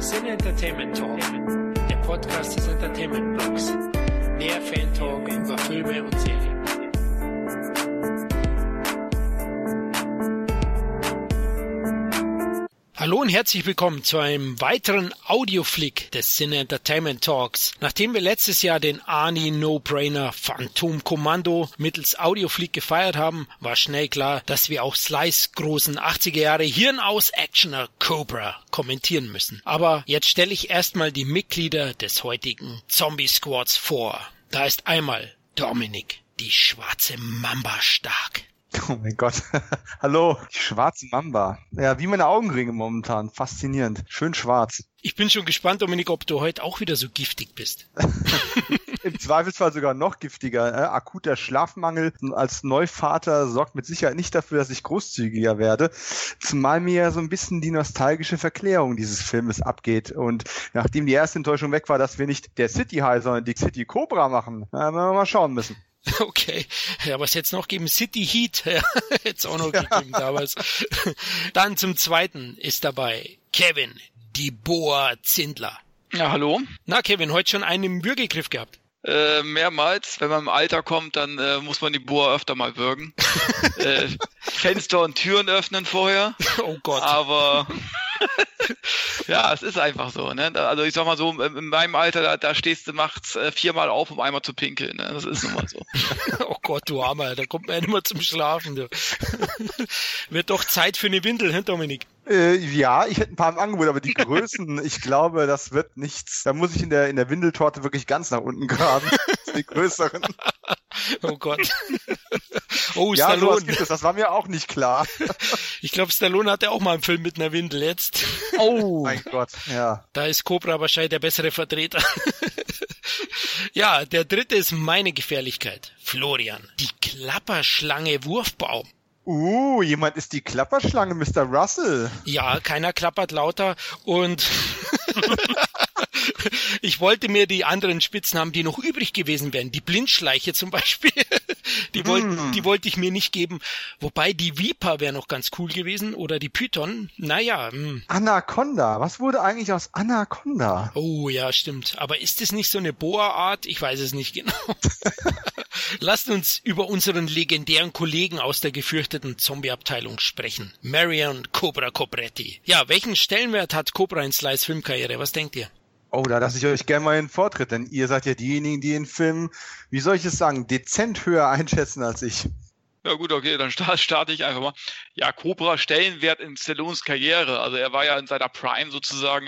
Sin Entertainment Talk, der Podcast des Entertainment Blogs. Mehr Fan-Talk über Filme und Serien. Hallo und herzlich willkommen zu einem weiteren Audioflick des Sin Entertainment Talks. Nachdem wir letztes Jahr den Arnie No-Brainer Phantom Commando mittels Audioflick gefeiert haben, war schnell klar, dass wir auch Slys großen 80er Jahre Hirnaus-Actioner Cobra kommentieren müssen. Aber jetzt stelle ich erstmal die Mitglieder des heutigen Zombie Squads vor. Da ist einmal Dominik, die schwarze Mamba stark. Oh mein Gott. Hallo, die schwarze Mamba. Ja, wie meine Augenringe momentan. Faszinierend. Schön schwarz. Ich bin schon gespannt, Dominik, ob du heute auch wieder so giftig bist. Im Zweifelsfall sogar noch giftiger. Akuter Schlafmangel als Neuvater sorgt mit Sicherheit nicht dafür, dass ich großzügiger werde. Zumal mir ja so ein bisschen die nostalgische Verklärung dieses Filmes abgeht. Und nachdem die erste Enttäuschung weg war, dass wir nicht der City High, sondern die City Cobra machen, werden wir mal schauen müssen. Okay, ja, was jetzt noch geben? City Heat, ja, jetzt auch noch gegeben damals. Dann zum zweiten ist dabei Kevin, die Boa Zindler. Ja, hallo. Na Kevin, heute schon einen im Würgegriff gehabt? Mehrmals. Wenn man im Alter kommt, dann muss man die Boa öfter mal würgen. Fenster und Türen öffnen vorher. Oh Gott. Aber ja, es ist einfach so, ne? Also ich sag mal so, in meinem Alter, da stehst du nachts 4-mal auf, um einmal zu pinkeln, ne? Das ist nun mal so. Oh Gott, du Armer, da kommt man ja nicht mehr zum Schlafen, du. Wird doch Zeit für eine Windel, hä, Dominik? Ja, ich hätte ein paar im Angebot, aber die Größen, ich glaube, das wird nichts. Da muss ich in der Windeltorte wirklich ganz nach unten graben. Die größeren. Oh Gott. Oh, ja, Stallone. Gibt es. Das war mir auch nicht klar. Ich glaube, Stallone hatte auch mal einen Film mit einer Windel jetzt. Oh mein Gott, ja. Da ist Cobra wahrscheinlich der bessere Vertreter. Ja, der dritte ist meine Gefährlichkeit. Florian, die Klapperschlange Wurfbaum. Jemand ist die Klapperschlange, Mr. Russell. Ja, keiner klappert lauter und ich wollte mir die anderen Spitznamen, die noch übrig gewesen wären, die Blindschleiche zum Beispiel, die wollte ich mir nicht geben. Wobei die Viper wäre noch ganz cool gewesen oder die Python, naja. Anaconda, was wurde eigentlich aus Anaconda? Oh ja, stimmt. Aber ist es nicht so eine Boa-Art? Ich weiß es nicht genau. Lasst uns über unseren legendären Kollegen aus der gefürchteten Zombie-Abteilung sprechen. Marion Cobra Cobretti. Ja, welchen Stellenwert hat Cobra in Slys Filmkarriere? Was denkt ihr? Oh, da lasse ich euch gerne mal in den Vortritt, denn ihr seid ja diejenigen, die den Film, wie soll ich es sagen, dezent höher einschätzen als ich. Ja gut, okay, dann starte ich einfach mal. Ja, Cobra Stellenwert in Stallones Karriere. Also er war ja in seiner Prime sozusagen.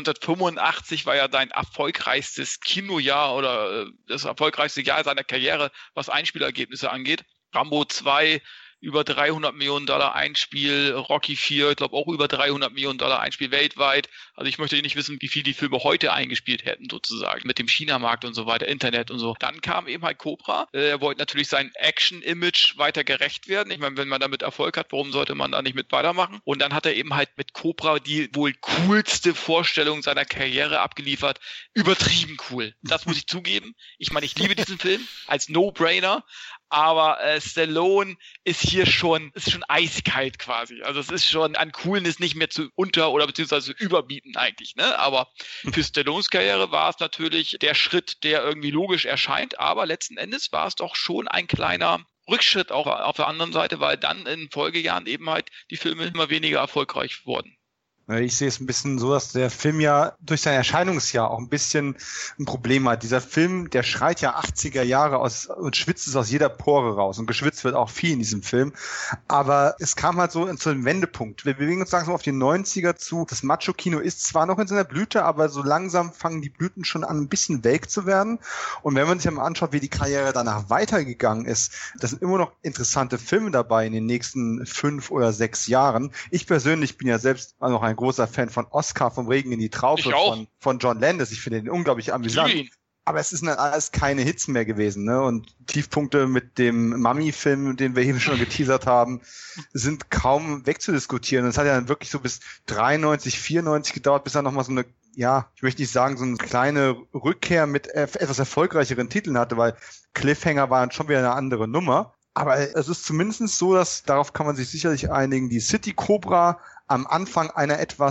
1985 war ja sein erfolgreichstes Kinojahr oder das erfolgreichste Jahr seiner Karriere, was Einspielergebnisse angeht. Rambo 2 über $300 Millionen Einspiel, Rocky 4, ich glaube auch über $300 Millionen Einspiel weltweit. Also ich möchte nicht wissen, wie viel die Filme heute eingespielt hätten sozusagen, mit dem China-Markt und so weiter, Internet und so. Dann kam eben halt Cobra. Er wollte natürlich sein Action-Image weiter gerecht werden. Ich meine, wenn man damit Erfolg hat, warum sollte man da nicht mit weitermachen? Und dann hat er eben halt mit Cobra die wohl coolste Vorstellung seiner Karriere abgeliefert. Übertrieben cool. Das muss ich zugeben. Ich meine, ich liebe diesen Film als No-Brainer. Aber Stallone ist hier schon eiskalt quasi. Also es ist schon an Coolness nicht mehr zu oder beziehungsweise zu überbieten eigentlich, ne? Aber für Stallones Karriere war es natürlich der Schritt, der irgendwie logisch erscheint. Aber letzten Endes war es doch schon ein kleiner Rückschritt auch auf der anderen Seite, weil dann in Folgejahren eben halt die Filme immer weniger erfolgreich wurden. Ich sehe es ein bisschen so, dass der Film ja durch sein Erscheinungsjahr auch ein bisschen ein Problem hat. Dieser Film, der schreit ja 80er Jahre aus und schwitzt es aus jeder Pore raus. Und geschwitzt wird auch viel in diesem Film. Aber es kam halt so zu einem Wendepunkt. Wir bewegen uns langsam auf die 90er zu. Das Macho-Kino ist zwar noch in seiner Blüte, aber so langsam fangen die Blüten schon an, ein bisschen welk zu werden. Und wenn man sich einmal anschaut, wie die Karriere danach weitergegangen ist, das sind immer noch interessante Filme dabei in den nächsten 5 oder 6 Jahren. Ich persönlich bin ja selbst noch ein großer Fan von Oscar vom Regen in die Traufe von John Landis. Ich finde den unglaublich amüsant. Aber es sind dann alles keine Hits mehr gewesen, ne? Und Tiefpunkte mit dem Mummy-Film, den wir eben schon geteasert haben, sind kaum wegzudiskutieren. Und es hat ja dann wirklich so bis 93, 94 gedauert, bis er nochmal so eine, ja, ich möchte nicht sagen, so eine kleine Rückkehr mit etwas erfolgreicheren Titeln hatte, weil Cliffhanger war dann schon wieder eine andere Nummer. Aber es ist zumindest so, dass, darauf kann man sich sicherlich einigen, die City Cobra am Anfang einer etwas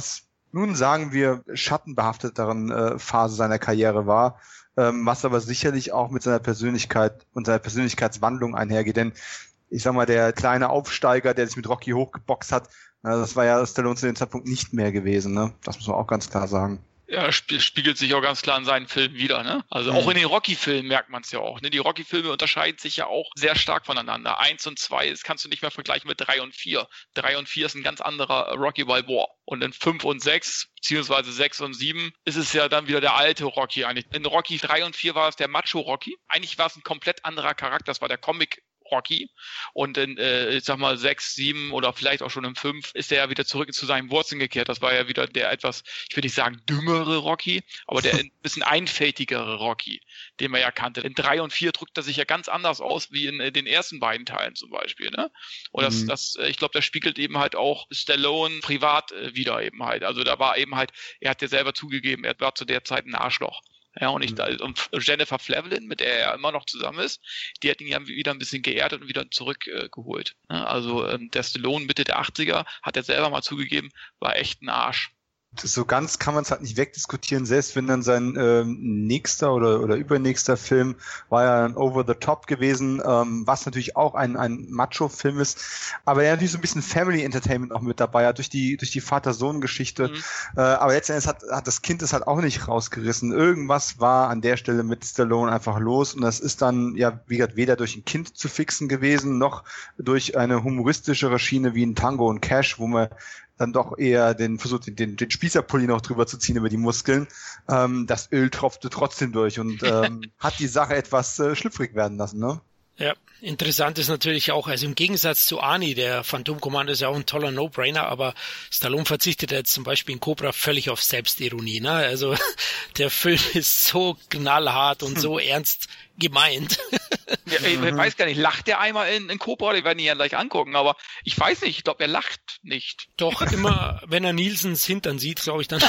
nun sagen wir, schattenbehafteteren Phase seiner Karriere war, was aber sicherlich auch mit seiner Persönlichkeit und seiner Persönlichkeitswandlung einhergeht. Denn ich sag mal, der kleine Aufsteiger, der sich mit Rocky hochgeboxt hat, das war ja Stallone zu dem Zeitpunkt nicht mehr gewesen. Ne? Das muss man auch ganz klar sagen. Ja, spiegelt sich auch ganz klar in seinen Filmen wieder, ne? Also auch in den Rocky-Filmen merkt man es ja auch, ne? Die Rocky-Filme unterscheiden sich ja auch sehr stark voneinander. 1 und 2, das kannst du nicht mehr vergleichen mit 3 und 4. 3 und 4 ist ein ganz anderer Rocky Balboa. Und in 5 und 6, beziehungsweise 6 und 7, ist es ja dann wieder der alte Rocky eigentlich. In Rocky 3 und 4 war es der Macho-Rocky. Eigentlich war es ein komplett anderer Charakter, das war der Comic Rocky. Und in, ich sag mal, 6, 7 oder vielleicht auch schon im 5 ist er ja wieder zurück zu seinen Wurzeln gekehrt. Das war ja wieder der etwas, ich will nicht sagen dümmere Rocky, aber der ein bisschen einfältigere Rocky, den man ja kannte. In 3 und 4 drückt er sich ja ganz anders aus wie in den ersten beiden Teilen zum Beispiel. Ne? Und ich glaube, das spiegelt eben halt auch Stallone privat wieder eben halt. Also da war eben halt, er hat ja selber zugegeben, er war zu der Zeit ein Arschloch. Ja, und Jennifer Flavellin, mit der er immer noch zusammen ist, die hat ihn ja wieder ein bisschen geehrt und wieder zurückgeholt. Also der Stallone Mitte der 80er, hat er selber mal zugegeben, war echt ein Arsch. So ganz kann man es halt nicht wegdiskutieren, selbst wenn dann sein nächster oder übernächster Film war ja ein Over the Top gewesen, was natürlich auch ein Macho-Film ist, aber er natürlich so ein bisschen Family Entertainment auch mit dabei hat, durch die Vater-Sohn-Geschichte, aber letztendlich hat das Kind es halt auch nicht rausgerissen. Irgendwas war an der Stelle mit Stallone einfach los und das ist dann, ja, wie gesagt, weder durch ein Kind zu fixen gewesen, noch durch eine humoristischere Schiene wie ein Tango und Cash, wo man dann doch eher versucht, den Spießerpulli noch drüber zu ziehen über die Muskeln. Das Öl tropfte trotzdem durch und hat die Sache etwas schlüpfrig werden lassen, ne? Ja, interessant ist natürlich auch, also im Gegensatz zu Arnie, der Phantom-Kommando ist ja auch ein toller No-Brainer, aber Stallone verzichtet jetzt zum Beispiel in Cobra völlig auf Selbstironie, ne? Also der Film ist so knallhart und so ernst gemeint. Ja, ich weiß gar nicht, lacht der einmal in Cobra? Die werden ihn ja gleich angucken, aber ich weiß nicht, ich glaube, er lacht nicht. Doch, immer, wenn er Nielsens Hintern sieht, glaube ich dann.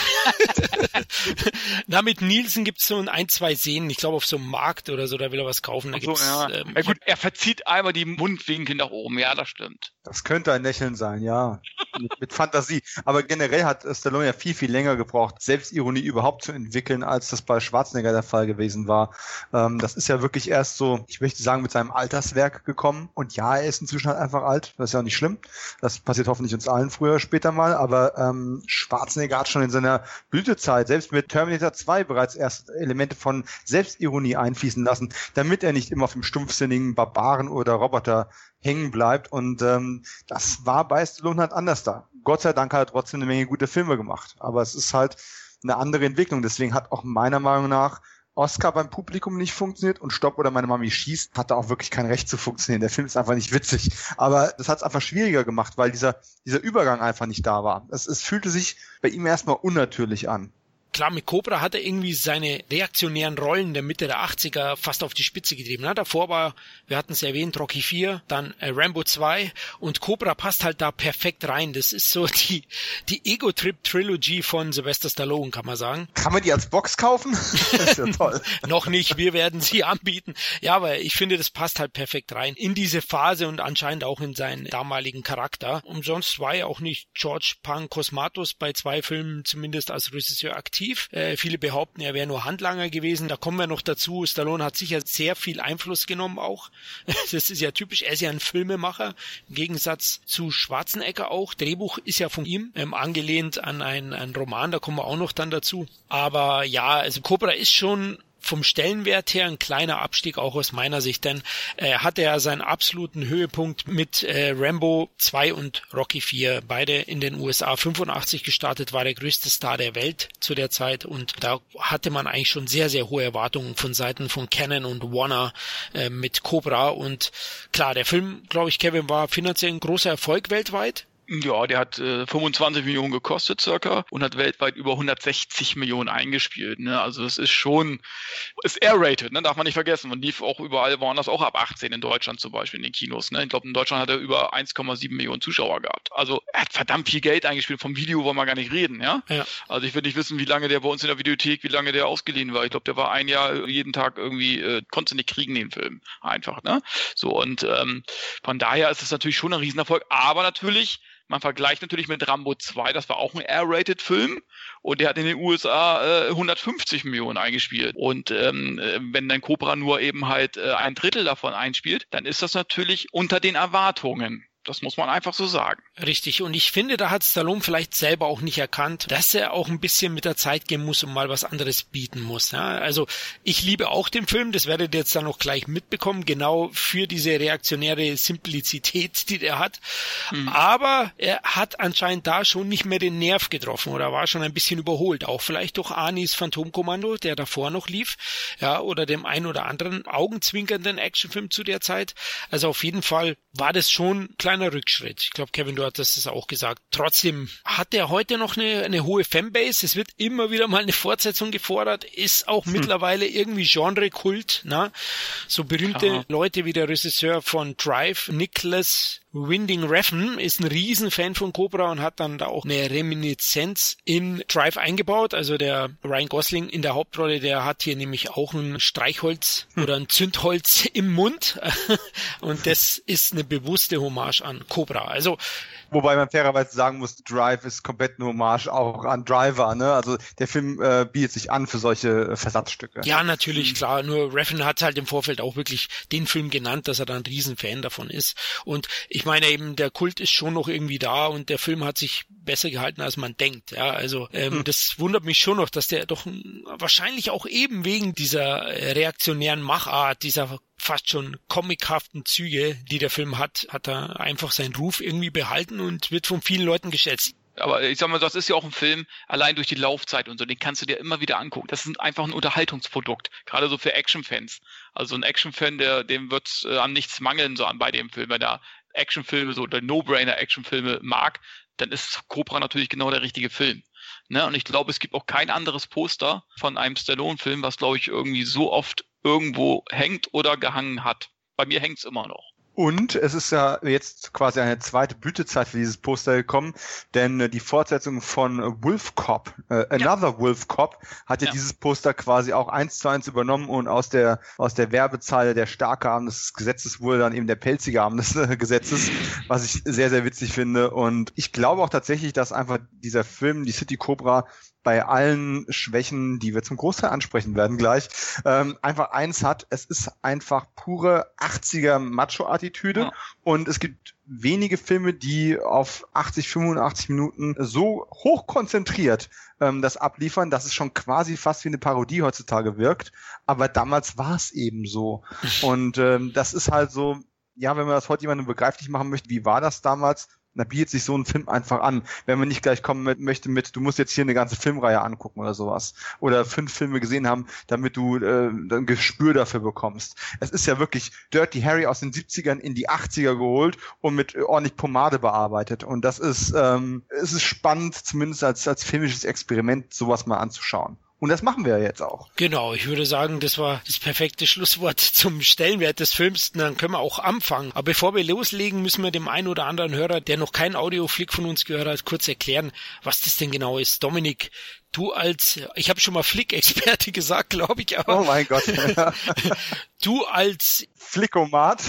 Na, mit Nielsen gibt's so ein, zwei Szenen, ich glaube auf so einem Markt oder so, da will er was kaufen. Da gibt's, ja. Ja gut, er verzieht einmal die Mundwinkel nach oben, ja, das stimmt. Das könnte ein Lächeln sein, ja. mit Fantasie. Aber generell hat Stallone ja viel, viel länger gebraucht, Selbstironie überhaupt zu entwickeln, als das bei Schwarzenegger der Fall gewesen war. Das ist ja wirklich erst so, ich möchte sagen, mit seinem Alterswerk gekommen. Und ja, er ist inzwischen halt einfach alt. Das ist ja auch nicht schlimm. Das passiert hoffentlich uns allen früher oder später mal. Aber Schwarzenegger hat schon in seiner Blütezeit, selbst mit Terminator 2, bereits erste Elemente von Selbstironie einfließen lassen, damit er nicht immer auf dem stumpfsinnigen Barbaren oder Roboter hängen bleibt. Und das war bei Stallone halt anders da. Gott sei Dank hat er trotzdem eine Menge gute Filme gemacht. Aber es ist halt eine andere Entwicklung. Deswegen hat auch meiner Meinung nach Oscar beim Publikum nicht funktioniert und Stopp oder meine Mami schießt hatte auch wirklich kein Recht zu funktionieren. Der Film ist einfach nicht witzig. Aber das hat es einfach schwieriger gemacht, weil dieser Übergang einfach nicht da war. Es fühlte sich bei ihm erstmal unnatürlich an. Klar, mit Cobra hat er irgendwie seine reaktionären Rollen der Mitte der 80er fast auf die Spitze getrieben. Ne? Davor war, wir hatten es erwähnt, Rocky 4, dann Rambo 2 und Cobra passt halt da perfekt rein. Das ist so die Ego-Trip-Trilogy von Sylvester Stallone, kann man sagen. Kann man die als Box kaufen? Das ist ja toll. Noch nicht, wir werden sie anbieten. Ja, aber ich finde, das passt halt perfekt rein in diese Phase und anscheinend auch in seinen damaligen Charakter. Umsonst war ja auch nicht George Pankosmatos bei 2 Filmen zumindest als Regisseur aktiv. Viele behaupten, er wäre nur Handlanger gewesen. Da kommen wir noch dazu. Stallone hat sicher sehr viel Einfluss genommen auch. Das ist ja typisch. Er ist ja ein Filmemacher. Im Gegensatz zu Schwarzenegger auch. Drehbuch ist ja von ihm angelehnt an einen Roman. Da kommen wir auch noch dann dazu. Aber ja, also Cobra ist schon vom Stellenwert her ein kleiner Abstieg, auch aus meiner Sicht, denn hatte er seinen absoluten Höhepunkt mit Rambo 2 und Rocky 4, beide in den USA. 85 gestartet, war der größte Star der Welt zu der Zeit und da hatte man eigentlich schon sehr, sehr hohe Erwartungen von Seiten von Cannon und Warner mit Cobra und klar, der Film, glaube ich, Kevin, war finanziell ein großer Erfolg weltweit. Ja, der hat 25 Millionen gekostet circa und hat weltweit über 160 Millionen eingespielt. Ne? Also das ist schon, ist R-rated, ne? Darf man nicht vergessen. Man lief auch überall, woanders auch ab 18 in Deutschland zum Beispiel in den Kinos. Ne? Ich glaube, in Deutschland hat er über 1,7 Millionen Zuschauer gehabt. Also er hat verdammt viel Geld eingespielt. Vom Video wollen wir gar nicht reden. Ja? Also ich will nicht wissen, wie lange der bei uns in der Videothek, wie lange der ausgeliehen war. Ich glaube, der war ein Jahr jeden Tag irgendwie, konntest du nicht kriegen, den Film. Einfach. Ne? So und von daher ist es natürlich schon ein Riesenerfolg. Aber natürlich Man vergleicht natürlich mit Rambo 2, das war auch ein R-Rated-Film und der hat in den USA 150 Millionen eingespielt. Und wenn dann Cobra nur eben halt ein Drittel davon einspielt, dann ist das natürlich unter den Erwartungen. Das muss man einfach so sagen. Richtig. Und ich finde, da hat Stallone vielleicht selber auch nicht erkannt, dass er auch ein bisschen mit der Zeit gehen muss und mal was anderes bieten muss. Ja? Also ich liebe auch den Film, das werdet ihr jetzt dann noch gleich mitbekommen, genau für diese reaktionäre Simplizität, die der hat. Aber er hat anscheinend da schon nicht mehr den Nerv getroffen oder war schon ein bisschen überholt. Auch vielleicht durch Arnis Phantomkommando, der davor noch lief, ja, oder dem ein oder anderen augenzwinkernden Actionfilm zu der Zeit. Also auf jeden Fall war das schon ein kleiner Rückschritt. Ich glaube, Kevin, du hattest es auch gesagt. Trotzdem hat er heute noch eine hohe Fanbase. Es wird immer wieder mal eine Fortsetzung gefordert. Ist auch mittlerweile irgendwie Genre-Kult. So berühmte Leute wie der Regisseur von Drive, Nicholas Winding Refn, ist ein Riesenfan von Cobra und hat dann da auch eine Reminiszenz in Drive eingebaut. Also der Ryan Gosling in der Hauptrolle, der hat hier nämlich auch ein Streichholz oder ein Zündholz im Mund. Und das ist eine bewusste Hommage an Cobra. Also wobei man fairerweise sagen muss, Drive ist komplett eine Hommage auch an Driver, ne? Also der Film bietet sich an für solche Versatzstücke. Ja, natürlich, klar. Nur Refn hat halt im Vorfeld auch wirklich den Film genannt, dass er da ein Riesenfan davon ist. Und ich meine eben, der Kult ist schon noch irgendwie da und der Film hat sich besser gehalten, als man denkt. Ja, also das wundert mich schon noch, dass der doch wahrscheinlich auch eben wegen dieser reaktionären Machart, dieser fast schon comichaften Züge, die der Film hat er einfach seinen Ruf irgendwie behalten und wird von vielen Leuten geschätzt. Aber ich sag mal, das ist ja auch ein Film, allein durch die Laufzeit und so, den kannst du dir immer wieder angucken. Das ist einfach ein Unterhaltungsprodukt, gerade so für Actionfans. Also ein Actionfan, dem wird an nichts mangeln so bei dem Film. Wenn er Actionfilme, so der No-Brainer-Actionfilme mag, dann ist Cobra natürlich genau der richtige Film. Ne? Und ich glaube, es gibt auch kein anderes Poster von einem Stallone-Film, was, glaube ich, irgendwie so oft irgendwo hängt oder gehangen hat. Bei mir hängt's immer noch. Und es ist ja jetzt quasi eine zweite Blütezeit für dieses Poster gekommen, denn die Fortsetzung von Wolf Cop, Another Wolf Cop, hat ja dieses Poster quasi auch 1:1 übernommen und aus der Werbezeile der starke Arm des Gesetzes wurde dann eben der pelzige Arm des Gesetzes, was ich sehr, sehr witzig finde. Und ich glaube auch tatsächlich, dass einfach dieser Film, die City Cobra, bei allen Schwächen, die wir zum Großteil ansprechen werden gleich, einfach eins hat, es ist einfach pure 80er Macho-Attitüde und es gibt wenige Filme, die auf 80, 85 Minuten so hoch konzentriert das abliefern, dass es schon quasi fast wie eine Parodie heutzutage wirkt, aber damals war es eben so und das ist halt so, ja, wenn man das heute jemandem begreiflich machen möchte, wie war das damals? Da bietet sich so ein Film einfach an, wenn man nicht gleich kommen möchte mit, du musst jetzt hier eine ganze Filmreihe angucken oder sowas. Oder 5 Filme gesehen haben, damit du ein Gespür dafür bekommst. Es ist ja wirklich Dirty Harry aus den 70ern in die 80er geholt und mit ordentlich Pomade bearbeitet. Und das ist, es ist spannend, zumindest als filmisches Experiment, sowas mal anzuschauen. Und das machen wir ja jetzt auch. Genau, ich würde sagen, das war das perfekte Schlusswort zum Stellenwert des Films. Dann können wir auch anfangen. Aber bevor wir loslegen, müssen wir dem einen oder anderen Hörer, der noch keinen Audioflick von uns gehört hat, kurz erklären, was das denn genau ist. Dominik, du ich habe schon mal Flick-Experte gesagt, glaube ich, aber... Oh mein Gott. Du als... Flickomat.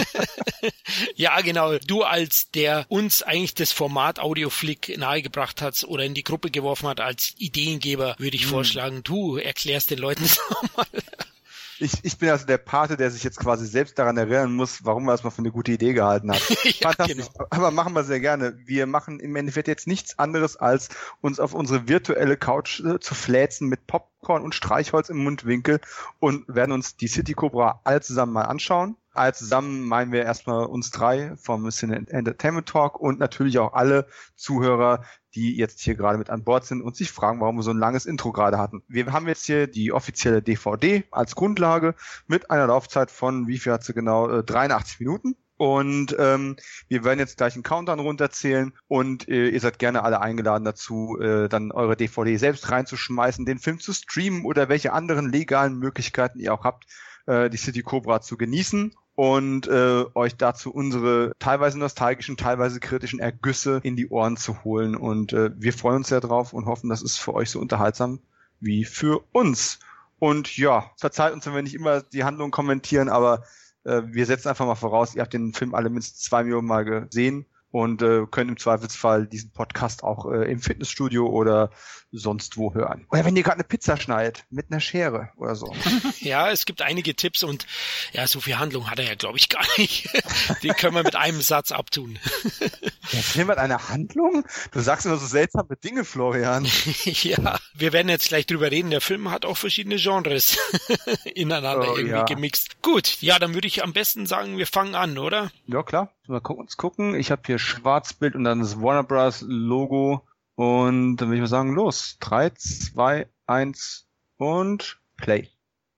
Ja, genau. Du als der uns eigentlich das Format Audioflick nahegebracht hat oder in die Gruppe geworfen hat als Ideengeber, würde ich vorschlagen, du erklärst den Leuten das nochmal. Ich bin also der Pate, der sich jetzt quasi selbst daran erinnern muss, warum er das mal für eine gute Idee gehalten hat. Ja, fantastisch. Genau. Aber machen wir sehr gerne. Wir machen im Endeffekt jetzt nichts anderes, als uns auf unsere virtuelle Couch zu fläzen mit Popcorn und Streichholz im Mundwinkel und werden uns die City Cobra alle zusammen mal anschauen. Alle zusammen meinen wir erstmal uns 3 vom Cine Entertainment Talk und natürlich auch alle Zuhörer, die jetzt hier gerade mit an Bord sind und sich fragen, warum wir so ein langes Intro gerade hatten. Wir haben jetzt hier die offizielle DVD als Grundlage mit einer Laufzeit von, wie viel hat sie genau, 83 Minuten. Und wir werden jetzt gleich einen Countdown runterzählen und ihr seid gerne alle eingeladen dazu, dann eure DVD selbst reinzuschmeißen, den Film zu streamen oder welche anderen legalen Möglichkeiten ihr auch habt, die City Cobra zu genießen und euch dazu unsere teilweise nostalgischen, teilweise kritischen Ergüsse in die Ohren zu holen. Und wir freuen uns sehr drauf und hoffen, das ist für euch so unterhaltsam wie für uns. Und ja, verzeiht uns, wenn wir nicht immer die Handlung kommentieren, aber wir setzen einfach mal voraus, ihr habt den Film alle mindestens 2 Millionen Mal gesehen. und können im Zweifelsfall diesen Podcast auch im Fitnessstudio oder sonst wo hören. Oder wenn ihr gerade eine Pizza schneidet, mit einer Schere oder so. Ja, es gibt einige Tipps und ja, so viel Handlung hat er ja, glaube ich, gar nicht. Den können wir mit einem Satz abtun. Der Film hat eine Handlung? Du sagst immer so seltsame Dinge, Florian. Ja, wir werden jetzt gleich drüber reden. Der Film hat auch verschiedene Genres ineinander irgendwie gemixt. Gut, ja, dann würde ich am besten sagen, wir fangen an, oder? Ja, klar. Mal gucken. Ich habe hier Schwarzbild und dann das Warner Bros. Logo. Und dann würde ich mal sagen, los. 3, 2, 1 und Play.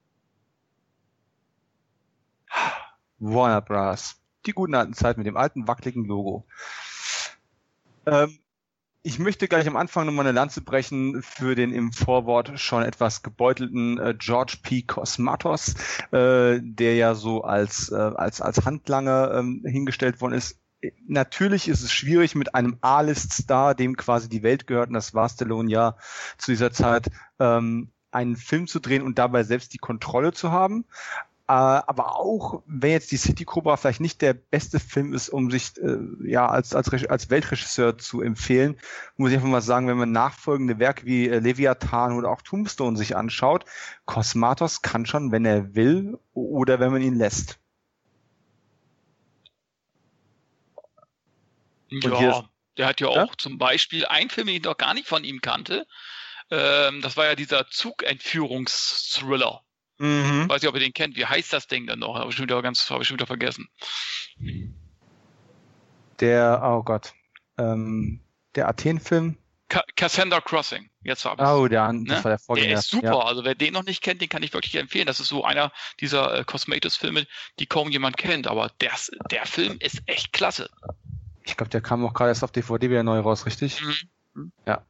Warner Bros. Die guten alten Zeiten mit dem alten, wackeligen Logo. Ich möchte gleich am Anfang nochmal eine Lanze brechen für den im Vorwort schon etwas gebeutelten George P. Cosmatos, der ja so als Handlanger hingestellt worden ist. Natürlich ist es schwierig mit einem A-List-Star, dem quasi die Welt gehört, und das war Stallone ja zu dieser Zeit, einen Film zu drehen und dabei selbst die Kontrolle zu haben. Aber auch, wenn jetzt die City Cobra vielleicht nicht der beste Film ist, um sich als Weltregisseur zu empfehlen, muss ich einfach mal sagen, wenn man nachfolgende Werke wie Leviathan oder auch Tombstone sich anschaut, Cosmatos kann schon, wenn er will oder wenn man ihn lässt. Ja, der hat ja auch zum Beispiel einen Film, den ich noch gar nicht von ihm kannte. Das war ja dieser Zugentführungsthriller. Mhm. Weiß nicht, ob ihr den kennt. Wie heißt das Ding denn noch? Habe ich schon wieder vergessen. Der Athen-Film. Cassandra Crossing. Jetzt habe ich das war der Vorgänger. Der ist super. Ja. Also wer den noch nicht kennt, den kann ich wirklich empfehlen. Das ist so einer dieser Cosmatos-Filme, die kaum jemand kennt. Aber der Film ist echt klasse. Ich glaube, der kam auch gerade erst auf DVD wieder neu raus, richtig? Mhm. Ja.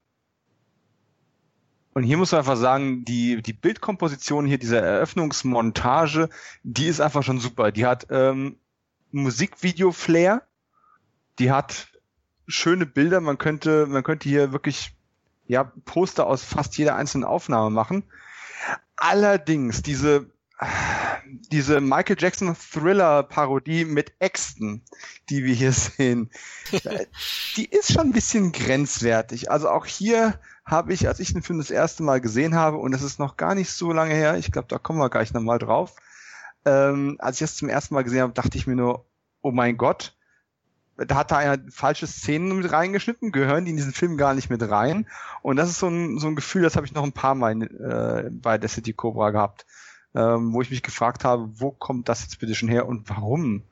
Und hier muss man einfach sagen, die Bildkomposition hier, diese Eröffnungsmontage, die ist einfach schon super. Die hat Musikvideo-Flair, die hat schöne Bilder, man könnte hier wirklich Poster aus fast jeder einzelnen Aufnahme machen. Allerdings diese Michael Jackson Thriller-Parodie mit Äxten, die wir hier sehen, die ist schon ein bisschen grenzwertig. Also auch hier habe ich, als ich den Film das erste Mal gesehen habe, und das ist noch gar nicht so lange her, ich glaube, da kommen wir gleich nochmal drauf, als ich das zum ersten Mal gesehen habe, dachte ich mir nur, oh mein Gott, da hat da einer falsche Szenen mit reingeschnitten, gehören die in diesen Film gar nicht mit rein. Und das ist so ein Gefühl, das habe ich noch ein paar Mal bei der City Cobra gehabt, wo ich mich gefragt habe, wo kommt das jetzt bitte schon her und warum?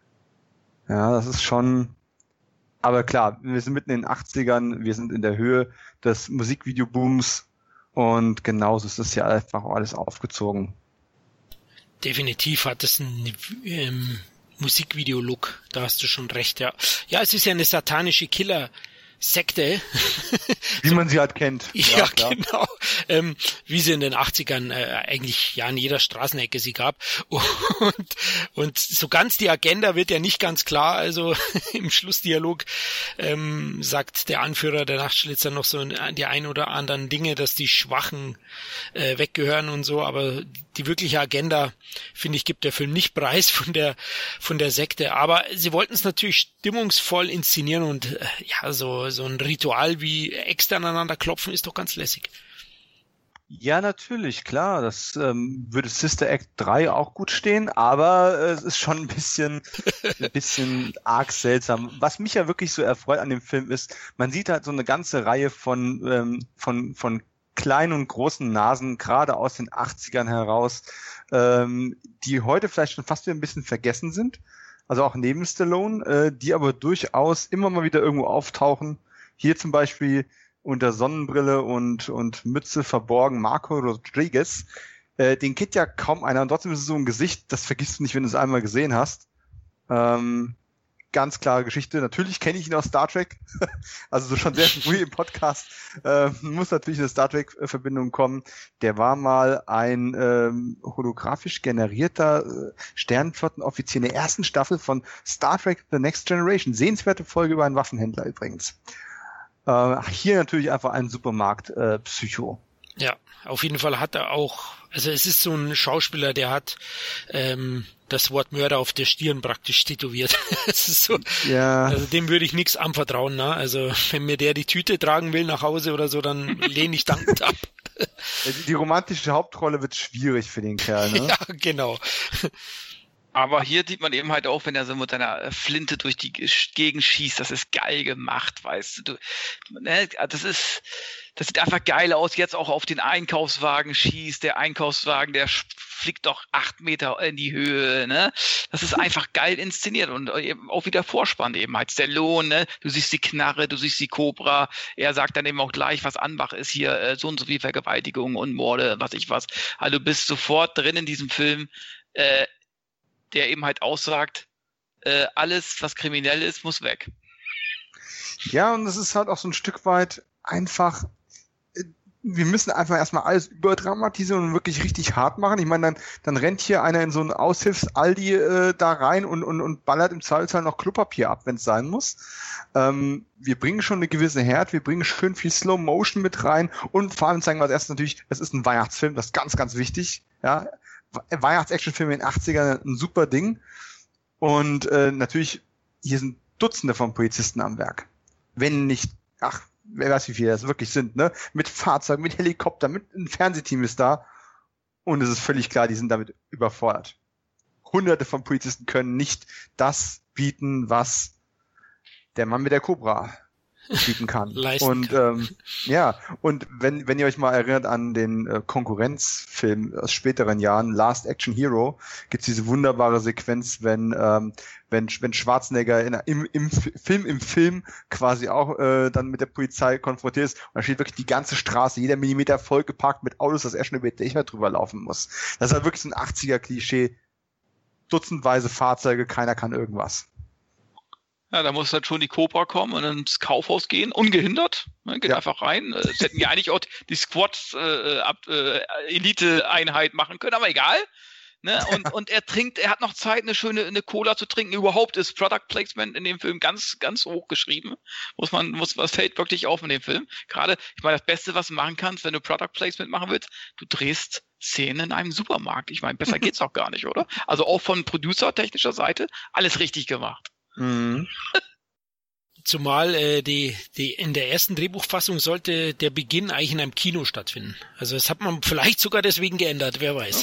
Ja, das ist schon... Aber klar, wir sind mitten in den 80ern, wir sind in der Höhe des Musikvideobooms und genauso ist das ja einfach alles aufgezogen. Definitiv hat es einen Musikvideo-Look, da hast du schon recht, ja. Ja, es ist ja eine satanische Killer-Sekte. Wie man sie halt kennt. Ja, genau. Wie sie in den 80ern eigentlich in jeder Straßenecke sie gab. Und so ganz die Agenda wird ja nicht ganz klar. Also im Schlussdialog sagt der Anführer der Nachtschlitzer noch so die ein oder anderen Dinge, dass die Schwachen weggehören und so. Aber die wirkliche Agenda, finde ich, gibt der Film nicht preis von der Sekte. Aber sie wollten es natürlich stimmungsvoll inszenieren und so ein Ritual wie extern aneinander klopfen ist doch ganz lässig. Ja, natürlich, klar. Das würde Sister Act 3 auch gut stehen, aber es ist schon ein bisschen arg seltsam. Was mich ja wirklich so erfreut an dem Film ist, man sieht halt so eine ganze Reihe von kleinen und großen Nasen, gerade aus den 80ern heraus, die heute vielleicht schon fast wieder ein bisschen vergessen sind. Also auch neben Stallone, die aber durchaus immer mal wieder irgendwo auftauchen. Hier zum Beispiel unter Sonnenbrille und Mütze verborgen Marco Rodriguez. Den kennt ja kaum einer und trotzdem ist es so ein Gesicht, das vergisst du nicht, wenn du es einmal gesehen hast. Ganz klare Geschichte. Natürlich kenne ich ihn aus Star Trek. Also so schon sehr früh im Podcast muss natürlich eine Star Trek-Verbindung kommen. Der war mal ein holographisch generierter Sternenflottenoffizier in der ersten Staffel von Star Trek The Next Generation. Sehenswerte Folge über einen Waffenhändler übrigens. Hier natürlich einfach ein Supermarkt-Psycho. Ja, auf jeden Fall hat er auch, also es ist so ein Schauspieler, der hat das Wort Mörder auf der Stirn praktisch tätowiert. Es ist so, Ja. also dem würde ich nichts anvertrauen, ne? Also wenn mir der die Tüte tragen will nach Hause oder so, dann lehne ich dankend ab. Die romantische Hauptrolle wird schwierig für den Kerl, ne? Ja, genau. Aber hier sieht man eben halt auch, wenn er so mit seiner Flinte durch die Gegend schießt, das ist geil gemacht, weißt du. Ne, das sieht einfach geil aus. Jetzt auch auf den Einkaufswagen schießt, der Einkaufswagen, der fliegt doch 8 Meter in die Höhe, ne. Das ist einfach geil inszeniert und eben auch wieder Vorspann eben halt. Stallone, ne, du siehst die Knarre, du siehst die Cobra. Er sagt dann eben auch gleich, was Anbach ist hier, so und so viel Vergewaltigung und Morde, was ich was. Also du bist sofort drin in diesem Film, der eben halt aussagt, alles, was kriminell ist, muss weg. Ja, und es ist halt auch so ein Stück weit einfach, wir müssen einfach erstmal alles überdramatisieren und wirklich richtig hart machen. Ich meine, dann rennt hier einer in so einen Aushilfs-Aldi da rein und ballert im Zweifelsfall noch Klopapier ab, wenn es sein muss. Wir bringen schon eine gewisse Härte, wir bringen schön viel Slow Motion mit rein und vor allem zeigen wir als erstes natürlich, es ist ein Weihnachtsfilm, das ist ganz, ganz wichtig, ja. Weihnachts-Actionfilme in den 80ern, ein super Ding. Und natürlich, hier sind Dutzende von Polizisten am Werk. Wenn nicht, wer weiß, wie viele das wirklich sind, ne? Mit Fahrzeugen, mit Helikopter, mit ein Fernsehteam ist da. Und es ist völlig klar, die sind damit überfordert. Hunderte von Polizisten können nicht das bieten, was der Mann mit der Cobra bieten kann. Und ja, und wenn ihr euch mal erinnert an den Konkurrenzfilm aus späteren Jahren, Last Action Hero, gibt's diese wunderbare Sequenz, wenn Schwarzenegger im Film quasi auch dann mit der Polizei konfrontiert ist und da steht wirklich die ganze Straße, jeder Millimeter vollgeparkt mit Autos, dass er schon über Dächer drüber laufen muss. Das ist halt wirklich so ein 80er-Klischee. Dutzendweise Fahrzeuge, keiner kann irgendwas. Ja, da muss halt schon die Cobra kommen und ins Kaufhaus gehen, ungehindert. Ne, geht einfach rein. Das hätten ja eigentlich auch die Squad-Elite-Einheit machen können, aber egal. Ne? Und er hat noch Zeit, eine Cola zu trinken. Überhaupt ist Product Placement in dem Film ganz, ganz hoch geschrieben. Was fällt wirklich auf in dem Film? Gerade, ich meine, das Beste, was du machen kannst, wenn du Product Placement machen willst, du drehst Szenen in einem Supermarkt. Ich meine, besser geht's auch gar nicht, oder? Also auch von Producer-technischer Seite, alles richtig gemacht. Mhm. Zumal die in der ersten Drehbuchfassung sollte der Beginn eigentlich in einem Kino stattfinden. Also das hat man vielleicht sogar deswegen geändert, wer weiß.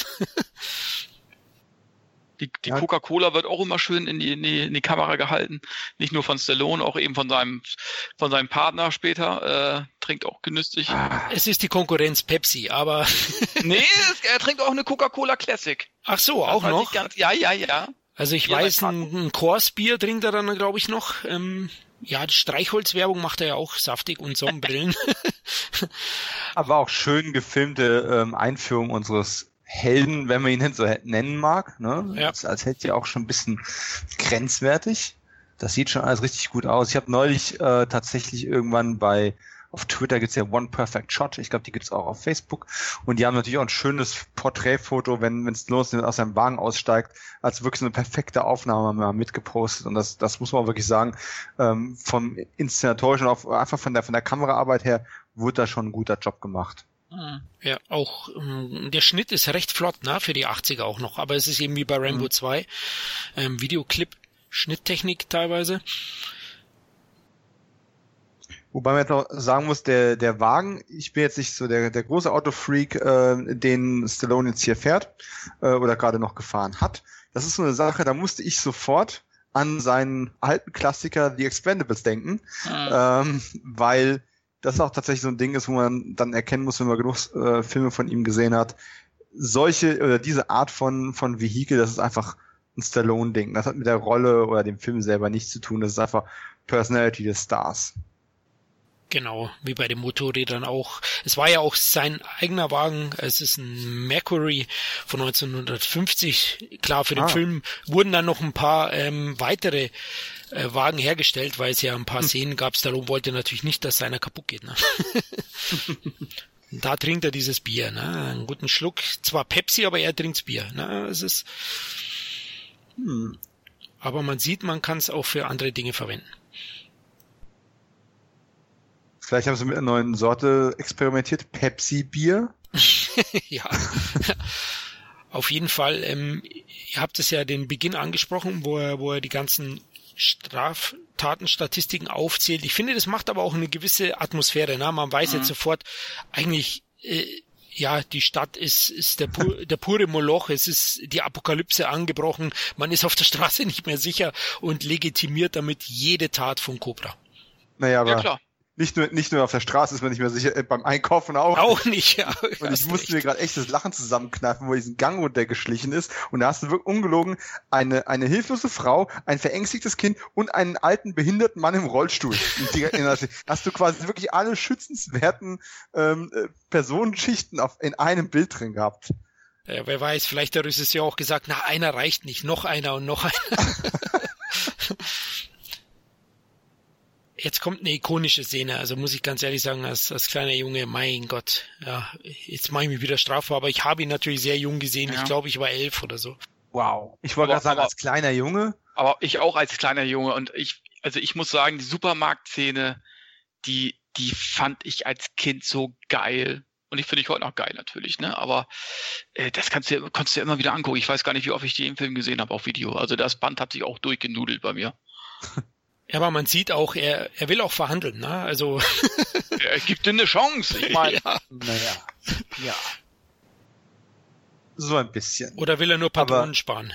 Die Coca-Cola wird auch immer schön in die Kamera gehalten. Nicht nur von Stallone, auch eben von seinem Partner später. Trinkt auch genüsslich. Es ist die Konkurrenz Pepsi, aber... Nee, er trinkt auch eine Coca-Cola Classic. Ach so, auch noch? Ja. Also ich weiß, ein Coors-Bier trinkt er dann, glaube ich, noch. Ja, die Streichholzwerbung macht er ja auch saftig und Sonnenbrillen. Aber auch schön gefilmte Einführung unseres Helden, wenn man ihn so nennen mag. Ne? Ja. Als hätte ja auch schon ein bisschen grenzwertig. Das sieht schon alles richtig gut aus. Ich habe neulich tatsächlich irgendwann auf Twitter gibt's ja One Perfect Shot. Ich glaube, die gibt's auch auf Facebook. Und die haben natürlich auch ein schönes Porträtfoto, wenn Stallone aus seinem Wagen aussteigt, als wirklich so eine perfekte Aufnahme mal mitgepostet. Und das muss man wirklich sagen, vom Inszenatorischen, einfach von der Kameraarbeit her, wurde da schon ein guter Job gemacht. Ja, auch der Schnitt ist recht flott, ne, für die 80er auch noch. Aber es ist eben wie bei Rambo 2, Videoclip, Schnitttechnik teilweise. Wobei man jetzt auch sagen muss, der Wagen, ich bin jetzt nicht so der große Autofreak, den Stallone jetzt hier fährt oder gerade noch gefahren hat. Das ist so eine Sache, da musste ich sofort an seinen alten Klassiker The Expendables denken, weil das auch tatsächlich so ein Ding ist, wo man dann erkennen muss, wenn man genug Filme von ihm gesehen hat, diese Art von Vehikel, das ist einfach ein Stallone-Ding. Das hat mit der Rolle oder dem Film selber nichts zu tun, das ist einfach Personality des Stars. Genau, wie bei den Motorrädern auch. Es war ja auch sein eigener Wagen. Es ist ein Mercury von 1950. Klar, für den Film wurden dann noch ein paar weitere Wagen hergestellt, weil es ja ein paar Szenen gab. Stallone wollte natürlich nicht, dass seiner kaputt geht. Ne? Da trinkt er dieses Bier. Ne? Einen guten Schluck. Zwar Pepsi, aber er trinkt Bier. Ne? Es ist. Aber man sieht, man kann es auch für andere Dinge verwenden. Vielleicht haben sie mit einer neuen Sorte experimentiert, Pepsi-Bier. Ja, auf jeden Fall. Ihr habt es ja den Beginn angesprochen, wo er die ganzen Straftatenstatistiken aufzählt. Ich finde, das macht aber auch eine gewisse Atmosphäre. Ne? Man weiß jetzt sofort, eigentlich, die Stadt ist der pure Moloch. Es ist die Apokalypse angebrochen. Man ist auf der Straße nicht mehr sicher und legitimiert damit jede Tat von Cobra. Naja, aber Ja, klar. Nicht nur auf der Straße ist man nicht mehr sicher, beim Einkaufen auch. Auch nicht, ja. Und ich musste mir gerade echt das Lachen zusammenkneifen, wo er diesen Gang runtergeschlichen ist. Und da hast du wirklich ungelogen eine hilflose Frau, ein verängstigtes Kind und einen alten, behinderten Mann im Rollstuhl. Hast du quasi wirklich alle schützenswerten Personenschichten in einem Bild drin gehabt. Ja, wer weiß, vielleicht hat der Regisseur auch gesagt, einer reicht nicht, noch einer und noch einer. Jetzt kommt eine ikonische Szene, also muss ich ganz ehrlich sagen, als kleiner Junge, mein Gott, ja, jetzt mache ich mich wieder strafbar, aber ich habe ihn natürlich sehr jung gesehen, Ich glaube, ich war 11 oder so. Wow. Ich wollte gerade sagen, als kleiner Junge. Aber ich auch als kleiner Junge und ich muss sagen, die Supermarktszene, die fand ich als Kind so geil. Und ich finde ich heute noch geil natürlich, ne? Aber das konntest du ja immer wieder angucken. Ich weiß gar nicht, wie oft ich den Film gesehen habe auf Video. Also das Band hat sich auch durchgenudelt bei mir. Ja, aber man sieht auch, er will auch verhandeln, ne? Also er gibt dir eine Chance, ich meine. Ja. Naja, ja. So ein bisschen. Oder will er nur Patronen sparen?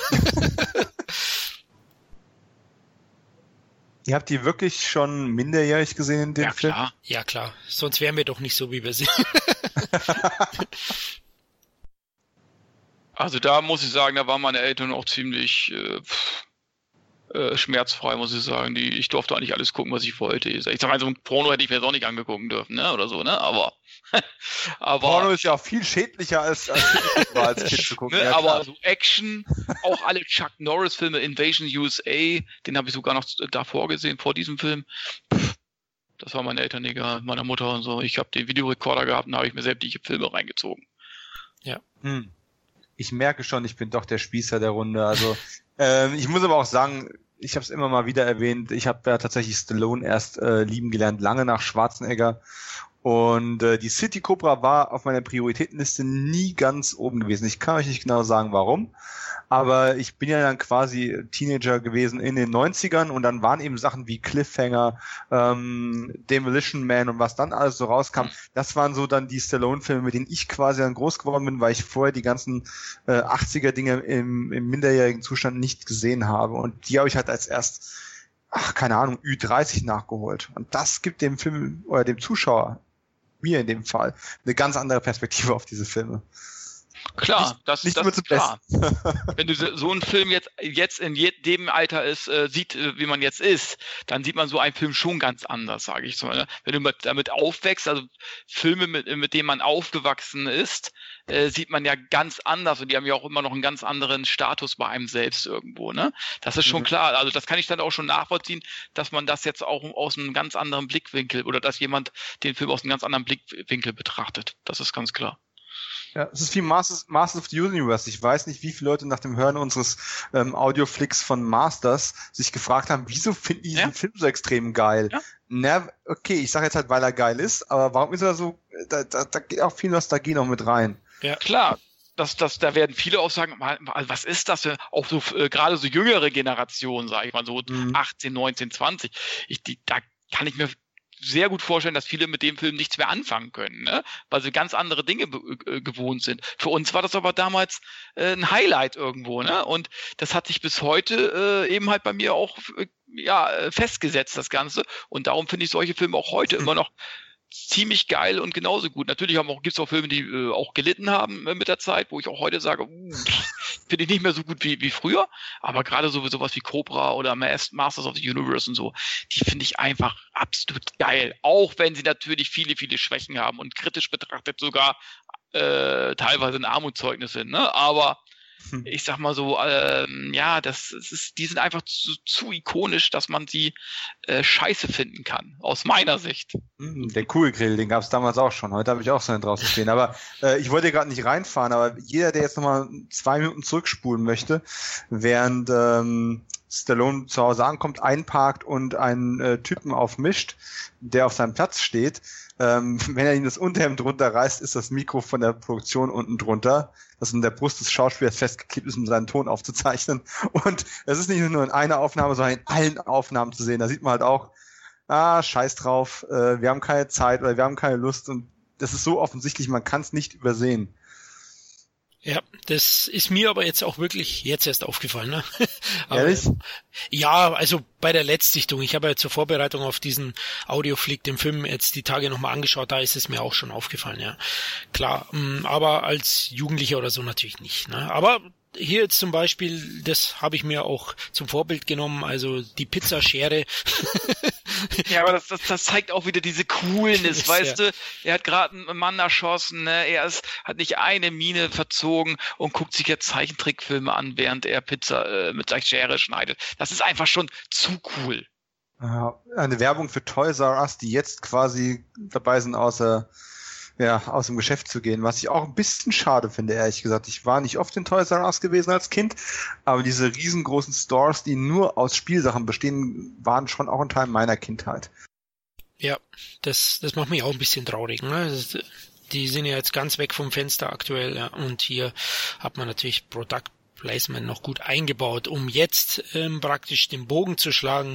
Ihr habt die wirklich schon minderjährig gesehen in dem Film? Klar. Ja, klar. Sonst wären wir doch nicht so, wie wir sind. Also da muss ich sagen, da waren meine Eltern auch ziemlich schmerzfrei, muss ich sagen. Ich durfte eigentlich alles gucken, was ich wollte. Ich sag mal, so ein Porno hätte ich mir jetzt auch nicht angegucken dürfen, ne? Oder so, ne? Aber Porno ist ja auch viel schädlicher als Kind zu gucken. Ne? Ja, aber so Action, auch alle Chuck Norris-Filme, Invasion USA, den habe ich sogar noch davor gesehen, vor diesem Film. Das war meinen Eltern egal, meiner Mutter und so. Ich habe den Videorekorder gehabt und habe ich mir sämtliche Filme reingezogen. Ja. Ich merke schon, ich bin doch der Spießer der Runde. Also ich muss aber auch sagen, ich habe es immer mal wieder erwähnt, ich habe ja tatsächlich Stallone erst lieben gelernt, lange nach Schwarzenegger. Und die City Cobra war auf meiner Prioritätenliste nie ganz oben gewesen. Ich kann euch nicht genau sagen, warum. Aber ich bin ja dann quasi Teenager gewesen in den 90ern und dann waren eben Sachen wie Cliffhanger, Demolition Man und was dann alles so rauskam. Das waren so dann die Stallone-Filme, mit denen ich quasi dann groß geworden bin, weil ich vorher die ganzen 80er-Dinge im minderjährigen Zustand nicht gesehen habe. Und die habe ich halt als erst, keine Ahnung, Ü30 nachgeholt. Und das gibt dem Film oder dem Zuschauer, mir in dem Fall, eine ganz andere Perspektive auf diese Filme. Klar, das ist klar. Wenn du so einen Film jetzt in jedem Alter sieht, wie man jetzt ist, dann sieht man so einen Film schon ganz anders, sage ich so. Ne? Wenn du damit aufwächst, also Filme, mit denen man aufgewachsen ist, sieht man ja ganz anders und die haben ja auch immer noch einen ganz anderen Status bei einem selbst irgendwo. Ne? Das ist schon klar. Also das kann ich dann auch schon nachvollziehen, dass man das jetzt auch aus einem ganz anderen Blickwinkel oder dass jemand den Film aus einem ganz anderen Blickwinkel betrachtet. Das ist ganz klar. Ja, es ist wie Masters of the Universe. Ich weiß nicht, wie viele Leute nach dem Hören unseres Audioflicks von Masters sich gefragt haben, wieso finden die diesen Film so extrem geil? Ja. Na, okay, ich sage jetzt halt, weil er geil ist, aber warum ist er so, da geht auch viel Nostalgie noch mit rein. Ja, klar. Da werden viele auch sagen, was ist das denn? Auch so gerade so jüngere Generationen, sage ich mal, so 18, 19, 20. Da kann ich mir sehr gut vorstellen, dass viele mit dem Film nichts mehr anfangen können, ne? Weil sie ganz andere Dinge gewohnt sind. Für uns war das aber damals ein Highlight irgendwo, ne? Und das hat sich bis heute eben halt bei mir auch festgesetzt, das Ganze. Und darum finde ich solche Filme auch heute immer noch ziemlich geil und genauso gut. Natürlich gibt's auch Filme, die auch gelitten haben mit der Zeit, wo ich auch heute sage, finde ich nicht mehr so gut wie früher, aber gerade sowas wie Cobra oder Masters of the Universe und so, die finde ich einfach absolut geil, auch wenn sie natürlich viele, viele Schwächen haben und kritisch betrachtet sogar teilweise ein Armutszeugnis sind, ne? Aber ich sag mal so, die sind einfach zu ikonisch, dass man sie scheiße finden kann, aus meiner Sicht. Der Kugelgrill, den gab es damals auch schon. Heute habe ich auch so einen draußen stehen. Aber ich wollte gerade nicht reinfahren, aber jeder, der jetzt nochmal 2 Minuten zurückspulen möchte, während Stallone zu Hause ankommt, einparkt und einen Typen aufmischt, der auf seinem Platz steht. Wenn er ihm das Unterhemd runterreißt, ist das Mikro von der Produktion unten drunter, das in der Brust des Schauspielers festgeklebt ist, um seinen Ton aufzuzeichnen. Und es ist nicht nur in einer Aufnahme, sondern in allen Aufnahmen zu sehen. Da sieht man halt auch, scheiß drauf, wir haben keine Zeit oder wir haben keine Lust. Und das ist so offensichtlich, man kann es nicht übersehen. Ja, das ist mir aber jetzt auch wirklich jetzt erst aufgefallen. Ne? Ehrlich? Ja, also bei der Letztsichtung. Ich habe ja zur Vorbereitung auf diesen Audioflick den Film jetzt die Tage nochmal angeschaut, da ist es mir auch schon aufgefallen, ja. Klar, aber als Jugendlicher oder so natürlich nicht. Ne? Aber hier jetzt zum Beispiel, das habe ich mir auch zum Vorbild genommen, also die Pizzaschere. Ja, aber das zeigt auch wieder diese Coolness, weißt du? Er hat gerade einen Mann erschossen, ne? Hat nicht eine Miene verzogen und guckt sich jetzt Zeichentrickfilme an, während er Pizza mit der Schere schneidet. Das ist einfach schon zu cool. Eine Werbung für Toys R Us, die jetzt quasi dabei sind, aus dem Geschäft zu gehen, was ich auch ein bisschen schade finde, ehrlich gesagt. Ich war nicht oft in Toys R Us gewesen als Kind, aber diese riesengroßen Stores, die nur aus Spielsachen bestehen, waren schon auch ein Teil meiner Kindheit. Ja, das macht mich auch ein bisschen traurig. Ne? Die sind ja jetzt ganz weg vom Fenster aktuell, ja. Und hier hat man natürlich Product Placement noch gut eingebaut, um jetzt praktisch den Bogen zu schlagen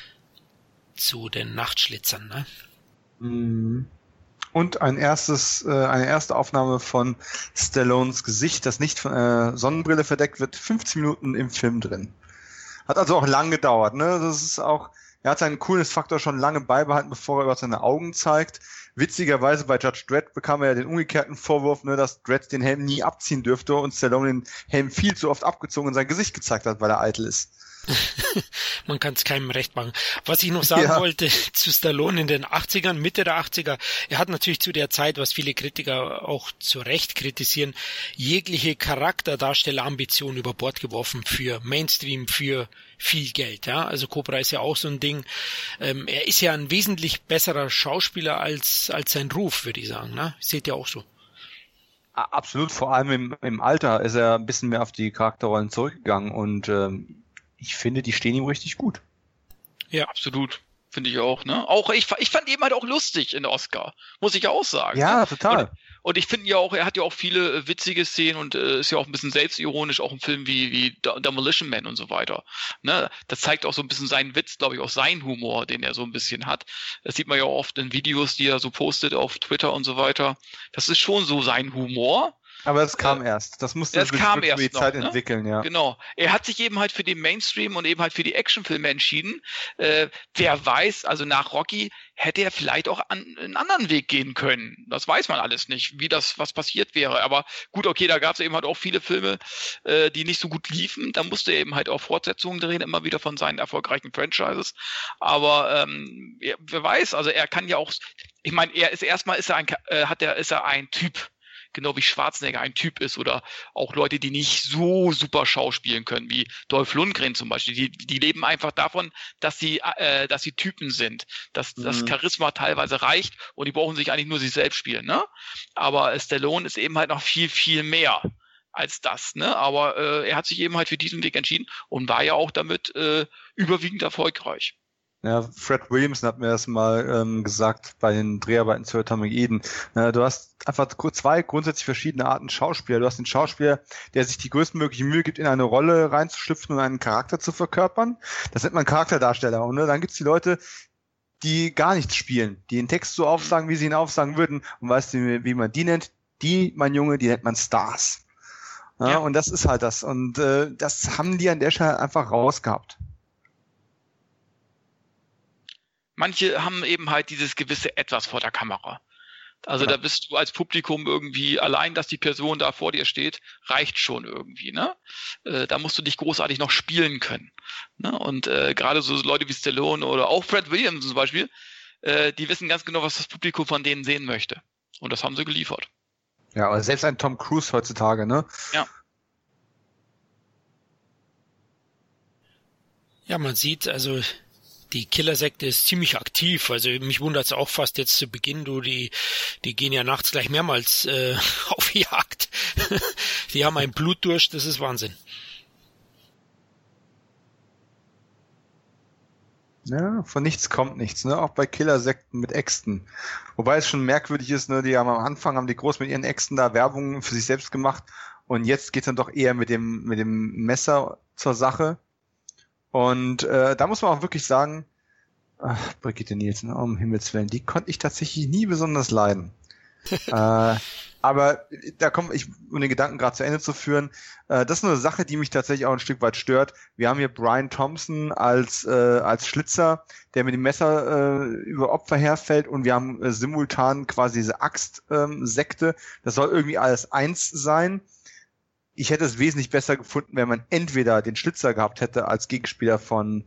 zu den Nachtschlitzern. Ne? Mhm. Und eine erste Aufnahme von Stallones Gesicht, das nicht von Sonnenbrille verdeckt wird, 15 Minuten im Film drin. Hat also auch lang gedauert, ne? Das ist auch, er hat seinen Coolness-Faktor schon lange beibehalten, bevor er überhaupt seine Augen zeigt. Witzigerweise bei Judge Dredd bekam er ja den umgekehrten Vorwurf, ne, dass Dredd den Helm nie abziehen dürfte und Stallone den Helm viel zu oft abgezogen und sein Gesicht gezeigt hat, weil er eitel ist. Man kann es keinem recht machen. Was ich noch sagen wollte zu Stallone in den 80ern, Mitte der 80er, er hat natürlich zu der Zeit, was viele Kritiker auch zu Recht kritisieren, jegliche Charakterdarstellerambition über Bord geworfen für Mainstream, für viel Geld. Ja, also Cobra ist ja auch so ein Ding. Er ist ja ein wesentlich besserer Schauspieler als sein Ruf, würde ich sagen. Ne? Seht ihr auch so? Absolut, vor allem im Alter ist er ein bisschen mehr auf die Charakterrollen zurückgegangen und ich finde, die stehen ihm richtig gut. Ja, absolut. Finde ich auch, ne? Auch ich fand ihn halt auch lustig in Oscar, muss ich ja auch sagen. Ja, ne? total. Und ich finde ja auch, er hat ja auch viele witzige Szenen und ist ja auch ein bisschen selbstironisch, auch im Film wie Demolition Man und so weiter. Ne? Das zeigt auch so ein bisschen seinen Witz, glaube ich, auch seinen Humor, den er so ein bisschen hat. Das sieht man ja auch oft in Videos, die er so postet auf Twitter und so weiter. Das ist schon so sein Humor. Aber es kam erst. Das musste sich über die Zeit entwickeln, ja. Genau. Er hat sich eben halt für den Mainstream und eben halt für die Actionfilme entschieden. Wer weiß, also nach Rocky hätte er vielleicht auch einen anderen Weg gehen können. Das weiß man alles nicht, was passiert wäre. Aber gut, okay, da gab es eben halt auch viele Filme, die nicht so gut liefen. Da musste er eben halt auch Fortsetzungen drehen, immer wieder von seinen erfolgreichen Franchises. Aber wer weiß, also er kann ja auch, ich meine, ist er ein Typ. Genau wie Schwarzenegger ein Typ ist oder auch Leute, die nicht so super schauspielen können, wie Dolph Lundgren zum Beispiel. Die leben einfach davon, dass sie Typen sind, dass das Charisma teilweise reicht und die brauchen sich eigentlich nur sich selbst spielen. Ne? Aber Stallone ist eben halt noch viel, viel mehr als das. Ne? Aber er hat sich eben halt für diesen Weg entschieden und war ja auch damit überwiegend erfolgreich. Ja, Fred Williamson hat mir das mal gesagt bei den Dreharbeiten zu Atomic Eden. Du hast einfach zwei grundsätzlich verschiedene Arten Schauspieler. Du hast den Schauspieler, der sich die größtmögliche Mühe gibt, in eine Rolle reinzuschlüpfen und einen Charakter zu verkörpern. Das nennt man Charakterdarsteller. Und dann gibt's die Leute, die gar nichts spielen, die den Text so aufsagen, wie sie ihn aufsagen würden. Und weißt du, wie man die nennt? Die, mein Junge, die nennt man Stars. Ja. Und das ist halt das. Und das haben die an der Stelle einfach rausgehabt. Manche haben eben halt dieses gewisse Etwas vor der Kamera. Also da bist du als Publikum irgendwie allein, dass die Person da vor dir steht, reicht schon irgendwie, ne? Da musst du dich großartig noch spielen können. Ne? Und gerade so Leute wie Stallone oder auch Fred Williams zum Beispiel, die wissen ganz genau, was das Publikum von denen sehen möchte. Und das haben sie geliefert. Ja, aber selbst ein Tom Cruise heutzutage, ne? Ja. Ja, man sieht, also die Killersekte ist ziemlich aktiv, also mich wundert es auch fast jetzt zu Beginn, die gehen ja nachts gleich mehrmals auf Jagd. Die haben einen Blutdurst, das ist Wahnsinn. Ja, von nichts kommt nichts, ne? Auch bei Killersekten mit Äxten. Wobei es schon merkwürdig ist, ne? Die haben am Anfang, haben die groß mit ihren Äxten da Werbung für sich selbst gemacht und jetzt geht's dann doch eher mit dem Messer zur Sache. Und da muss man auch wirklich sagen, Brigitte Nielsen, um Himmels Willen, die konnte ich tatsächlich nie besonders leiden. Aber da komme ich, um den Gedanken gerade zu Ende zu führen, das ist eine Sache, die mich tatsächlich auch ein Stück weit stört. Wir haben hier Brian Thompson als Schlitzer, der mit dem Messer über Opfer herfällt, und wir haben simultan quasi diese Axt-Sekte. Das soll irgendwie alles eins sein. Ich hätte es wesentlich besser gefunden, wenn man entweder den Schlitzer gehabt hätte als Gegenspieler von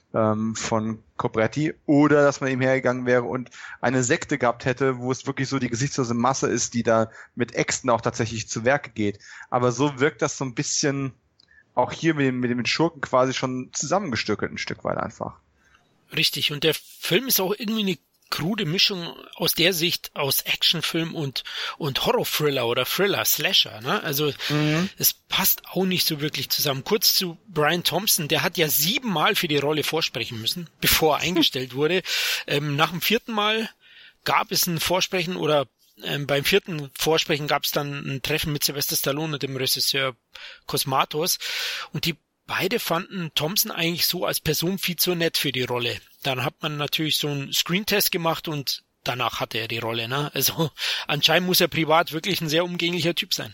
Cobretti, oder dass man eben hergegangen wäre und eine Sekte gehabt hätte, wo es wirklich so die gesichtslose Masse ist, die da mit Äxten auch tatsächlich zu Werke geht. Aber so wirkt das so ein bisschen auch hier mit dem Schurken quasi schon zusammengestückelt ein Stück weit einfach. Richtig, und der Film ist auch irgendwie eine krude Mischung aus der Sicht aus Actionfilm und Horror-Thriller oder Thriller-Slasher, ne? Also es passt auch nicht so wirklich zusammen. Kurz zu Brian Thompson, der hat ja 7 Mal für die Rolle vorsprechen müssen, bevor er eingestellt wurde. Nach dem 4. Mal gab es ein Vorsprechen, oder beim 4. Vorsprechen gab es dann ein Treffen mit Sylvester Stallone und dem Regisseur Cosmatos, und die beide fanden Thompson eigentlich so als Person viel zu nett für die Rolle. Dann hat man natürlich so einen Screentest gemacht und danach hatte er die Rolle, ne? Also anscheinend muss er privat wirklich ein sehr umgänglicher Typ sein.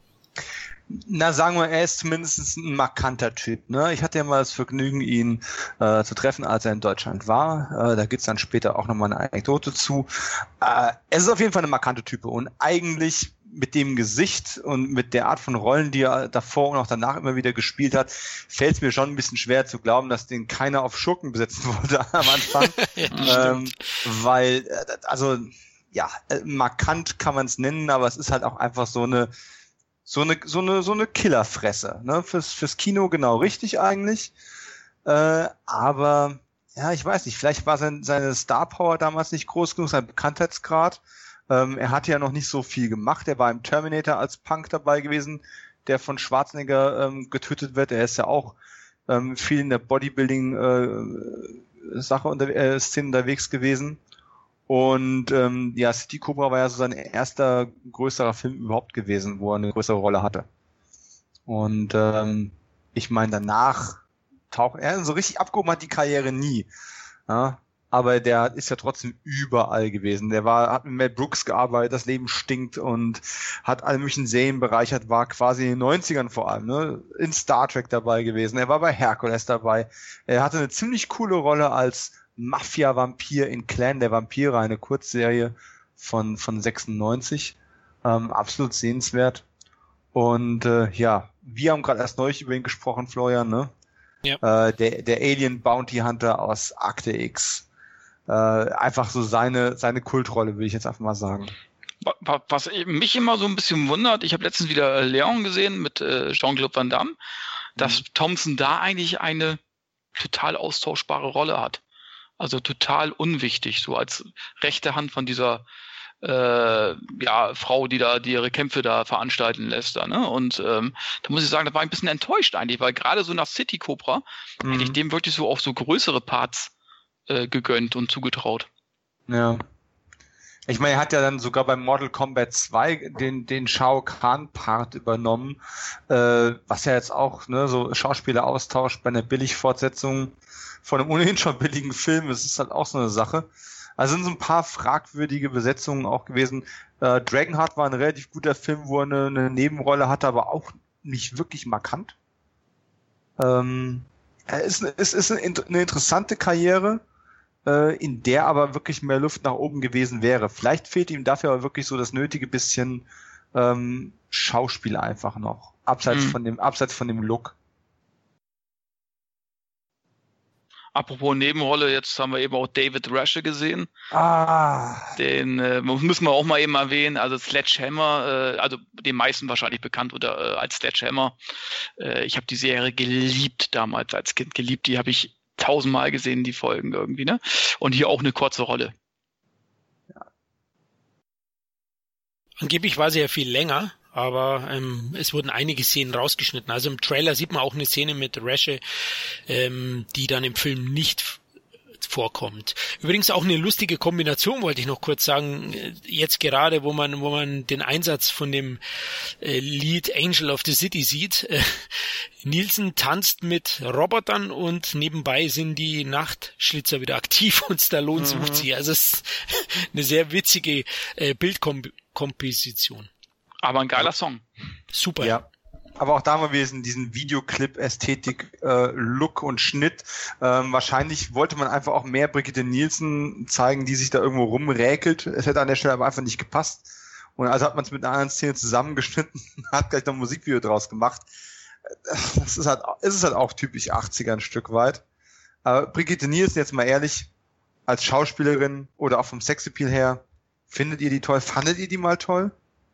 Na, sagen wir, er ist zumindest ein markanter Typ, ne? Ich hatte ja mal das Vergnügen, ihn zu treffen, als er in Deutschland war. Da gibt's dann später auch nochmal eine Anekdote zu. Er ist auf jeden Fall eine markante Type, und eigentlich mit dem Gesicht und mit der Art von Rollen, die er davor und auch danach immer wieder gespielt hat, fällt es mir schon ein bisschen schwer zu glauben, dass den keiner auf Schurken besetzen wollte am Anfang. Weil, also, ja, markant kann man es nennen, aber es ist halt auch einfach so eine Killerfresse, ne? Fürs Kino genau richtig eigentlich. Aber, ja, ich weiß nicht, vielleicht war seine Star Power damals nicht groß genug, sein Bekanntheitsgrad. Er hatte ja noch nicht so viel gemacht. Er war im Terminator als Punk dabei gewesen, der von Schwarzenegger getötet wird. Er ist ja auch viel in der Bodybuilding Szene unterwegs gewesen. Und ja, City Cobra war ja so sein erster größerer Film überhaupt gewesen, wo er eine größere Rolle hatte. Und ich meine, danach taucht er so richtig abgehoben hat die Karriere nie. Ja? Aber der ist ja trotzdem überall gewesen. Hat mit Mel Brooks gearbeitet, Das Leben stinkt, und hat alle möglichen Serien bereichert, war quasi in den 90ern vor allem, ne, in Star Trek dabei gewesen. Er war bei Hercules dabei. Er hatte eine ziemlich coole Rolle als Mafia-Vampir in Clan der Vampire, eine Kurzserie von 96. Absolut sehenswert. Und ja, wir haben gerade erst neulich über ihn gesprochen, Florian, ne? Ja. Der Alien Bounty Hunter aus Akte X. Einfach so seine Kultrolle, will ich jetzt einfach mal sagen. Was mich immer so ein bisschen wundert, ich habe letztens wieder Leon gesehen mit Jean-Claude Van Damme, dass Thompson da eigentlich eine total austauschbare Rolle hat. Also total unwichtig, so als rechte Hand von dieser Frau, die ihre Kämpfe da veranstalten lässt. Da, ne? Und da muss ich sagen, da war ich ein bisschen enttäuscht eigentlich, weil gerade so nach City Cobra hätte ich dem wirklich so auch so größere Parts gegönnt und zugetraut. Ja. Ich meine, er hat ja dann sogar bei Mortal Kombat 2 den Shao Kahn Part übernommen, was ja jetzt auch, ne, so Schauspieler austauscht bei einer Billigfortsetzung von einem ohnehin schon billigen Film. Das ist halt auch so eine Sache. Also sind so ein paar fragwürdige Besetzungen auch gewesen. Dragonheart war ein relativ guter Film, wo er eine Nebenrolle hatte, aber auch nicht wirklich markant. Es ist eine interessante Karriere, in der aber wirklich mehr Luft nach oben gewesen wäre. Vielleicht fehlt ihm dafür aber wirklich so das nötige bisschen Schauspiel einfach noch. Abseits von dem Look. Apropos Nebenrolle, jetzt haben wir eben auch David Rasche gesehen. Den müssen wir auch mal eben erwähnen. Also Sledgehammer, also den meisten wahrscheinlich bekannt als Sledgehammer. Ich habe die Serie geliebt damals als Kind, geliebt. Die habe ich 1000-mal gesehen, die Folgen irgendwie, ne? Und hier auch eine kurze Rolle. Ja. Angeblich war sie ja viel länger, aber es wurden einige Szenen rausgeschnitten. Also im Trailer sieht man auch eine Szene mit Rasche, die dann im Film nicht vorkommt. Übrigens auch eine lustige Kombination, wollte ich noch kurz sagen, jetzt gerade, wo man den Einsatz von dem Lied Angel of the City sieht. Nielsen tanzt mit Robotern und nebenbei sind die Nachtschlitzer wieder aktiv und Stallone sucht sie. Also es ist eine sehr witzige Bildkomposition. Aber ein geiler Song. Super. Ja. Aber auch da haben wir diesen Videoclip-Ästhetik, Look und Schnitt. Wahrscheinlich wollte man einfach auch mehr Brigitte Nielsen zeigen, die sich da irgendwo rumräkelt. Es hätte an der Stelle aber einfach nicht gepasst. Und also hat man es mit einer anderen Szene zusammengeschnitten, hat gleich noch ein Musikvideo draus gemacht. Es ist halt auch typisch 80er ein Stück weit. Aber Brigitte Nielsen, jetzt mal ehrlich, als Schauspielerin oder auch vom Sexappeal her, findet ihr die toll? Fandet ihr die mal toll?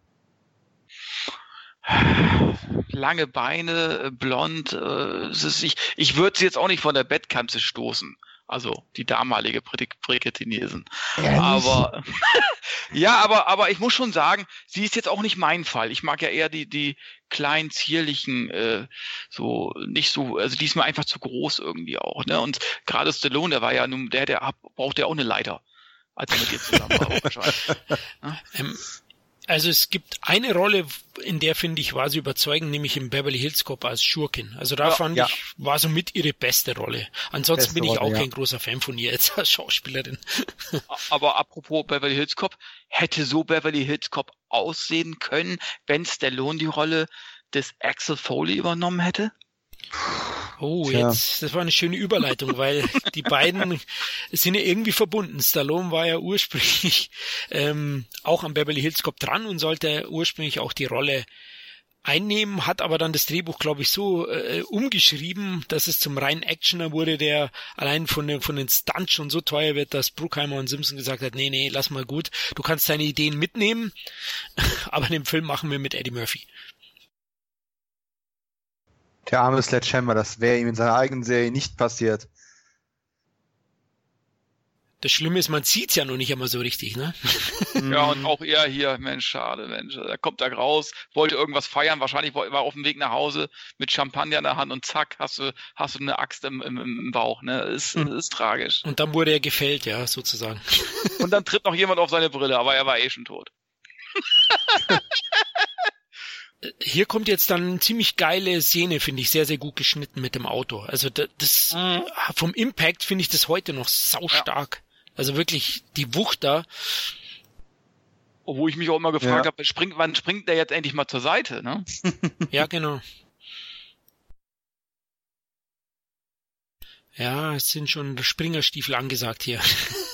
Lange Beine, blond. Ich würde sie jetzt auch nicht von der Bettkante stoßen. Also die damalige Brigitte Nielsen. Aber ja, aber ich muss schon sagen, sie ist jetzt auch nicht mein Fall. Ich mag ja eher die kleinen, zierlichen, so nicht so, also die ist mir einfach zu groß irgendwie auch. Ne? Und gerade Stallone, der war ja nun, der braucht ja auch eine Leiter, als er mit ihr zusammen war. Wahrscheinlich. Ja? Also es gibt eine Rolle, in der, finde ich, war sie überzeugend, nämlich im Beverly Hills Cop als Schurkin. Also da fand ich, war somit ihre beste Rolle. Ansonsten bin ich auch kein großer Fan von ihr jetzt als Schauspielerin. Aber apropos Beverly Hills Cop, hätte so Beverly Hills Cop aussehen können, wenn Stallone die Rolle des Axel Foley übernommen hätte? Oh, das war eine schöne Überleitung, weil die beiden sind ja irgendwie verbunden. Stallone war ja ursprünglich auch am Beverly Hills Cop dran und sollte ursprünglich auch die Rolle einnehmen, hat aber dann das Drehbuch, glaube ich, so umgeschrieben, dass es zum reinen Actioner wurde, der allein von den Stunts schon so teuer wird, dass Bruckheimer und Simpson gesagt hat, nee, lass mal gut, du kannst deine Ideen mitnehmen, aber den Film machen wir mit Eddie Murphy. Der arme Sledgehammer, das wäre ihm in seiner eigenen Serie nicht passiert. Das Schlimme ist, man sieht's ja noch nicht einmal so richtig, ne? Ja, und auch er hier, Mensch, schade, Mensch. Er kommt da raus, wollte irgendwas feiern, wahrscheinlich war auf dem Weg nach Hause mit Champagner in der Hand und zack, hast du eine Axt im Bauch, ne? Ist tragisch. Und dann wurde er gefällt, ja, sozusagen. Und dann tritt noch jemand auf seine Brille, aber er war eh schon tot. Hier kommt jetzt dann eine ziemlich geile Szene, finde ich, sehr, sehr gut geschnitten mit dem Auto. Also das vom Impact finde ich das heute noch saustark. Ja. Also wirklich die Wucht da. Wo ich mich auch immer gefragt habe, wann springt der jetzt endlich mal zur Seite, ne? Ja, genau. Ja, es sind schon Springerstiefel angesagt hier.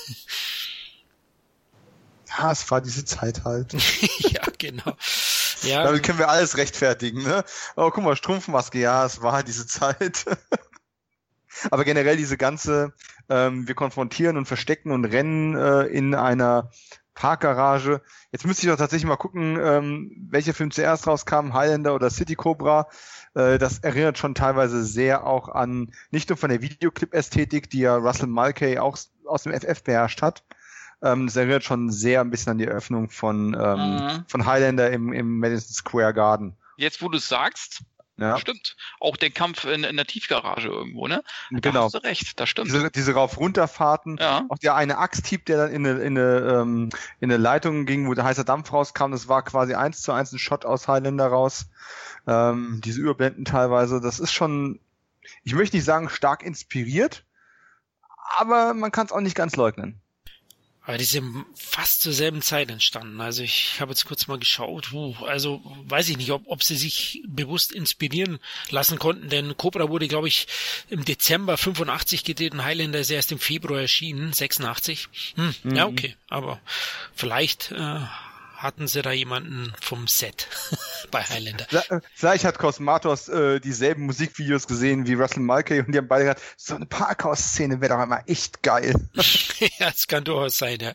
Ja, es war diese Zeit halt. Ja, genau. Ja. Damit können wir alles rechtfertigen, ne? Oh, guck mal, Strumpfmaske, ja, es war diese Zeit. Aber generell diese ganze, wir konfrontieren und verstecken und rennen in einer Parkgarage. Jetzt müsste ich doch tatsächlich mal gucken, welcher Film zuerst rauskam, Highlander oder City Cobra. Das erinnert schon teilweise sehr auch an, nicht nur von der Videoclip-Ästhetik, die ja Russell Mulcahy auch aus dem FF beherrscht hat. Das erinnert schon sehr ein bisschen an die Eröffnung von Highlander im Madison Square Garden. Jetzt, wo du es sagst, stimmt. Auch der Kampf in der Tiefgarage irgendwo, ne? Da genau. hast du recht, das stimmt. Diese Rauf-Runterfahrten, auch der eine Axthieb, der dann in eine Leitung ging, wo der heiße Dampf rauskam, das war quasi 1:1 ein Shot aus Highlander raus. Diese Überblenden teilweise, das ist schon, ich möchte nicht sagen stark inspiriert, aber man kann es auch nicht ganz leugnen. Aber die sind fast zur selben Zeit entstanden. Also ich habe jetzt kurz mal geschaut. Also weiß ich nicht, ob sie sich bewusst inspirieren lassen konnten, denn Cobra wurde, glaube ich, im Dezember 85 gedreht und Highlander ist erst im Februar erschienen, 86. Ja, okay. Aber vielleicht hatten sie da jemanden vom Set bei Highlander. Vielleicht hat Cosmatos dieselben Musikvideos gesehen wie Russell Mulcahy und die haben beide gesagt, so eine Parkhaus-Szene wäre doch einmal echt geil. Ja, es kann durchaus sein, ja.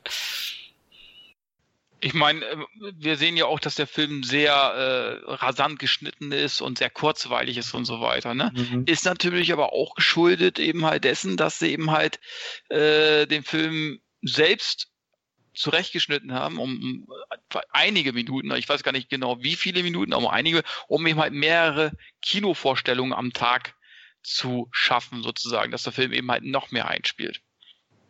Ich meine, wir sehen ja auch, dass der Film sehr rasant geschnitten ist und sehr kurzweilig ist und so weiter. Ne? Ist natürlich aber auch geschuldet eben halt dessen, dass sie eben halt den Film selbst zurechtgeschnitten haben, um einige Minuten, ich weiß gar nicht genau wie viele Minuten, aber einige, um eben halt mehrere Kinovorstellungen am Tag zu schaffen, sozusagen, dass der Film eben halt noch mehr einspielt.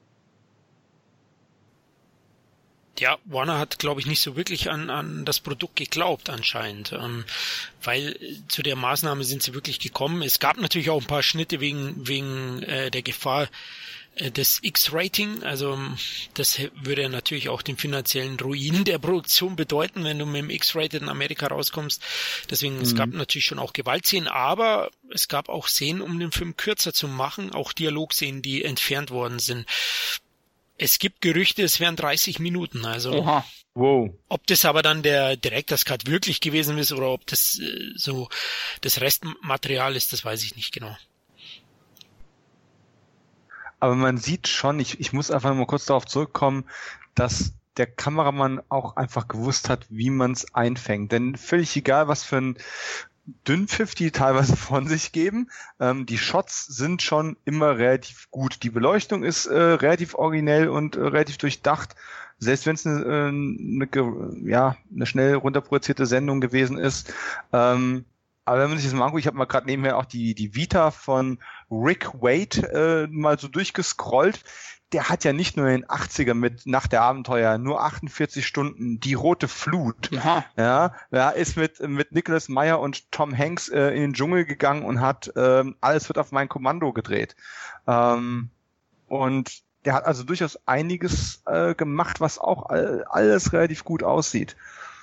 Ja, Warner hat, glaube ich, nicht so wirklich an das Produkt geglaubt anscheinend, weil zu der Maßnahme sind sie wirklich gekommen. Es gab natürlich auch ein paar Schnitte wegen der Gefahr des X-Rating, also das würde natürlich auch den finanziellen Ruin der Produktion bedeuten, wenn du mit dem X-Rated in Amerika rauskommst. Deswegen, es gab natürlich schon auch Gewaltszenen, aber es gab auch Szenen, um den Film kürzer zu machen, auch Dialogszenen, die entfernt worden sind. Es gibt Gerüchte, es wären 30 Minuten, also Oha. Wow. Ob das aber dann der Director's Cut wirklich gewesen ist oder ob das so das Restmaterial ist, das weiß ich nicht genau. Aber man sieht schon, ich muss einfach mal kurz darauf zurückkommen, dass der Kameramann auch einfach gewusst hat, wie man es einfängt. Denn völlig egal, was für ein Dünnpfiff die teilweise von sich geben. Die Shots sind schon immer relativ gut. Die Beleuchtung ist relativ originell und relativ durchdacht. Selbst wenn es eine schnell runterproduzierte Sendung gewesen ist. Aber wenn man sich das mal anguckt, ich habe mal gerade nebenher auch die Vita von Rick Wade mal so durchgescrollt. Der hat ja nicht nur in den 80er mit Nacht der Abenteuer nur 48 Stunden, die rote Flut. Aha. Ja, er ist mit Nicholas Meyer und Tom Hanks in den Dschungel gegangen und hat Alles wird auf mein Kommando gedreht. Und der hat also durchaus einiges gemacht, was auch alles relativ gut aussieht.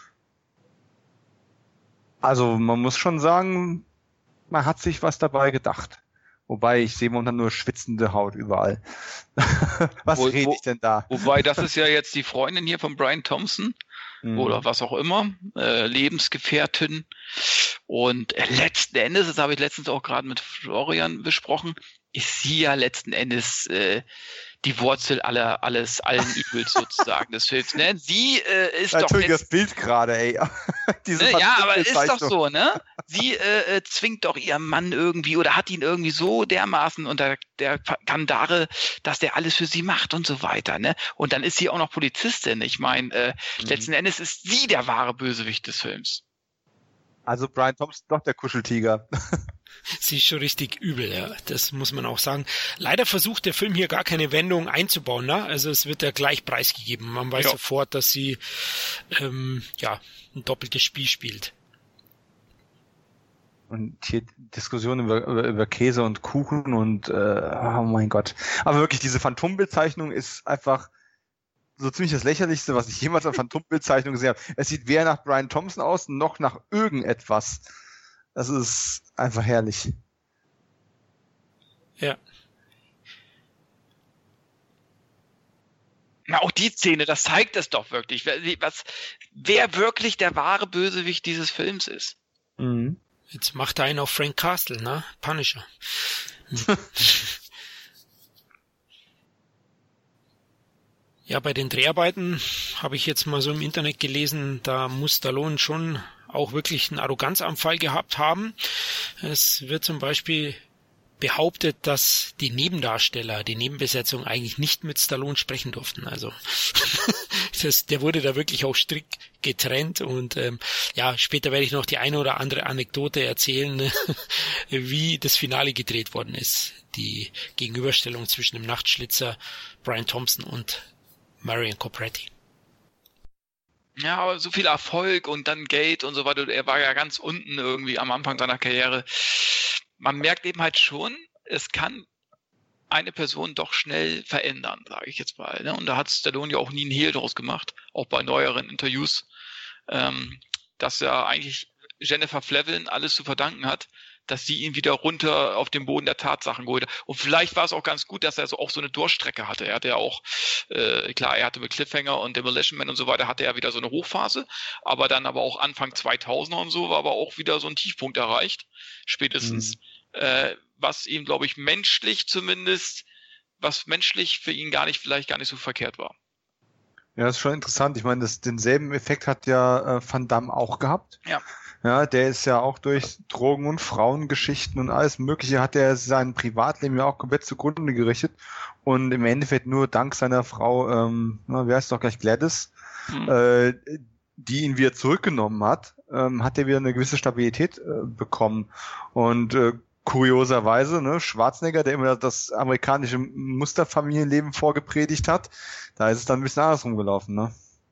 Also man muss schon sagen, man hat sich was dabei gedacht. Wobei, ich sehe momentan nur schwitzende Haut überall. Was rede ich denn da? Wobei, das ist ja jetzt die Freundin hier von Brian Thompson oder was auch immer, Lebensgefährtin. Und letzten Endes, das habe ich letztens auch gerade mit Florian besprochen, ist sie ja letzten Endes die Wurzel allen Übels sozusagen des Films. Ne? Sie ist doch jetzt... das Bild gerade, ey. Ja, aber ist doch so, ne? Sie zwingt doch ihren Mann irgendwie oder hat ihn irgendwie so dermaßen unter der Kandare, dass der alles für sie macht und so weiter, ne? Und dann ist sie auch noch Polizistin. Ich meine, letzten Endes ist sie der wahre Bösewicht des Films. Also Brian Thompson doch der Kuscheltiger. Sie ist schon richtig übel, ja. Das muss man auch sagen. Leider versucht der Film hier gar keine Wendung einzubauen, ne? Also es wird ja gleich preisgegeben. Man weiß sofort, dass sie ein doppeltes Spiel spielt. Und hier Diskussionen über Käse und Kuchen und oh mein Gott. Aber wirklich, diese Phantombezeichnung ist einfach so ziemlich das Lächerlichste, was ich jemals an Phantombezeichnung gesehen habe. Es sieht weder nach Brian Thompson aus, noch nach irgendetwas. Das ist einfach herrlich. Ja. Na, auch die Szene, das zeigt es doch wirklich, wer wirklich der wahre Bösewicht dieses Films ist. Mhm. Jetzt macht er einen auf Frank Castle, ne? Punisher. Ja, bei den Dreharbeiten habe ich jetzt mal so im Internet gelesen, da muss Stallone schon auch wirklich einen Arroganzanfall gehabt haben. Es wird zum Beispiel behauptet, dass die Nebendarsteller, die Nebenbesetzung eigentlich nicht mit Stallone sprechen durften. Also der wurde da wirklich auch strikt getrennt und später werde ich noch die eine oder andere Anekdote erzählen, wie das Finale gedreht worden ist. Die Gegenüberstellung zwischen dem Nachtschlitzer Brian Thompson und Marion Coppetti. Ja, aber so viel Erfolg und dann Geld und so weiter. Er war ja ganz unten irgendwie am Anfang seiner Karriere. Man merkt eben halt schon, es kann eine Person doch schnell verändern, sage ich jetzt mal. Ne? Und da hat Stallone ja auch nie einen Hehl draus gemacht, auch bei neueren Interviews, dass ja eigentlich Jennifer Flavin alles zu verdanken hat, dass sie ihn wieder runter auf den Boden der Tatsachen geholt hat. Und vielleicht war es auch ganz gut, dass er so auch so eine Durchstrecke hatte. Er hatte ja auch, er hatte mit Cliffhanger und Demolition Man und so weiter, hatte er wieder so eine Hochphase, aber dann aber auch Anfang 2000er und so war aber auch wieder so ein Tiefpunkt erreicht, spätestens, was ihm, glaube ich, menschlich zumindest, was menschlich für ihn vielleicht gar nicht so verkehrt war. Ja, das ist schon interessant. Ich meine, denselben Effekt hat ja Van Damme auch gehabt. Ja. Ja, der ist ja auch durch Drogen- und Frauengeschichten und alles Mögliche hat er sein Privatleben ja auch komplett zugrunde gerichtet und im Endeffekt nur dank seiner Frau, wie heißt doch gleich, Gladys, die ihn wieder zurückgenommen hat, hat er wieder eine gewisse Stabilität bekommen und kurioserweise, ne, Schwarzenegger, der immer das amerikanische Musterfamilienleben vorgepredigt hat, da ist es dann ein bisschen andersrum gelaufen, ne?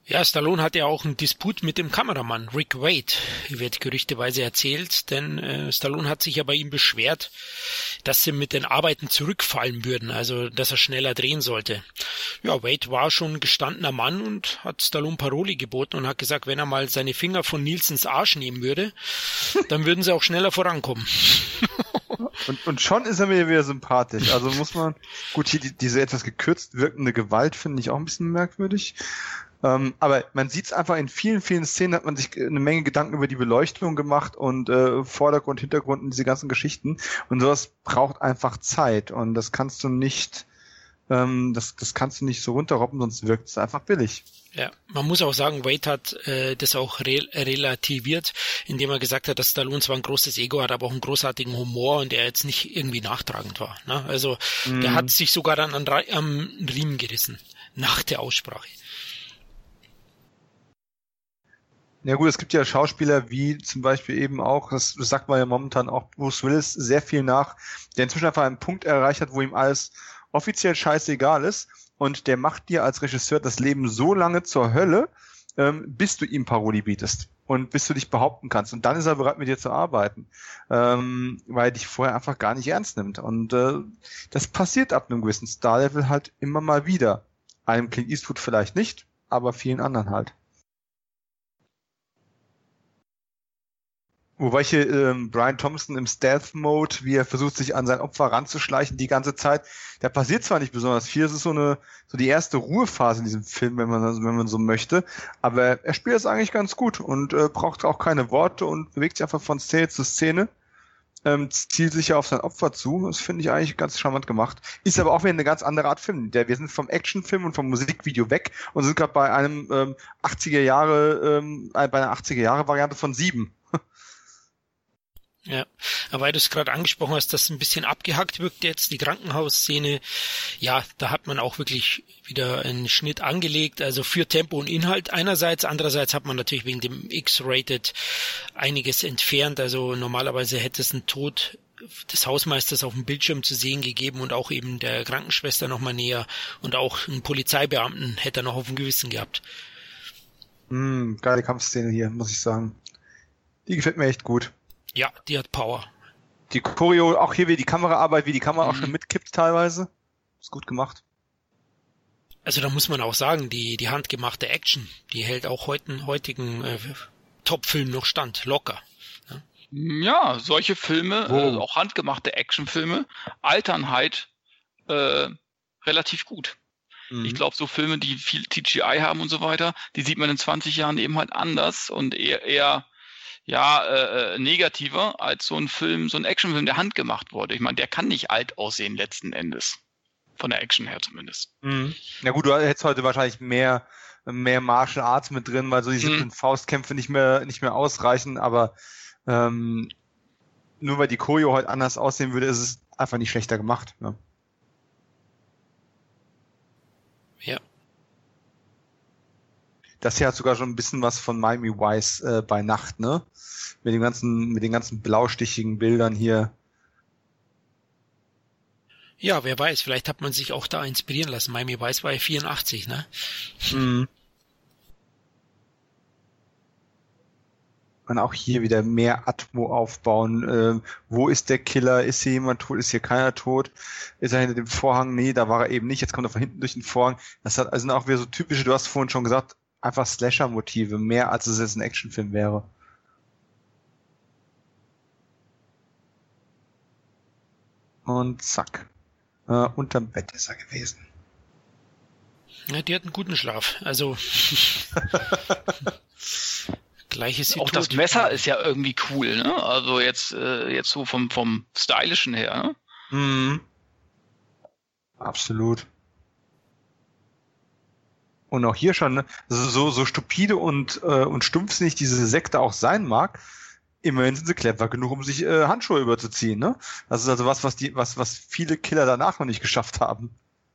Ja, Stallone hat ja auch einen Disput mit dem Kameramann, Rick Wade, wird gerüchteweise erzählt, denn Stallone hat sich ja bei ihm beschwert, dass sie mit den Arbeiten zurückfallen würden, also dass er schneller drehen sollte. Ja, Wade war schon ein gestandener Mann und hat Stallone Paroli geboten und hat gesagt, wenn er mal seine Finger von Nielsens Arsch nehmen würde, dann würden sie auch schneller vorankommen. Und schon ist er mir wieder sympathisch. Also muss man, gut, hier diese etwas gekürzt wirkende Gewalt finde ich auch ein bisschen merkwürdig. Aber man sieht es einfach in vielen, vielen Szenen, hat man sich eine Menge Gedanken über die Beleuchtung gemacht und Vordergrund, Hintergrund und diese ganzen Geschichten. Und sowas braucht einfach Zeit. Und das kannst du nicht, das kannst du nicht so runterroppen, sonst wirkt es einfach billig. Ja, man muss auch sagen, Wade hat das auch relativiert, indem er gesagt hat, dass Stallone zwar ein großes Ego hat, aber auch einen großartigen Humor und er jetzt nicht irgendwie nachtragend war. Ne? Also der hat sich sogar dann am Riemen gerissen, nach der Aussprache. Ja gut, es gibt ja Schauspieler wie zum Beispiel eben auch, das sagt man ja momentan auch Bruce Willis sehr viel nach, der inzwischen einfach einen Punkt erreicht hat, wo ihm alles offiziell scheißegal ist und der macht dir als Regisseur das Leben so lange zur Hölle, bis du ihm Paroli bietest und bis du dich behaupten kannst und dann ist er bereit mit dir zu arbeiten, weil er dich vorher einfach gar nicht ernst nimmt und das passiert ab einem gewissen Star-Level halt immer mal wieder. Einem Clint Eastwood vielleicht nicht, aber vielen anderen halt. Wobei hier Brian Thompson im Stealth-Mode, wie er versucht, sich an sein Opfer ranzuschleichen die ganze Zeit, da passiert zwar nicht besonders viel, es ist so die erste Ruhephase in diesem Film, wenn man so möchte, aber er spielt es eigentlich ganz gut und braucht auch keine Worte und bewegt sich einfach von Szene zu Szene, zielt sich ja auf sein Opfer zu, das finde ich eigentlich ganz charmant gemacht. Ist aber auch wieder eine ganz andere Art Film, wir sind vom Actionfilm und vom Musikvideo weg und sind gerade bei einem bei einer 80er-Jahre-Variante von 7. Ja, aber weil du es gerade angesprochen hast, dass ein bisschen abgehackt wirkt jetzt, die Krankenhausszene, ja, da hat man auch wirklich wieder einen Schnitt angelegt, also für Tempo und Inhalt einerseits, andererseits hat man natürlich wegen dem X-Rated einiges entfernt, also normalerweise hätte es einen Tod des Hausmeisters auf dem Bildschirm zu sehen gegeben und auch eben der Krankenschwester nochmal näher und auch einen Polizeibeamten hätte er noch auf dem Gewissen gehabt. Geile Kampfszene hier, muss ich sagen. Die gefällt mir echt gut. Ja, die hat Power. Die Choreo, auch hier wie die Kameraarbeit, wie die Kamera auch schon mitkippt teilweise. Ist gut gemacht. Also da muss man auch sagen, die handgemachte Action, die hält auch heutigen Top-Film noch stand, locker. Ja, solche Filme, auch handgemachte Actionfilme, altern halt relativ gut. Ich glaube, so Filme, die viel CGI haben und so weiter, die sieht man in 20 Jahren eben halt anders und eher negativer als so ein Film, so ein Actionfilm, der handgemacht wurde. Ich meine, der kann nicht alt aussehen letzten Endes. Von der Action her zumindest. Ja gut, du hättest heute wahrscheinlich mehr Martial Arts mit drin, weil so die simplen Faustkämpfe nicht mehr ausreichen, aber nur weil die Choreo heute anders aussehen würde, ist es einfach nicht schlechter gemacht. Ne? Ja. Das hier hat sogar schon ein bisschen was von Miami Vice bei Nacht, ne? Mit den ganzen blaustichigen Bildern hier. Ja, wer weiß, vielleicht hat man sich auch da inspirieren lassen. Miami Vice war ja 84, ne? Und auch hier wieder mehr Atmo aufbauen. Wo ist der Killer? Ist hier jemand tot? Ist hier keiner tot? Ist er hinter dem Vorhang? Nee, da war er eben nicht. Jetzt kommt er von hinten durch den Vorhang. Das hat also auch wieder so typische, du hast vorhin schon gesagt, einfach Slasher-Motive, mehr als es jetzt ein Actionfilm wäre. Und zack. Unterm Bett ist er gewesen. Ja, die hat einen guten Schlaf. Also gleiches Auch das Messer ist ja irgendwie cool, ne? Also jetzt so vom Stylischen her, ne? Absolut. Und auch hier schon, ne? So stupide und stumpfsinnig diese Sekte auch sein mag, immerhin sind sie clever genug, um sich Handschuhe überzuziehen, ne? Das ist also was viele Killer danach noch nicht geschafft haben.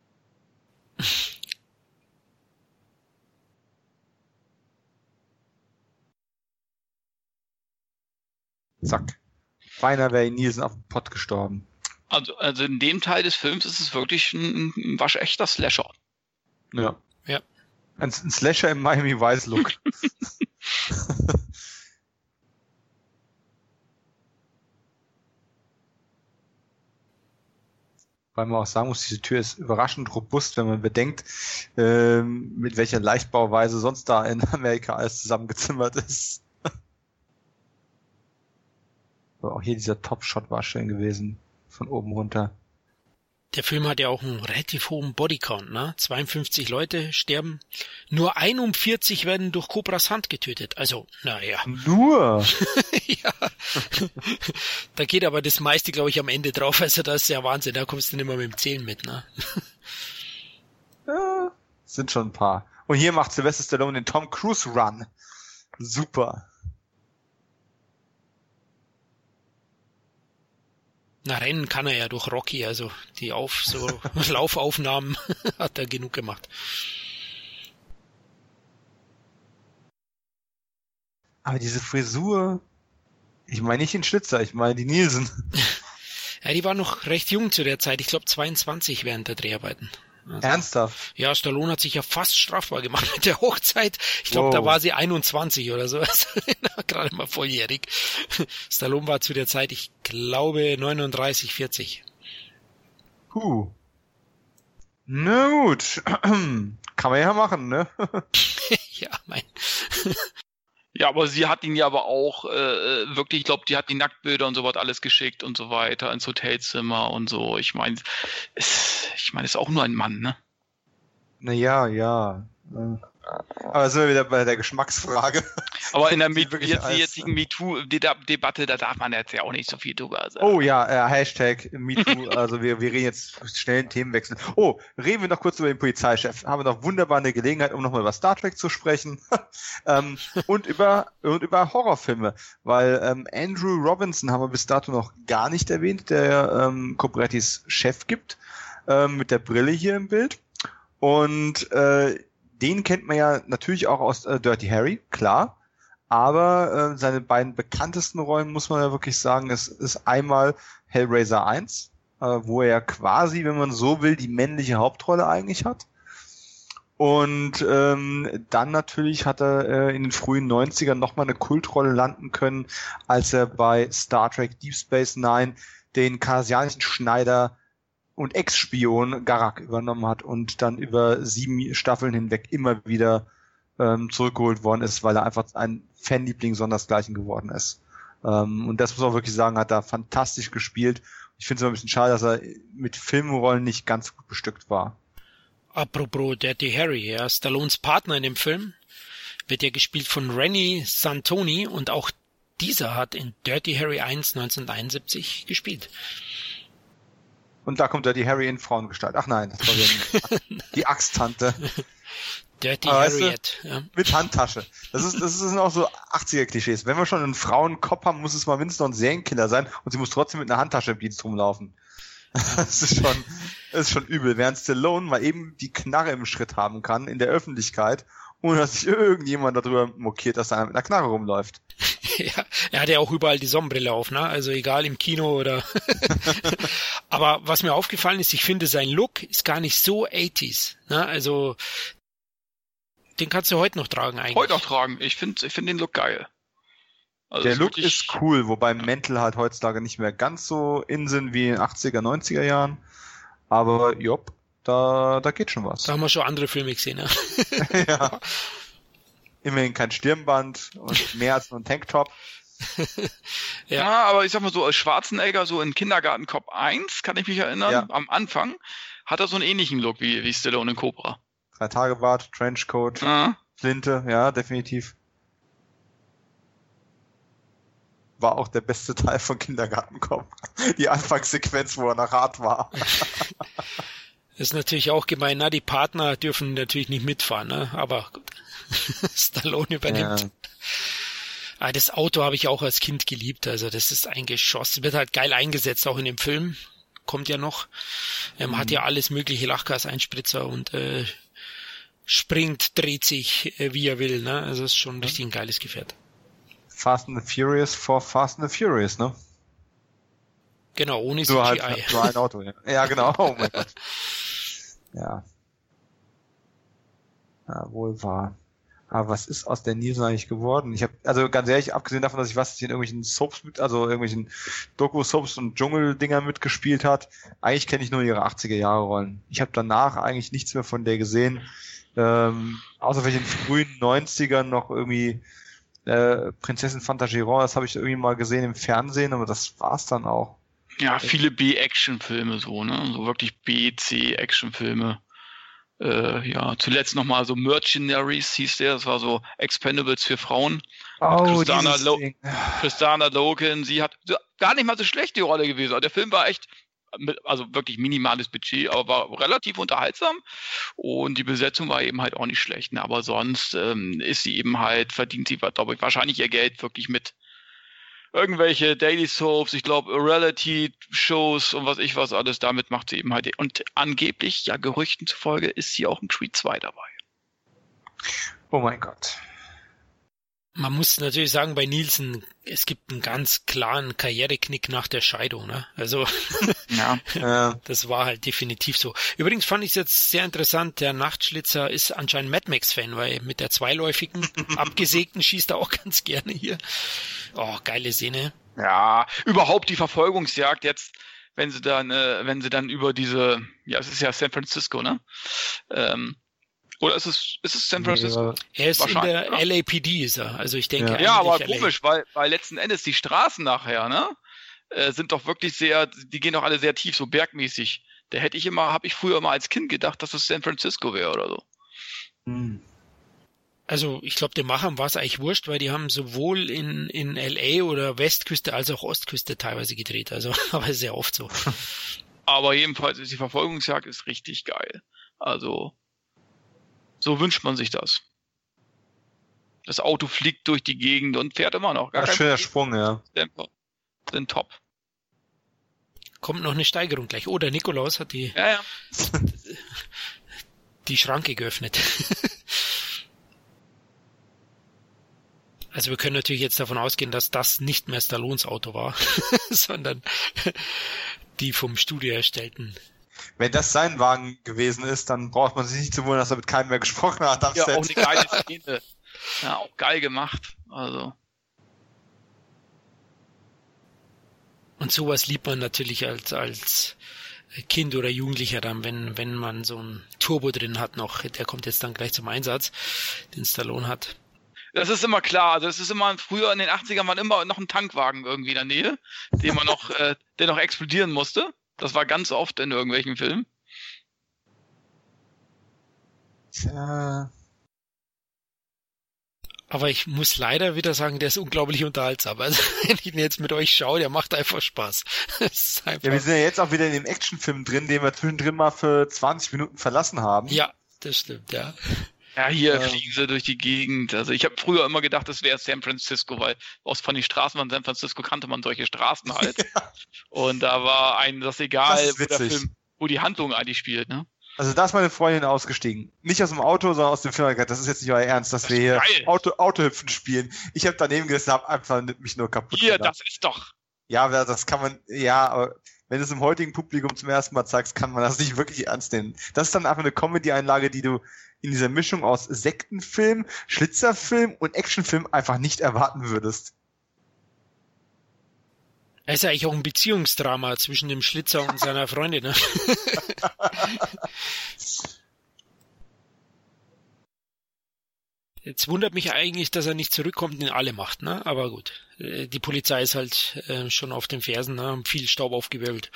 Zack. Beinahe wäre Nielsen auf dem Pott gestorben. Also in dem Teil des Films ist es wirklich ein waschechter Slasher. Ja. Ein Slasher im Miami Vice Look. Weil man auch sagen muss, diese Tür ist überraschend robust, wenn man bedenkt, mit welcher Leichtbauweise sonst da in Amerika alles zusammengezimmert ist. Aber auch hier dieser Top-Shot war schön gewesen, von oben runter. Der Film hat ja auch einen relativ hohen Bodycount, ne? 52 Leute sterben. Nur 41 werden durch Cobras Hand getötet. Also, naja. Nur? Ja. Da geht aber das meiste, glaube ich, am Ende drauf. Also das ist ja Wahnsinn. Da kommst du nicht mehr mit dem Zählen mit, ne? Ja, sind schon ein paar. Und hier macht Sylvester Stallone den Tom Cruise Run. Super. Na, rennen kann er ja durch Rocky, also die Laufaufnahmen hat er genug gemacht. Aber diese Frisur, ich meine nicht den Schlitzer, ich meine die Nielsen. Ja, die war noch recht jung zu der Zeit, ich glaube 22 während der Dreharbeiten. Also, ernsthaft? Ja, Stallone hat sich ja fast strafbar gemacht mit der Hochzeit. Ich glaube, Da war sie 21 oder so. Also, gerade mal volljährig. Stallone war zu der Zeit, ich glaube, 39, 40. Na gut. Kann man ja machen, ne? Ja, mein. Ja, aber sie hat ihn ja aber auch wirklich, ich glaube, die hat die Nacktbilder und sowas alles geschickt und so weiter ins Hotelzimmer und so. Ich meine, ist auch nur ein Mann, ne? Naja, ja. Aber sind wir wieder bei der Geschmacksfrage. Aber in der jetzigen MeToo-Debatte, da darf man jetzt ja auch nicht so viel drüber sagen. Oh ja, Hashtag MeToo, also wir reden jetzt schnell einen Themenwechsel. Oh, reden wir noch kurz über den Polizeichef. Haben wir noch wunderbar eine Gelegenheit, um nochmal über Star Trek zu sprechen. und über Horrorfilme, weil Andrew Robinson haben wir bis dato noch gar nicht erwähnt, der Cobrettis Chef gibt, mit der Brille hier im Bild. Und den kennt man ja natürlich auch aus Dirty Harry, klar. Aber seine beiden bekanntesten Rollen, muss man ja wirklich sagen, ist einmal Hellraiser 1, wo er quasi, wenn man so will, die männliche Hauptrolle eigentlich hat. Und dann natürlich hat er in den frühen 90ern nochmal eine Kultrolle landen können, als er bei Star Trek Deep Space Nine den kardassianischen Schneider und Ex-Spion Garak übernommen hat und dann über 7 Staffeln hinweg immer wieder zurückgeholt worden ist, weil er einfach ein Fanliebling sondersgleichen geworden ist. Und das muss man wirklich sagen, hat er fantastisch gespielt. Ich finde es immer ein bisschen schade, dass er mit Filmrollen nicht ganz gut bestückt war. Apropos Dirty Harry, ja, Stallones Partner in dem Film wird ja gespielt von Rennie Santoni und auch dieser hat in Dirty Harry 1 1971 gespielt. Und da kommt Dirty Harry in Frauengestalt. Ach nein, das war die Axttante. Dirty Harriet, ja. Mit Handtasche. Das sind auch so 80er-Klischees. Wenn wir schon einen Frauenkopf haben, muss es mal mindestens noch ein Serienkiller sein und sie muss trotzdem mit einer Handtasche im Dienst rumlaufen. Das ist schon übel. Während Stallone mal eben die Knarre im Schritt haben kann in der Öffentlichkeit, ohne dass sich irgendjemand darüber mokiert, dass er mit einer Knarre rumläuft. Ja, er hat ja auch überall die Sonnenbrille auf, ne? Also egal im Kino oder. Aber was mir aufgefallen ist, ich finde, sein Look ist gar nicht so 80s, ne? Also den kannst du heute noch tragen eigentlich. Heute noch tragen. Ich finde den Look geil. Also der Look ist cool, wobei Mäntel halt heutzutage nicht mehr ganz so in sind wie in den 80er, 90er Jahren. Aber jopp, da geht schon was. Da haben wir schon andere Filme gesehen, ne? Ja. Immerhin kein Stirnband und mehr als nur ein Tanktop. Ja, aber ich sag mal so, als Schwarzenegger, so in Kindergarten Cop 1, kann ich mich erinnern, ja. Am Anfang hat er so einen ähnlichen Look wie Stallone in Cobra. 3-Tage-Bart, Trenchcoat, Flinte, ja, definitiv. War auch der beste Teil von Kindergarten Cop. Die Anfangssequenz, wo er nach Rad war. Das ist natürlich auch gemein, na, die Partner dürfen natürlich nicht mitfahren, ne? Aber gut. Stallone übernimmt. Ja. Aber das Auto habe ich auch als Kind geliebt, also das ist ein Geschoss. Wird halt geil eingesetzt, auch in dem Film. Kommt ja noch. Hat ja alles mögliche, Lachgaseinspritzer und springt, dreht sich, wie er will, ne? Also das ist schon richtig ein geiles Gefährt. Fast and the Furious for Fast and the Furious, ne? Genau, ohne CGI. Halt, nur ein Auto, ja. Ja, genau. Oh mein Gott. Ja. Ja, wohl wahr. Aber was ist aus der Nielsen eigentlich geworden? Ich habe, also ganz ehrlich, abgesehen davon, dass ich was in irgendwelchen Soaps irgendwelchen Doku-Soaps und Dschungeldingern mitgespielt hat, eigentlich kenne ich nur ihre 80er-Jahre-Rollen. Ich habe danach eigentlich nichts mehr von der gesehen, außer vielleicht in den frühen 90ern noch irgendwie Prinzessin Fantagiron, das habe ich irgendwie mal gesehen im Fernsehen, aber das war's dann auch. Ja, viele B-Action-Filme so, ne? So wirklich B-C-Action-Filme. Ja, zuletzt nochmal so Mercenaries hieß der, das war so Expendables für Frauen. Oh, Kristanna Loken, sie hat gar nicht mal so schlecht die Rolle gewesen. Also der Film war echt, also wirklich minimales Budget, aber war relativ unterhaltsam und die Besetzung war eben halt auch nicht schlecht. Ne? Aber sonst ist sie eben halt, verdient sie, glaube ich, wahrscheinlich ihr Geld wirklich mit irgendwelche Daily Soaps, ich glaube Reality-Shows und was ich was alles, damit macht sie eben halt. Und angeblich, ja Gerüchten zufolge, ist sie auch in Creed 2 dabei. Oh mein Gott. Man muss natürlich sagen, bei Nielsen, es gibt einen ganz klaren Karriereknick nach der Scheidung, ne? Also, ja. Das war halt definitiv so. Übrigens fand ich es jetzt sehr interessant, der Nachtschlitzer ist anscheinend Mad Max-Fan, weil mit der zweiläufigen, abgesägten schießt er auch ganz gerne hier. Oh, geile Szene. Ja, überhaupt die Verfolgungsjagd jetzt, wenn sie dann über diese, ja, es ist ja San Francisco, ne? Oder ist es San Francisco? Er ist in der LAPD, ist er. Also ich denke. Ja, aber komisch, weil letzten Endes die Straßen nachher, ne, sind doch wirklich die gehen doch alle sehr tief, so bergmäßig. Da habe ich früher immer als Kind gedacht, dass es San Francisco wäre oder so. Also ich glaube, den Machern war es eigentlich wurscht, weil die haben sowohl in LA oder Westküste als auch Ostküste teilweise gedreht. Also, aber sehr oft so. Aber jedenfalls ist die Verfolgungsjagd ist richtig geil. Also so wünscht man sich das. Das Auto fliegt durch die Gegend und fährt immer noch. Gar kein schöner Sprung, ja. Sind top. Kommt noch eine Steigerung gleich. Oh, der Nikolaus hat die Schranke geöffnet. Also wir können natürlich jetzt davon ausgehen, dass das nicht mehr Stallones Auto war, sondern die vom Studio erstellten. Wenn das sein Wagen gewesen ist, dann braucht man sich nicht zu wundern, dass er mit keinem mehr gesprochen hat. Ja, auch eine geile Szene. Ja, auch geil gemacht. Also. Und sowas liebt man natürlich als Kind oder Jugendlicher dann, wenn man so ein Turbo drin hat noch. Der kommt jetzt dann gleich zum Einsatz, den Stallone hat. Das ist immer klar. Also es ist immer früher in den 80ern war immer noch ein Tankwagen irgendwie in der Nähe, der noch explodieren musste. Das war ganz oft in irgendwelchen Filmen. Tja. Aber ich muss leider wieder sagen, der ist unglaublich unterhaltsam. Also wenn ich ihn jetzt mit euch schaue, der macht einfach Spaß. Ja, wir sind ja jetzt auch wieder in dem Actionfilm drin, den wir zwischendrin mal für 20 Minuten verlassen haben. Ja, das stimmt, ja. Ja, hier fliegen sie durch die Gegend. Also ich habe früher immer gedacht, das wäre San Francisco, weil von den Straßen von San Francisco kannte man solche Straßen halt. Ja. Und da war einem das egal, wo die Handlung eigentlich spielt, ne? Also da ist meine Freundin ausgestiegen. Nicht aus dem Auto, sondern aus dem Film. Das ist jetzt nicht euer Ernst, dass wir hier Autohüpfen spielen. Ich habe daneben gesessen, habe einfach mich nur kaputt gemacht. Hier, das ist doch. Ja, das kann man, aber wenn du es im heutigen Publikum zum ersten Mal zeigst, kann man das nicht wirklich ernst nehmen. Das ist dann einfach eine Comedy-Einlage, die du in dieser Mischung aus Sektenfilm, Schlitzerfilm und Actionfilm einfach nicht erwarten würdest. Es ist ja eigentlich auch ein Beziehungsdrama zwischen dem Schlitzer und seiner Freundin, ne? Jetzt wundert mich eigentlich, dass er nicht zurückkommt und in alle macht, ne? Aber gut, die Polizei ist halt schon auf den Fersen, ne? Haben viel Staub aufgewirbelt.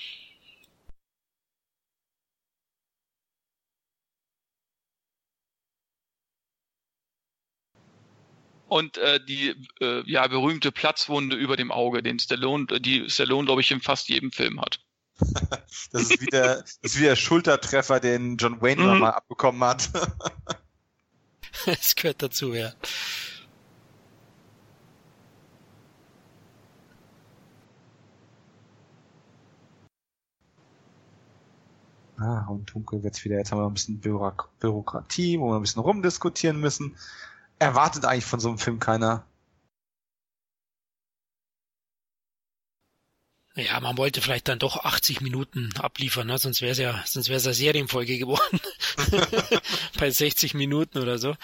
Und die berühmte Platzwunde über dem Auge, die Stallone, glaube ich, in fast jedem Film hat. Das ist wie der Schultertreffer, den John Wayne mal abbekommen hat. Das gehört dazu, ja. Und dunkel wird's wieder. Jetzt haben wir ein bisschen Bürokratie, wo wir ein bisschen rumdiskutieren müssen. Erwartet eigentlich von so einem Film keiner. Ja, man wollte vielleicht dann doch 80 Minuten abliefern, ne? Sonst wäre es ja Serienfolge geworden. Bei 60 Minuten oder so.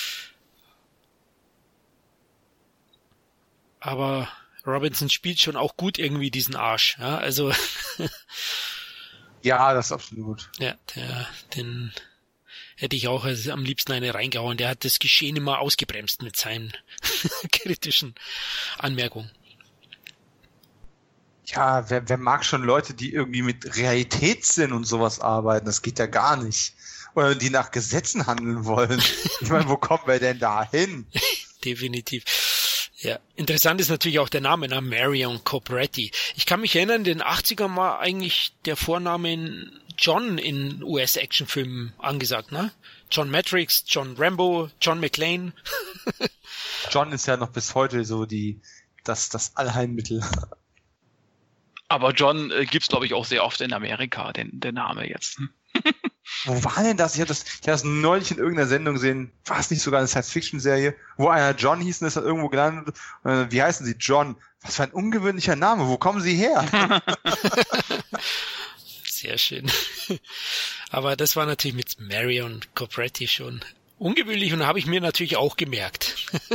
Aber Robinson spielt schon auch gut irgendwie diesen Arsch, ja, also. Ja, das ist absolut. Ja, den hätte ich auch am liebsten eine reingehauen. Der hat das Geschehen immer ausgebremst mit seinen kritischen Anmerkungen. Ja, wer mag schon Leute, die irgendwie mit Realitätssinn und sowas arbeiten? Das geht ja gar nicht. Oder die nach Gesetzen handeln wollen. Ich meine, wo kommen wir denn da hin? Definitiv. Ja, interessant ist natürlich auch der Name, ne? Marion Cobretti. Ich kann mich erinnern, in den 80ern war eigentlich der Vorname John in US-Actionfilmen angesagt, ne? John Matrix, John Rambo, John McClane. John ist ja noch bis heute so das Allheilmittel. Aber John gibt's, glaube ich, auch sehr oft in Amerika, der Name jetzt. Wo war denn das? Ich hab das neulich in irgendeiner Sendung gesehen. War es nicht sogar eine Science-Fiction-Serie, wo einer John hieß und ist dann irgendwo gelandet. Wie heißen Sie? John. Was für ein ungewöhnlicher Name. Wo kommen Sie her? Sehr schön. Aber das war natürlich mit Marion Cobretti schon ungewöhnlich und habe ich mir natürlich auch gemerkt.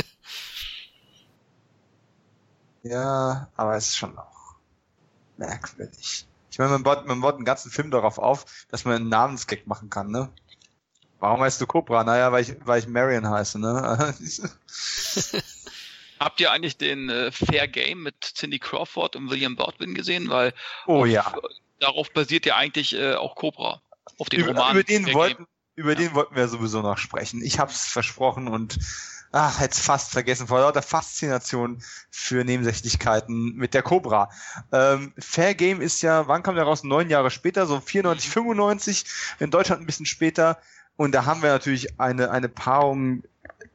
Ja, aber es ist schon auch merkwürdig. Ich meine, man baut einen ganzen Film darauf auf, dass man einen Namensgag machen kann, ne? Warum heißt du Cobra? Naja, weil ich Marion heiße, ne? Habt ihr eigentlich den Fair Game mit Cindy Crawford und William Baldwin gesehen? Weil darauf basiert ja eigentlich auch Cobra. Auf den Roman. Über den wollten wir sowieso noch sprechen. Ich hab's versprochen und hätte es fast vergessen, vor lauter Faszination für Nebensächlichkeiten mit der Cobra. Fair Game ist ja, wann kam der raus? 9 Jahre später, so 94, 95, in Deutschland ein bisschen später. Und da haben wir natürlich eine Paarung,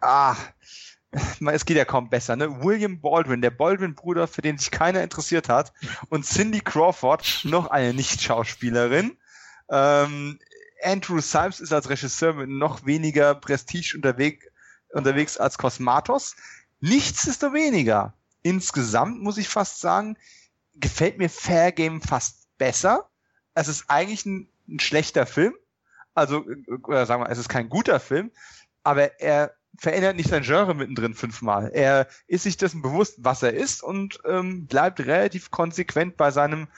es geht ja kaum besser, ne? William Baldwin, der Baldwin-Bruder, für den sich keiner interessiert hat, und Cindy Crawford, noch eine Nicht-Schauspielerin. Andrew Symes ist als Regisseur mit noch weniger Prestige unterwegs als Cosmatos. Nichtsdestoweniger, insgesamt muss ich fast sagen, gefällt mir Fair Game fast besser. Es ist eigentlich ein schlechter Film. Also, oder sagen wir, es ist kein guter Film, aber er verändert nicht sein Genre mittendrin 5-mal. Er ist sich dessen bewusst, was er ist, und bleibt relativ konsequent bei seinem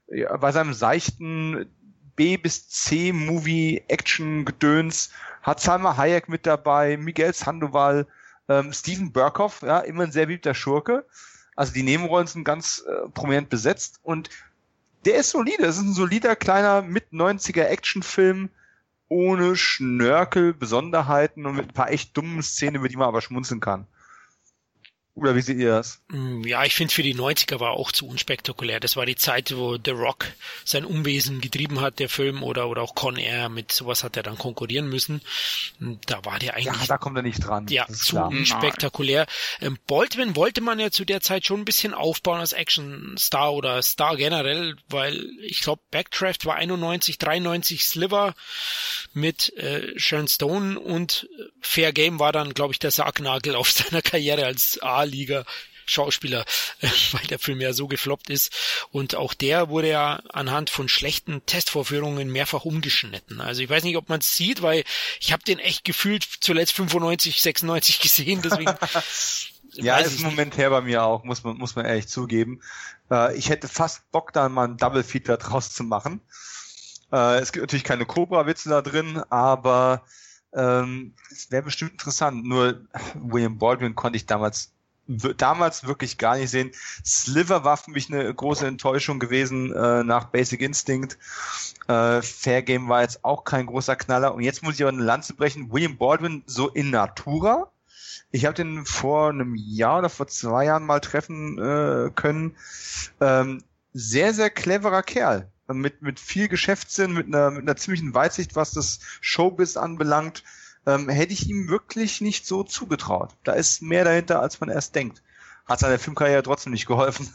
seichten B bis C Movie Action Gedöns. Hat Salma Hayek mit dabei, Miguel Sandoval, Steven Berkoff, ja, immer ein sehr beliebter Schurke. Also die Nebenrollen sind ganz prominent besetzt und der ist solide. Das ist ein solider kleiner Mit-90er Actionfilm ohne Schnörkel, Besonderheiten und mit ein paar echt dummen Szenen, über die man aber schmunzeln kann. Oder wie seht ihr das? Ja, ich finde, für die 90er war auch zu unspektakulär. Das war die Zeit, wo The Rock sein Unwesen getrieben hat, der Film, oder auch Con Air, mit sowas hat er dann konkurrieren müssen. Da war der eigentlich... Ja, da kommt er nicht dran. Ja, zu unspektakulär. Baldwin wollte man ja zu der Zeit schon ein bisschen aufbauen als Action-Star oder Star generell, weil ich glaube, Backdraft war 91, 93 Sliver mit Sharon Stone und Fair Game war dann, glaube ich, der Sargnagel auf seiner Karriere als A-Liga-Schauspieler, weil der Film ja so gefloppt ist. Und auch der wurde ja anhand von schlechten Testvorführungen mehrfach umgeschnitten. Also ich weiß nicht, ob man es sieht, weil ich habe den echt gefühlt zuletzt 95, 96 gesehen, deswegen... Ja, ist momentär bei mir auch, muss man ehrlich zugeben. Ich hätte fast Bock, da mal ein Double-Feature draus zu machen. Es gibt natürlich keine Cobra-Witze da drin, aber es wäre bestimmt interessant. Nur William Baldwin konnte ich damals wirklich gar nicht sehen. Sliver war für mich eine große Enttäuschung gewesen nach Basic Instinct. Fair Game war jetzt auch kein großer Knaller. Und jetzt muss ich aber eine Lanze brechen. William Baldwin so in Natura. Ich habe den vor einem Jahr oder vor 2 Jahren mal treffen können. Sehr, sehr cleverer Kerl. Mit viel Geschäftssinn, mit einer ziemlichen Weitsicht, was das Showbiz anbelangt, hätte ich ihm wirklich nicht so zugetraut. Da ist mehr dahinter, als man erst denkt. Hat seiner Filmkarriere trotzdem nicht geholfen.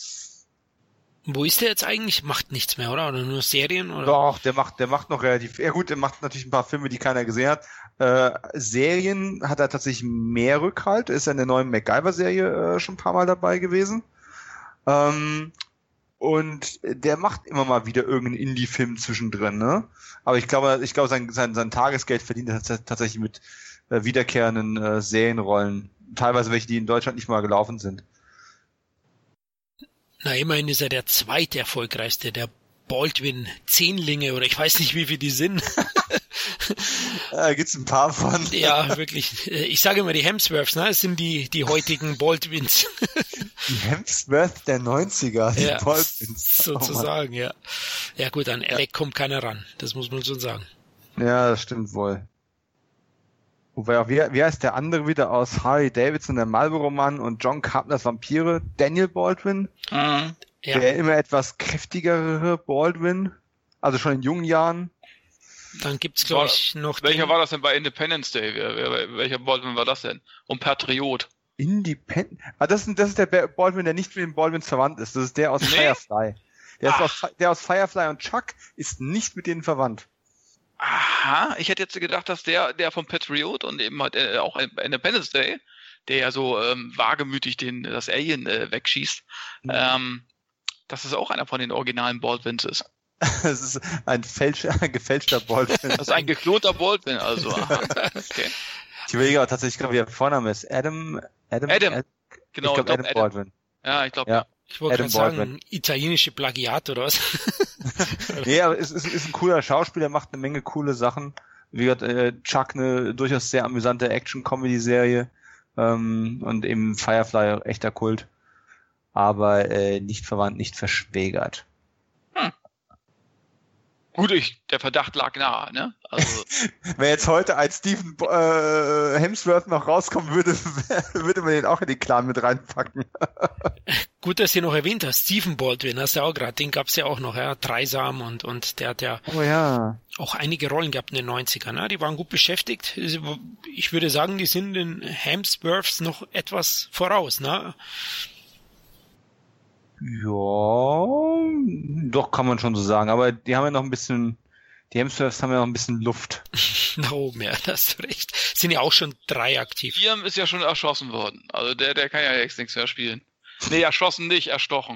Wo ist der jetzt eigentlich? Macht nichts mehr, oder? Oder nur Serien? Oder? Doch, der macht noch relativ... Ja gut, der macht natürlich ein paar Filme, die keiner gesehen hat. Serien hat er tatsächlich mehr Rückhalt. Ist ja in der neuen MacGyver-Serie schon ein paar Mal dabei gewesen. Und der macht immer mal wieder irgendeinen Indie-Film zwischendrin, ne? Aber ich glaube, sein Tagesgeld verdient er tatsächlich mit wiederkehrenden Serienrollen. Teilweise welche, die in Deutschland nicht mal gelaufen sind. Na, immerhin ist er der zweiterfolgreichste, der Baldwin-Zehnlinge oder ich weiß nicht, wie viele die sind. Gibt's ein paar von. Ja, wirklich. Ich sage immer die Hemsworths, ne? Es sind die heutigen Baldwins. Die Hemsworth der 90er, die ja, Baldwins. Sozusagen, ja. Ja gut, an Alec kommt keiner ran. Das muss man schon sagen. Ja, das stimmt wohl. Wobei auch, wie heißt der andere wieder aus Harley Davidson, der Marlboro-Mann und John Carpenters Vampire? Daniel Baldwin? Ja. Der immer etwas kräftigere Baldwin. Also schon in jungen Jahren. Dann gibt's, glaube ich, noch... Welcher war das denn bei Independence Day? Welcher Baldwin war das denn? Und Patriot. Independent? Das ist der Baldwin, der nicht mit den Baldwins verwandt ist. Das ist der aus Firefly. Der aus Firefly und Chuck ist nicht mit denen verwandt. Aha, ich hätte jetzt gedacht, dass der von Patriot und eben halt auch Independence Day, der ja so wagemütig das Alien wegschießt, dass es auch einer von den originalen Baldwins ist. Das ist ein gefälschter Baldwin. Das ist ein geklonter Baldwin, also. Aha. Okay. Ich überlege aber tatsächlich, wie der Vorname ist. Adam. Genau, ich glaube Adam Baldwin. Ja, ich glaube, ja. Ich wollte gerade sagen, italienische Plagiat oder was? Nee, aber es ist ein cooler Schauspieler, macht eine Menge coole Sachen. Wie gesagt, Chuck eine durchaus sehr amüsante Action-Comedy-Serie und eben Firefly echter Kult. Aber nicht verwandt, nicht verschwägert. Gut, der Verdacht lag nahe, ne? Also wenn jetzt heute ein Stephen Hemsworth noch rauskommen würde, würde man den auch in den Clan mit reinpacken. Gut, dass du noch erwähnt hast, Stephen Baldwin, hast du ja auch gerade, den gab's ja auch noch, ja, Dreisam und der hat ja, auch einige Rollen gehabt in den 90ern, ne? Die waren gut beschäftigt. Ich würde sagen, die sind den Hemsworths noch etwas voraus, ne? Ja, doch kann man schon so sagen, aber die haben ja noch ein bisschen, die Hemsworths haben ja noch ein bisschen Luft. Nach oben, ja, da hast du recht. Sind ja auch schon 3 aktiv. Liam ist ja schon erschossen worden, also der kann ja jetzt nichts mehr spielen. Nee, erschossen nicht, erstochen.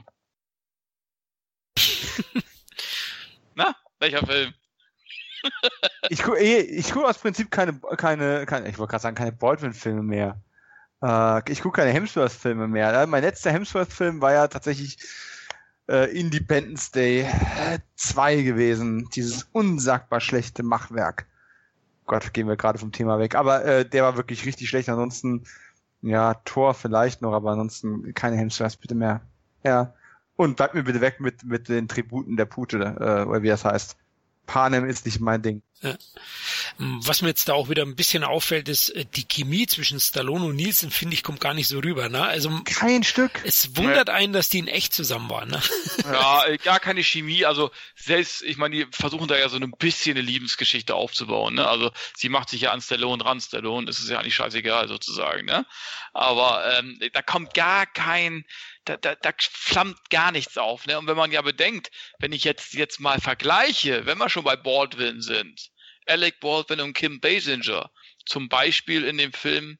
Na, welcher Film? Ich gucke aus Prinzip keine, ich wollte gerade sagen, keine Baldwin-Filme mehr. Ich gucke keine Hemsworth-Filme mehr. Mein letzter Hemsworth-Film war ja tatsächlich Independence Day 2 gewesen. Dieses unsagbar schlechte Machwerk. Gott, gehen wir gerade vom Thema weg. Aber der war wirklich richtig schlecht. Ansonsten, ja, Thor vielleicht noch, aber ansonsten keine Hemsworths bitte mehr. Ja. Und bleibt mir bitte weg mit den Tributen der Pute, oder wie das heißt. Panem ist nicht mein Ding. Ja. Was mir jetzt da auch wieder ein bisschen auffällt, ist, die Chemie zwischen Stallone und Nielsen, finde ich, kommt gar nicht so rüber, ne? Also kein Stück. Es wundert einen, dass die in echt zusammen waren, ne? Ja, gar keine Chemie, also selbst, ich meine, die versuchen da ja so ein bisschen eine Liebesgeschichte aufzubauen, ne? Also sie macht sich ja an Stallone ran, Stallone, ist es ja nicht scheißegal sozusagen, ne? Aber da kommt gar kein, da flammt gar nichts auf, ne? Und wenn man ja bedenkt, wenn ich jetzt mal vergleiche, wenn wir schon bei Baldwin sind, Alec Baldwin und Kim Basinger, zum Beispiel in dem Film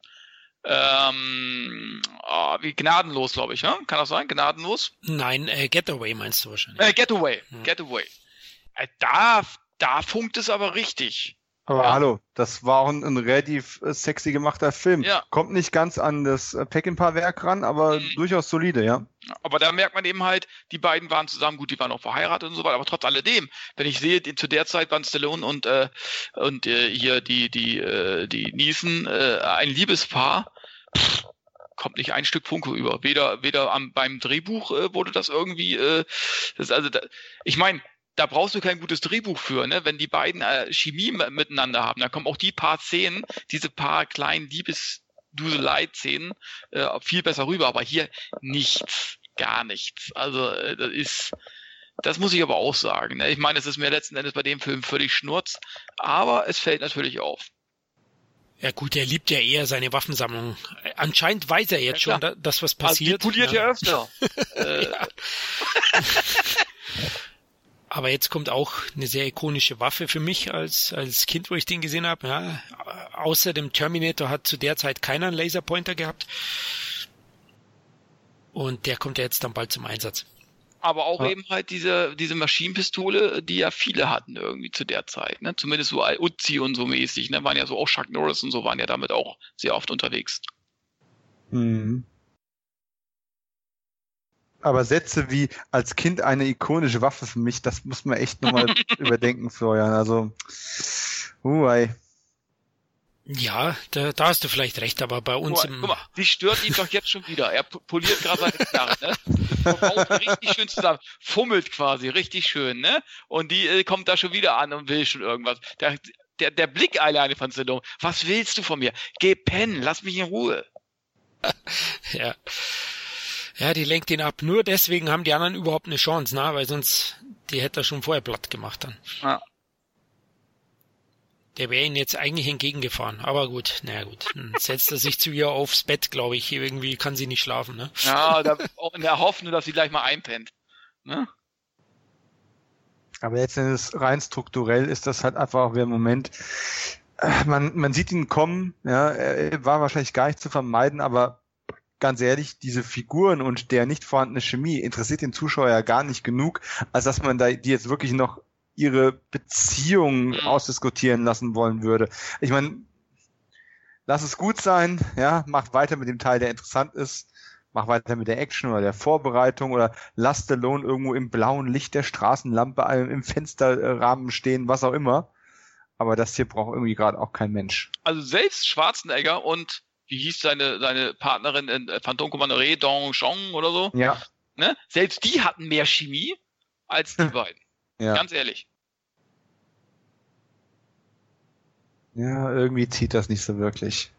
wie Gnadenlos, glaube ich, ne? Kann das sein? Gnadenlos? Nein, Getaway meinst du wahrscheinlich. Getaway. Da funkt es aber richtig. Aber hallo, das war auch ein relativ sexy gemachter Film. Ja. Kommt nicht ganz an das Peckinpah-Werk ran, aber durchaus solide, ja. Aber da merkt man eben halt, die beiden waren zusammen, gut, die waren auch verheiratet und so weiter, aber trotz alledem, wenn ich sehe, zu der Zeit waren Stallone und hier die Neeson ein Liebespaar, kommt nicht ein Stück Funke über. Weder beim Drehbuch wurde das irgendwie, ich meine, da brauchst du kein gutes Drehbuch für, ne? Wenn die beiden Chemie miteinander haben, dann kommen auch die paar Szenen, diese paar kleinen Liebesduselei-Szenen viel besser rüber, aber hier nichts, gar nichts. Also das muss ich aber auch sagen, ne? Ich meine, es ist mir letzten Endes bei dem Film völlig Schnurz, aber es fällt natürlich auf. Ja gut, er liebt ja eher seine Waffensammlung. Anscheinend weiß er jetzt schon, dass was passiert. Also die poliert ja öfter. Ja. Aber jetzt kommt auch eine sehr ikonische Waffe für mich als Kind, wo ich den gesehen habe. Ja, außer dem Terminator hat zu der Zeit keiner einen Laserpointer gehabt. Und der kommt ja jetzt dann bald zum Einsatz. Aber auch eben halt diese Maschinenpistole, die ja viele hatten irgendwie zu der Zeit, ne? Zumindest so Uzi und so mäßig, ne? Waren ja so auch Chuck Norris und so waren ja damit auch sehr oft unterwegs. Mhm. Aber Sätze wie als Kind eine ikonische Waffe für mich, das muss man echt nochmal überdenken, Florian. Also, ey. Ja, da hast du vielleicht recht, aber bei uns Guck mal, die stört ihn doch jetzt schon wieder. Er poliert gerade seine Knarre, ne? Verbaut richtig schön zusammen, fummelt quasi richtig schön, ne? Und die kommt da schon wieder an und will schon irgendwas. Der Blick alleine von Stallone. Was willst du von mir? Geh pennen, lass mich in Ruhe. Ja. Ja, die lenkt ihn ab. Nur deswegen haben die anderen überhaupt eine Chance, ne? Weil sonst, die hätte er schon vorher platt gemacht dann. Ja. Der wäre ihn jetzt eigentlich entgegengefahren. Aber gut, naja gut. Dann setzt er sich zu ihr aufs Bett, glaube ich. Irgendwie kann sie nicht schlafen, ne? Ja, auch in der Hoffnung, dass sie gleich mal einpennt. Ne? Aber jetzt rein strukturell ist das halt einfach auch wieder ein Moment, man sieht ihn kommen, ja, er war wahrscheinlich gar nicht zu vermeiden, aber ganz ehrlich, diese Figuren und der nicht vorhandene Chemie interessiert den Zuschauer ja gar nicht genug, als dass man die jetzt wirklich noch ihre Beziehung ausdiskutieren lassen wollen würde. Ich meine, lass es gut sein, ja, mach weiter mit dem Teil, der interessant ist, mach weiter mit der Action oder der Vorbereitung oder lass Stallone irgendwo im blauen Licht der Straßenlampe im Fensterrahmen stehen, was auch immer. Aber das hier braucht irgendwie gerade auch kein Mensch. Also selbst Schwarzenegger und wie hieß seine Partnerin in Phantom Commando Re Dong Chong oder so? Ja. Ne? Selbst die hatten mehr Chemie als die beiden. Ja. Ganz ehrlich. Ja, irgendwie zieht das nicht so wirklich.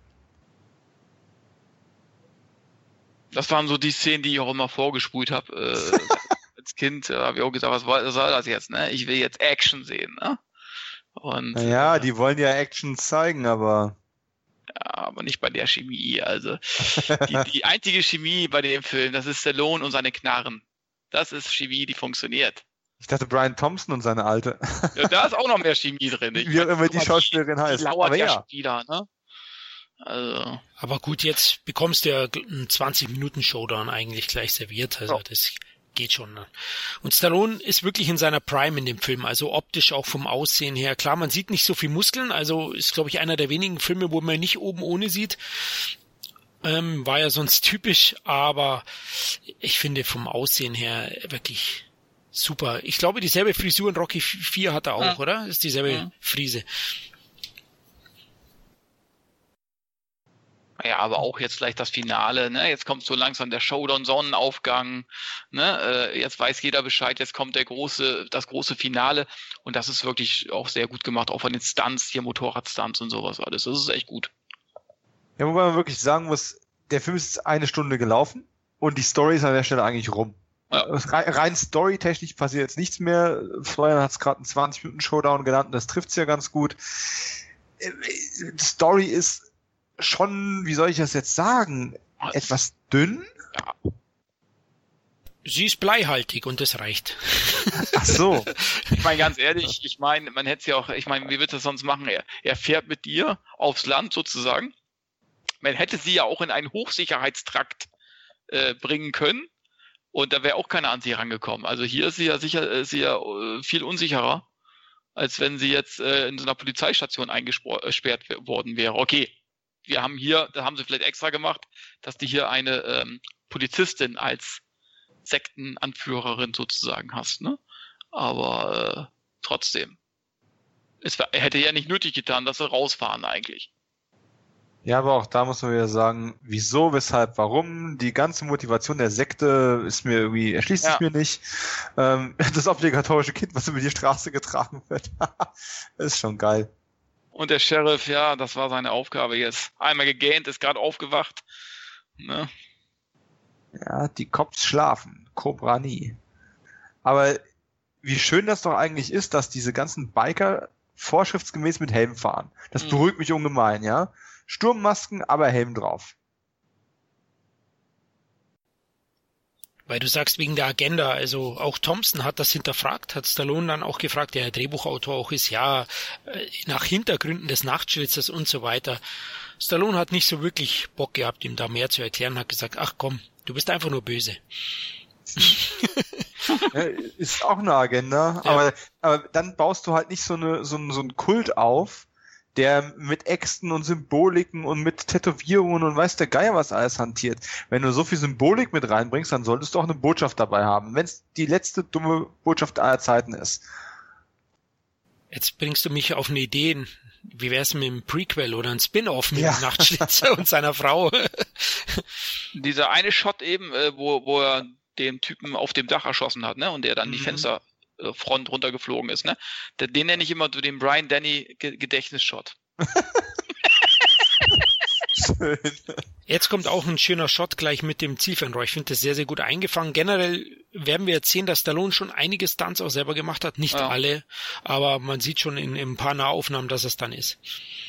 Das waren so die Szenen, die ich auch immer vorgespult habe. Als Kind habe ich auch gesagt, was soll das jetzt? Ne? Ich will jetzt Action sehen. Ne? Und, naja, die wollen ja Action zeigen, aber... Ja, aber nicht bei der Chemie. Also die einzige Chemie bei dem Film, das ist Stallone und seine Knarren. Das ist Chemie, die funktioniert. Ich dachte Brian Thompson und seine Alte. Ja, da ist auch noch mehr Chemie drin. Wie auch immer die Schauspielerin heißt. Die lauert aber ja ja schon wieder, ne? Also. Aber gut, jetzt bekommst du ja einen 20-Minuten-Showdown eigentlich gleich serviert. Also das geht schon. Ne? Und Stallone ist wirklich in seiner Prime in dem Film, also optisch auch vom Aussehen her. Klar, man sieht nicht so viel Muskeln, also ist, glaube ich, einer der wenigen Filme, wo man nicht oben ohne sieht. War ja sonst typisch, aber ich finde vom Aussehen her wirklich super. Ich glaube, dieselbe Frisur in Rocky 4 hat er auch, oder? Ist dieselbe Frise. Ja, aber auch jetzt gleich das Finale, ne? Jetzt kommt so langsam der Showdown, Sonnenaufgang, ne? Jetzt weiß jeder Bescheid, jetzt kommt das große Finale und das ist wirklich auch sehr gut gemacht, auch von den Stunts, hier Motorradstunts und sowas alles. Das ist echt gut. Ja, wobei man wirklich sagen muss, der Film ist 1 Stunde gelaufen und die Story ist an der Stelle eigentlich rum. Ja. Rein storytechnisch passiert jetzt nichts mehr. Florian hat es gerade einen 20-Minuten-Showdown genannt und das trifft's ja ganz gut. Die Story ist schon, wie soll ich das jetzt sagen, etwas dünn. Ja. Sie ist bleihaltig und das reicht. Ach so. Ich meine, ganz ehrlich, ich meine, man hätte es ja auch, ich meine, wie wird das sonst machen? Er fährt mit dir aufs Land sozusagen. Man hätte sie ja auch in einen Hochsicherheitstrakt bringen können und da wäre auch keiner an sie rangekommen. Also hier ist sie ja viel unsicherer, als wenn sie jetzt in so einer Polizeistation eingesperrt worden wäre. Okay, da haben sie vielleicht extra gemacht, dass die hier eine Polizistin als Sektenanführerin sozusagen hast, ne? Aber trotzdem. Er hätte ja nicht nötig getan, dass sie rausfahren eigentlich. Ja, aber auch da muss man wieder sagen, wieso, weshalb, warum. Die ganze Motivation der Sekte erschließt sich mir nicht. Das obligatorische Kind, was über die Straße getragen wird, ist schon geil. Und der Sheriff, ja, das war seine Aufgabe jetzt. Einmal gegähnt, ist gerade aufgewacht. Ne? Ja, die Cops schlafen. Cobra nie. Aber wie schön das doch eigentlich ist, dass diese ganzen Biker vorschriftsgemäß mit Helm fahren. Das beruhigt mich ungemein, ja. Sturmmasken, aber Helm drauf. Weil du sagst, wegen der Agenda, also auch Thompson hat das hinterfragt, hat Stallone dann auch gefragt, der Drehbuchautor auch ist, ja, nach Hintergründen des Nachtschlitzers und so weiter. Stallone hat nicht so wirklich Bock gehabt, ihm da mehr zu erklären, hat gesagt, ach komm, du bist einfach nur böse. Ist auch eine Agenda, Ja. aber dann baust du halt nicht so einen Kult auf, der mit Äxten und Symboliken und mit Tätowierungen und weiß der Geier was alles hantiert. Wenn du so viel Symbolik mit reinbringst, dann solltest du auch eine Botschaft dabei haben, wenn es die letzte dumme Botschaft aller Zeiten ist. Jetzt bringst du mich auf eine Idee. Wie wär's mit einem Prequel oder ein Spin-off mit Ja. dem Nachtschlitzer und seiner Frau? Dieser eine Shot eben, wo er den Typen auf dem Dach erschossen hat, ne? Und der dann die Fensterfront runtergeflogen ist, ne? Den nenne ich immer den Brian Denny Gedächtnisshot. Schön. Jetzt kommt auch ein schöner Shot gleich mit dem Zielfernrohr. Ich finde das sehr, sehr gut eingefangen. Generell werden wir jetzt sehen, dass Stallone schon einige Stunts auch selber gemacht hat. Nicht alle, aber man sieht schon in ein paar Nahaufnahmen, dass es dann ist.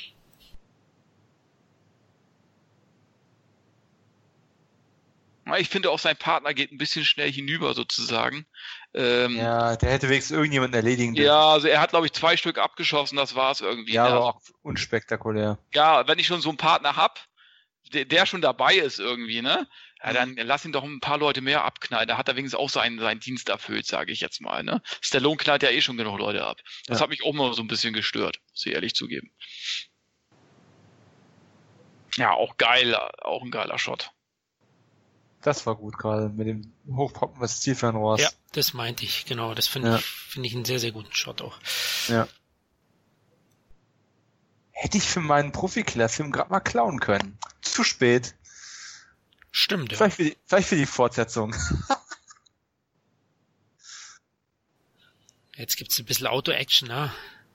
Ich finde auch, sein Partner geht ein bisschen schnell hinüber sozusagen. Ja, der hätte wenigstens irgendjemanden erledigen dürfen. Ja, also er hat, glaube ich, 2 Stück abgeschossen, das war's irgendwie. Ja, ne? aber auch unspektakulär. Ja, wenn ich schon so einen Partner hab, der schon dabei ist irgendwie, ne? Ja, dann lass ihn doch ein paar Leute mehr abknallen. Da hat er wenigstens auch seinen Dienst erfüllt, sage ich jetzt mal, ne? Stallone knallt ja eh schon genug Leute ab. Das hat mich auch mal so ein bisschen gestört, muss ich ehrlich zugeben. Ja, auch ein geiler Shot. Das war gut gerade mit dem Hochpoppen des Zielfernrohrs. Ja, das meinte ich, genau. Das finde ich einen sehr, sehr guten Shot auch. Ja. Hätte ich für meinen Profi-Killer-Film gerade mal klauen können. Zu spät. Stimmt, ja. Vielleicht für die Fortsetzung. Jetzt gibt's ein bisschen Auto-Action, ne?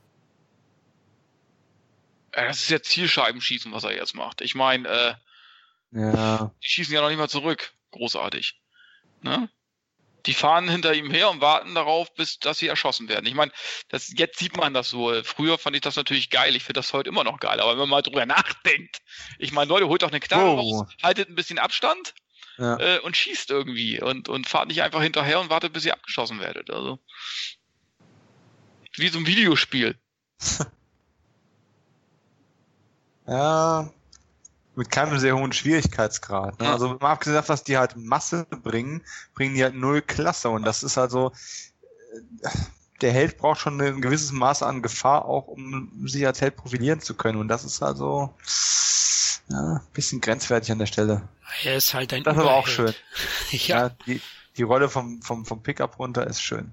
Das ist ja Zielscheibenschießen, was er jetzt macht. Ich meine, Ja. die schießen ja noch nicht mal zurück. Großartig. Ne? Die fahren hinter ihm her und warten darauf, dass sie erschossen werden. Ich meine, jetzt sieht man das so. Früher fand ich das natürlich geil. Ich finde das heute immer noch geil. Aber wenn man mal drüber nachdenkt, ich meine, Leute, holt doch eine Knarre raus, haltet ein bisschen Abstand und schießt irgendwie und fahrt nicht einfach hinterher und wartet, bis ihr abgeschossen werdet. Also wie so ein Videospiel. Ja. Mit keinem sehr hohen Schwierigkeitsgrad. Ne? Ja. Also mal abgesehen davon, dass die halt Masse bringen die halt 0 Klasse. Und das ist halt so, der Held braucht schon ein gewisses Maß an Gefahr, auch um sich als Held profilieren zu können. Und das ist halt so ein bisschen grenzwertig an der Stelle. Er ist halt ein Das ist aber auch schön. Ja. Die Rolle vom Pickup runter ist schön.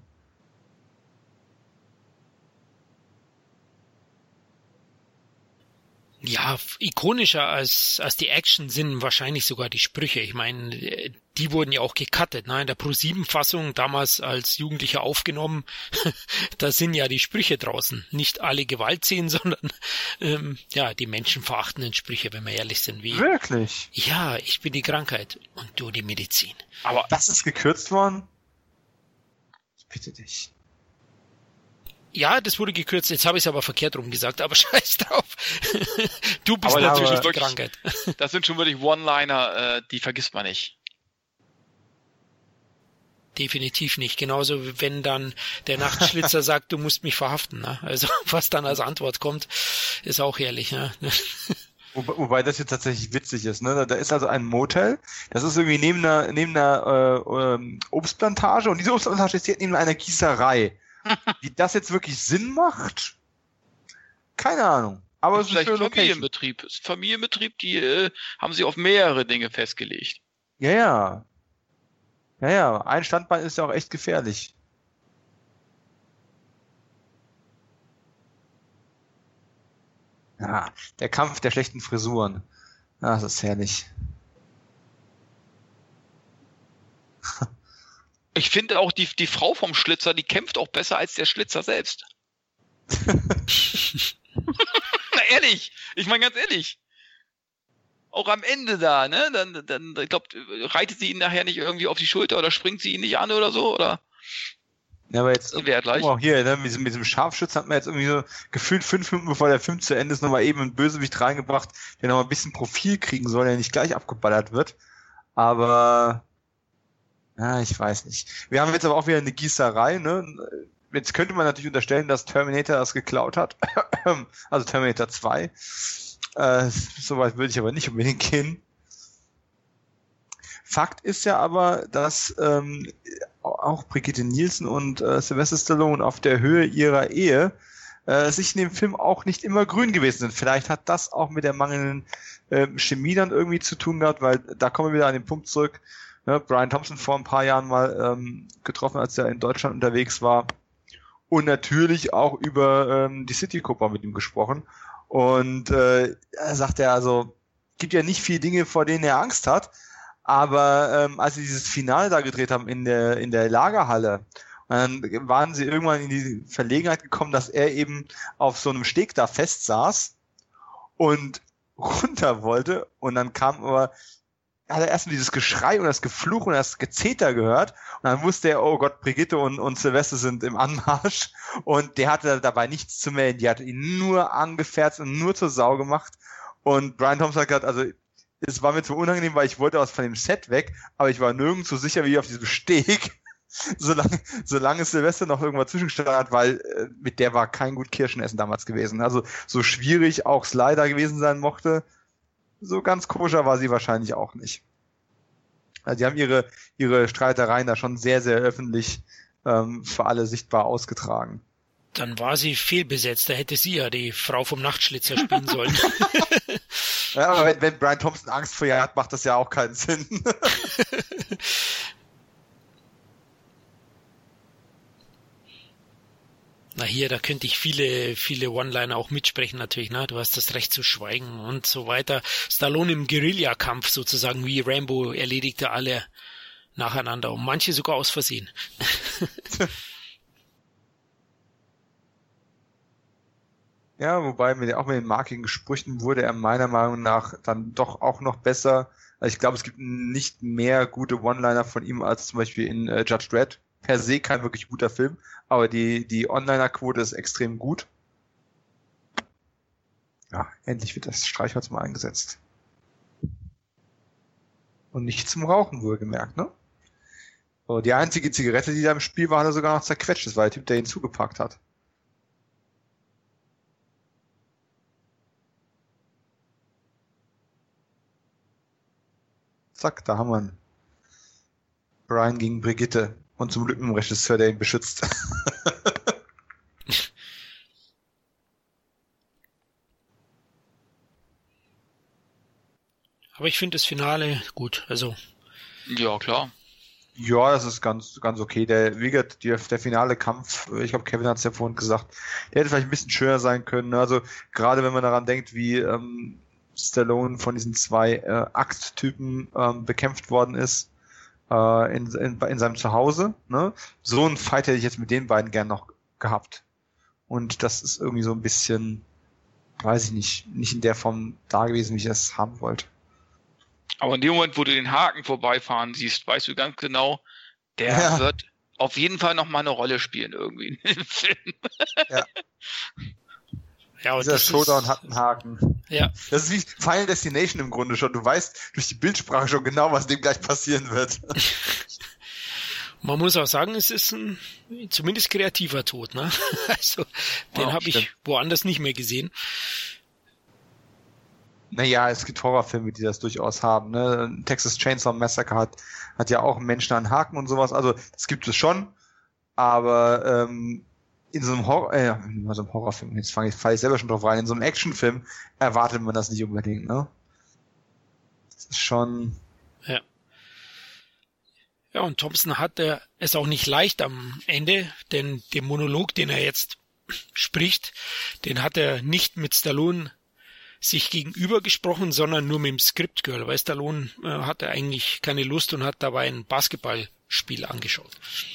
Ja, ikonischer als die Action sind wahrscheinlich sogar die Sprüche. Ich meine, die wurden ja auch gecuttet, ne? In der Pro7-Fassung, damals als Jugendlicher aufgenommen, da sind ja die Sprüche draußen. Nicht alle Gewaltszenen, sondern die menschenverachtenden Sprüche, wenn wir ehrlich sind. Wie, Wirklich? ja, ich bin die Krankheit und du die Medizin. Aber das ist gekürzt worden? Ich bitte dich. Ja, das wurde gekürzt. Jetzt habe ich es aber verkehrt rum gesagt, aber scheiß drauf. Du bist Aber natürlich die wirklich, Krankheit. Das sind schon wirklich One-Liner, die vergisst man nicht. Definitiv nicht. Genauso wie wenn dann der Nachtschlitzer sagt, du musst mich verhaften. Ne? Also was dann als Antwort kommt, ist auch herrlich. Ne? Wobei das jetzt tatsächlich witzig ist. Ne? Da ist also ein Motel, das ist irgendwie neben einer Obstplantage und diese Obstplantage ist jetzt neben einer Gießerei. Wie das jetzt wirklich Sinn macht? Keine Ahnung. Aber es ist eine schöne Location. Familienbetrieb, die haben sie auf mehrere Dinge festgelegt. Ja. Ein Standbein ist ja auch echt gefährlich. Ja, der Kampf der schlechten Frisuren. Ah, das ist herrlich. Ich finde auch, die Frau vom Schlitzer, die kämpft auch besser als der Schlitzer selbst. Na ehrlich, ich meine ganz ehrlich. Auch am Ende da, ne? Dann ich glaube, reitet sie ihn nachher nicht irgendwie auf die Schulter oder springt sie ihn nicht an oder so, oder? Ja, aber jetzt, gleich. Oh, hier, ne, mit diesem Scharfschützen hat man jetzt irgendwie so gefühlt 5 Minuten bevor der Film zu Ende ist, nochmal eben einen Bösewicht reingebracht, der nochmal ein bisschen Profil kriegen soll, der nicht gleich abgeballert wird. Aber ich weiß nicht. Wir haben jetzt aber auch wieder eine Gießerei, ne? Jetzt könnte man natürlich unterstellen, dass Terminator das geklaut hat. Also Terminator 2. Soweit würde ich aber nicht unbedingt gehen. Fakt ist ja aber, dass auch Brigitte Nielsen und Sylvester Stallone auf der Höhe ihrer Ehe sich in dem Film auch nicht immer grün gewesen sind. Vielleicht hat das auch mit der mangelnden Chemie dann irgendwie zu tun gehabt, weil da kommen wir wieder an den Punkt zurück. Ne? Brian Thompson vor ein paar Jahren mal getroffen, als er in Deutschland unterwegs war. Und natürlich auch über die City Cobra mit ihm gesprochen. Und er sagt er, also gibt ja nicht viele Dinge, vor denen er Angst hat. Aber als sie dieses Finale da gedreht haben in der Lagerhalle, dann waren sie irgendwann in die Verlegenheit gekommen, dass er eben auf so einem Steg da fest saß und runter wollte. Und dann kam aber, hat er erstmal dieses Geschrei und das Gefluch und das Gezeter gehört. Und dann wusste er, oh Gott, Brigitte und Sylvester sind im Anmarsch. Und der hatte dabei nichts zu melden. Die hatte ihn nur angefärzt und nur zur Sau gemacht. Und Brian Thompson hat gesagt, also es war mir zu unangenehm, weil ich wollte aus von dem Set weg, aber ich war nirgends so sicher wie auf diesem Steg. Solange Sylvester noch irgendwann zwischengestanden hat, weil mit der war kein gut Kirschenessen damals gewesen. Also so schwierig auch Slider gewesen sein mochte, so ganz koscher war sie wahrscheinlich auch nicht. Also die haben ihre Streitereien da schon sehr, sehr öffentlich für alle sichtbar ausgetragen. Dann war sie fehlbesetzt, da hätte sie ja die Frau vom Nachtschlitzer spielen sollen. Ja, aber wenn Brian Thompson Angst vor ihr hat, macht das ja auch keinen Sinn. Na hier, da könnte ich viele One-Liner auch mitsprechen natürlich, ne? Du hast das Recht zu schweigen und so weiter. Stallone im Guerillakampf sozusagen, wie Rambo erledigte alle nacheinander und manche sogar aus Versehen. Ja, wobei auch mit den markigen Sprüchen wurde er meiner Meinung nach dann doch auch noch besser. Also ich glaube, es gibt nicht mehr gute One-Liner von ihm als zum Beispiel in Judge Dredd. Per se kein wirklich guter Film, aber die Onliner-Quote ist extrem gut. Ja, endlich wird das Streichholz mal eingesetzt. Und nicht zum Rauchen, wohlgemerkt, ne? So, die einzige Zigarette, die da im Spiel war, hat er sogar noch zerquetscht. Das war der Typ, der ihn zugepackt hat. Zack, da haben wir ihn. Brian gegen Brigitte. Und zum Glück ein Regisseur, der ihn beschützt. Aber ich finde das Finale gut, also. Ja, klar. Ja, das ist ganz okay. Der finale Kampf, ich glaube, Kevin hat es ja vorhin gesagt, der hätte vielleicht ein bisschen schöner sein können. Also gerade wenn man daran denkt, wie Stallone von diesen zwei Axt-Typen bekämpft worden ist, in seinem Zuhause, ne? So einen Fight hätte ich jetzt mit den beiden gern noch gehabt. Und das ist irgendwie so ein bisschen, weiß ich nicht in der Form da gewesen, wie ich das haben wollte. Aber in dem Moment, wo du den Haken vorbeifahren siehst, weißt du ganz genau, der wird auf jeden Fall noch mal eine Rolle spielen irgendwie in dem Film. Ja. Ja, und dieser Showdown hat einen Haken. Ja. Das ist wie Final Destination im Grunde schon. Du weißt durch die Bildsprache schon genau, was dem gleich passieren wird. Man muss auch sagen, es ist ein zumindest kreativer Tod, ne? Also, den habe ich woanders nicht mehr gesehen. Naja, es gibt Horrorfilme, die das durchaus haben, ne? Texas Chainsaw Massacre hat ja auch Menschen an Haken und sowas. Also, das gibt es schon. Aber, in so einem Horrorfilm, jetzt falle ich selber schon drauf rein, in so einem Actionfilm erwartet man das nicht unbedingt, ne? Das ist schon... Ja. Ja, und Thompson hatte es auch nicht leicht am Ende, denn den Monolog, den er jetzt spricht, den hat er nicht mit Stallone sich gegenüber gesprochen, sondern nur mit dem Script-Girl, weil Stallone hatte eigentlich keine Lust und hat dabei ein Basketballspiel angeschaut.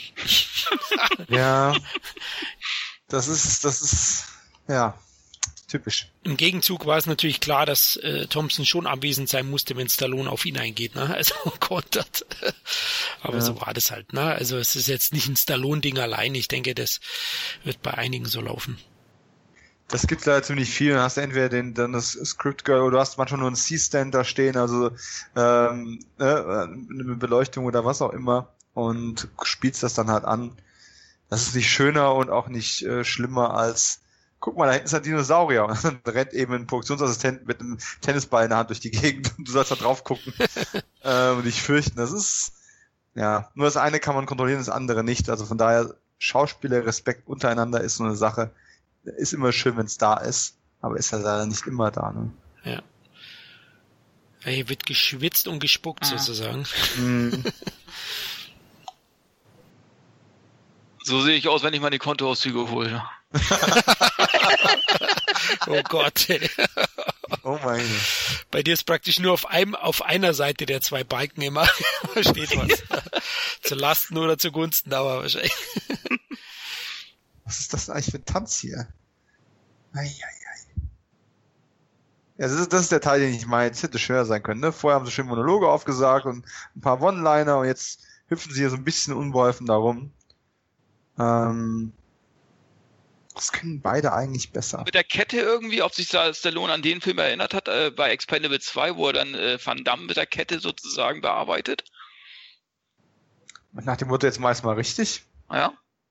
Ja, das ist ja typisch. Im Gegenzug war es natürlich klar, dass Thompson schon anwesend sein musste, wenn Stallone auf ihn eingeht, ne? Also kontert. Aber so war das halt, ne? Also es ist jetzt nicht ein Stallone-Ding allein. Ich denke, das wird bei einigen so laufen. Das gibt leider ziemlich viel. Du hast entweder dann das Script Girl oder du hast manchmal nur einen C-Stand da stehen, also eine Beleuchtung oder was auch immer und spielst das dann halt an. Das ist nicht schöner und auch nicht schlimmer als, guck mal, da hinten ist ein Dinosaurier und dann rennt eben ein Produktionsassistent mit einem Tennisball in der Hand durch die Gegend und du sollst da drauf gucken und dich fürchten. Das ist Ja, nur das eine kann man kontrollieren, das andere nicht. Also von daher, Schauspieler-Respekt untereinander ist so eine Sache. Ist immer schön, wenn es da ist, aber ist ja leider nicht immer da. Ne? Ja. Hier wird geschwitzt und gespuckt sozusagen. So sehe ich aus, wenn ich meine Kontoauszüge hole. Oh Gott. Oh meine. Bei dir ist praktisch nur auf einer Seite der zwei Balken immer steht was. Zu Lasten oder zugunsten, aber wahrscheinlich. Was ist das eigentlich für ein Tanz hier? Eieiei. Ja, das ist der Teil, den ich meine. Es hätte schwer sein können. Ne? Vorher haben sie schön Monologe aufgesagt und ein paar One-Liner und jetzt hüpfen sie hier so ein bisschen unbeholfen darum. Das können beide eigentlich besser. Mit der Kette irgendwie, ob sich Stallone an den Film erinnert hat, bei Expendable 2, wo er dann Van Damme mit der Kette sozusagen bearbeitet. Nach dem Motto, jetzt mach ich's mal richtig. Ja.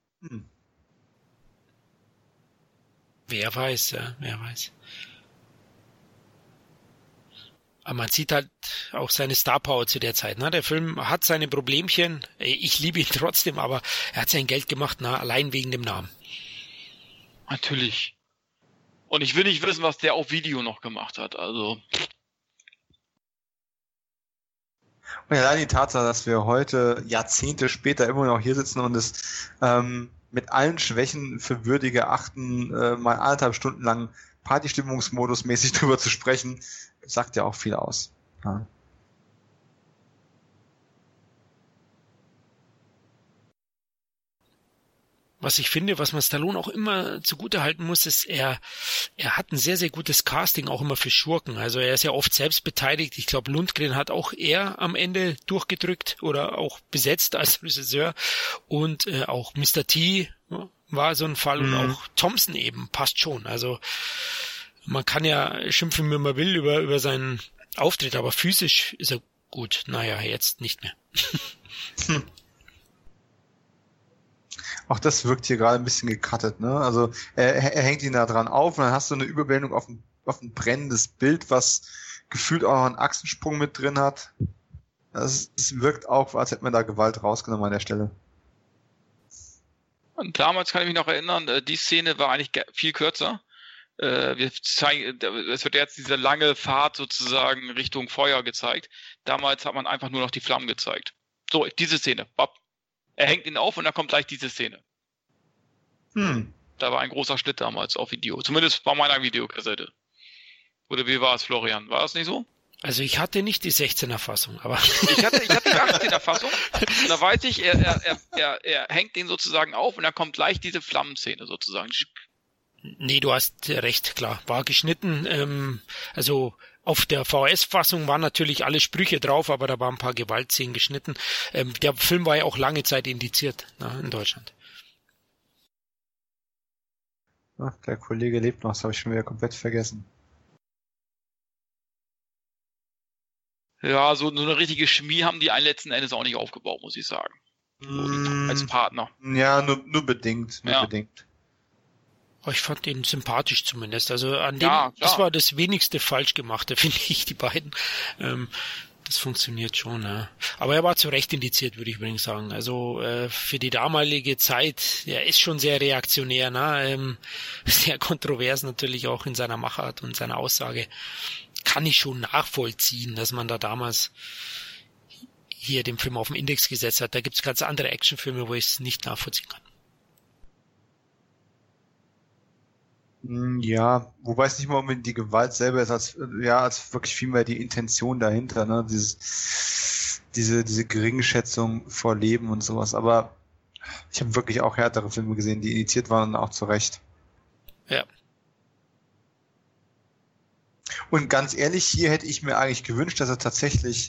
Wer weiß, ja, wer weiß. Aber man sieht halt auch seine Star-Power zu der Zeit. Ne? Der Film hat seine Problemchen. Ich liebe ihn trotzdem, aber er hat sein Geld gemacht, allein wegen dem Namen. Natürlich. Und ich will nicht wissen, was der auf Video noch gemacht hat. Also. Und allein die Tatsache, dass wir heute, Jahrzehnte später, immer noch hier sitzen und es mit allen Schwächen für würdig erachten, mal 1,5 Stunden lang Partystimmungsmodus-mäßig drüber zu sprechen, sagt ja auch viel aus. Ja. Was ich finde, was man Stallone auch immer zugutehalten muss, ist, er hat ein sehr, sehr gutes Casting auch immer für Schurken. Also er ist ja oft selbst beteiligt. Ich glaube, Lundgren hat auch er am Ende durchgedrückt oder auch besetzt als Regisseur. Und auch Mr. T war so ein Fall und auch Thompson eben, passt schon. Also man kann ja schimpfen, wie man will, über seinen Auftritt, aber physisch ist er gut. Naja, jetzt nicht mehr. Auch das wirkt hier gerade ein bisschen gecuttet, ne? Also er hängt ihn da dran auf und dann hast du eine Überblendung auf ein brennendes Bild, was gefühlt auch noch einen Achsensprung mit drin hat. Es wirkt auch, als hätte man da Gewalt rausgenommen an der Stelle. Und damals kann ich mich noch erinnern, die Szene war eigentlich viel kürzer. Es wird jetzt diese lange Fahrt sozusagen Richtung Feuer gezeigt. Damals hat man einfach nur noch die Flammen gezeigt. So, diese Szene. Bop. Er hängt ihn auf und dann kommt gleich diese Szene. Da war ein großer Schnitt damals auf Video. Zumindest bei meiner Videokassette. Oder wie war es, Florian? War das nicht so? Also ich hatte nicht die 16er Fassung, aber... Ich hatte die 18er Fassung. Und da weiß ich, er hängt ihn sozusagen auf und dann kommt gleich diese Flammenszene sozusagen. Nee, du hast recht, klar. War geschnitten, also auf der VHS-Fassung waren natürlich alle Sprüche drauf, aber da waren ein paar Gewaltszenen geschnitten. Der Film war ja auch lange Zeit indiziert in Deutschland. Ach, der Kollege lebt noch, das habe ich schon wieder komplett vergessen. Ja, so eine richtige Chemie haben die einen letzten Endes auch nicht aufgebaut, muss ich sagen. Als Partner. Ja, nur bedingt. Bedingt. Ich fand ihn sympathisch zumindest. Also an dem, ja, das war das wenigste falsch gemachte, finde ich, die beiden. Das funktioniert schon, ja. Aber er war zu Recht indiziert, würde ich übrigens sagen. Also für die damalige Zeit, er ist schon sehr reaktionär, sehr kontrovers natürlich auch in seiner Machart und seiner Aussage. Kann ich schon nachvollziehen, dass man da damals hier den Film auf den Index gesetzt hat. Da gibt's ganz andere Actionfilme, wo ich es nicht nachvollziehen kann. Ja, wobei es nicht mal unbedingt die Gewalt selber ist, als wirklich viel mehr die Intention dahinter, ne? Diese Geringschätzung vor Leben und sowas. Aber ich habe wirklich auch härtere Filme gesehen, die initiiert waren und auch zu Recht. Ja. Und ganz ehrlich, hier hätte ich mir eigentlich gewünscht, dass er tatsächlich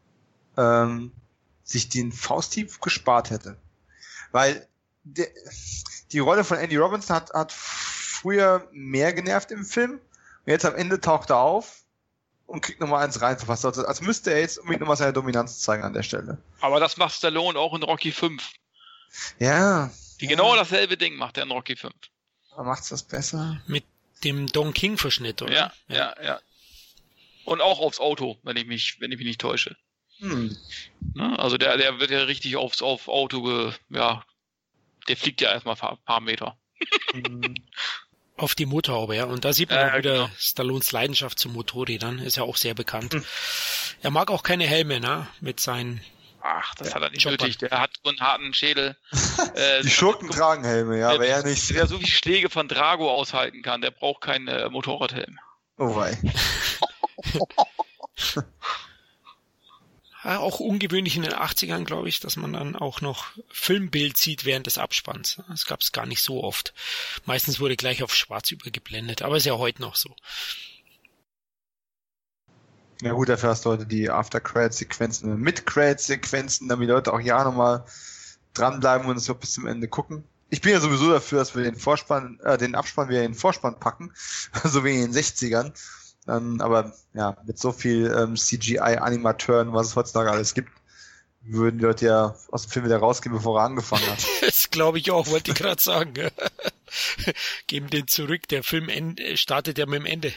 sich den Fausthieb gespart hätte. Weil die Rolle von Andy Robinson hat früher mehr genervt im Film. Und jetzt am Ende taucht er auf und kriegt nochmal eins rein verpasst. Als müsste er jetzt unbedingt nochmal seine Dominanz zeigen an der Stelle. Aber das macht Stallone auch in Rocky 5. Ja. Genau dasselbe Ding macht er in Rocky 5. Aber macht's das besser? Mit dem Don King Verschnitt, oder? Ja. Und auch aufs Auto, wenn ich mich nicht täusche. Ne? Also der wird ja richtig auf Auto der fliegt ja erstmal ein paar Meter. Auf die Motorhaube, ja. Und da sieht man auch wieder genau. Stallones Leidenschaft zu Motorrädern, ist ja auch sehr bekannt. Er mag auch keine Helme, ne? Mit seinen... Ach, das hat er nicht Choppern. nötig. Der hat so einen harten Schädel. Die Schurken tragen Helme, ja, aber er nicht. Wer so wie Schläge von Drago aushalten kann, der braucht keinen Motorradhelm. Oh wei. Ja, auch ungewöhnlich in den 80ern, glaube ich, dass man dann auch noch Filmbild sieht während des Abspanns. Das gab es gar nicht so oft. Meistens wurde gleich auf schwarz übergeblendet, aber ist ja heute noch so. Ja gut, dafür hast du heute die After-Credit-Sequenzen und Mid-Credit-Sequenzen, damit die Leute auch ja nochmal dranbleiben und es bis zum Ende gucken. Ich bin ja sowieso dafür, dass wir den Abspann wieder in den Vorspann packen, so wie in den 60ern. Aber ja, mit so viel CGI-Animateuren, was es heutzutage alles gibt, würden die Leute ja aus dem Film wieder rausgehen, bevor er angefangen hat. Das glaube ich auch, wollte ich gerade sagen. Geben den zurück, der Film startet ja mit dem Ende.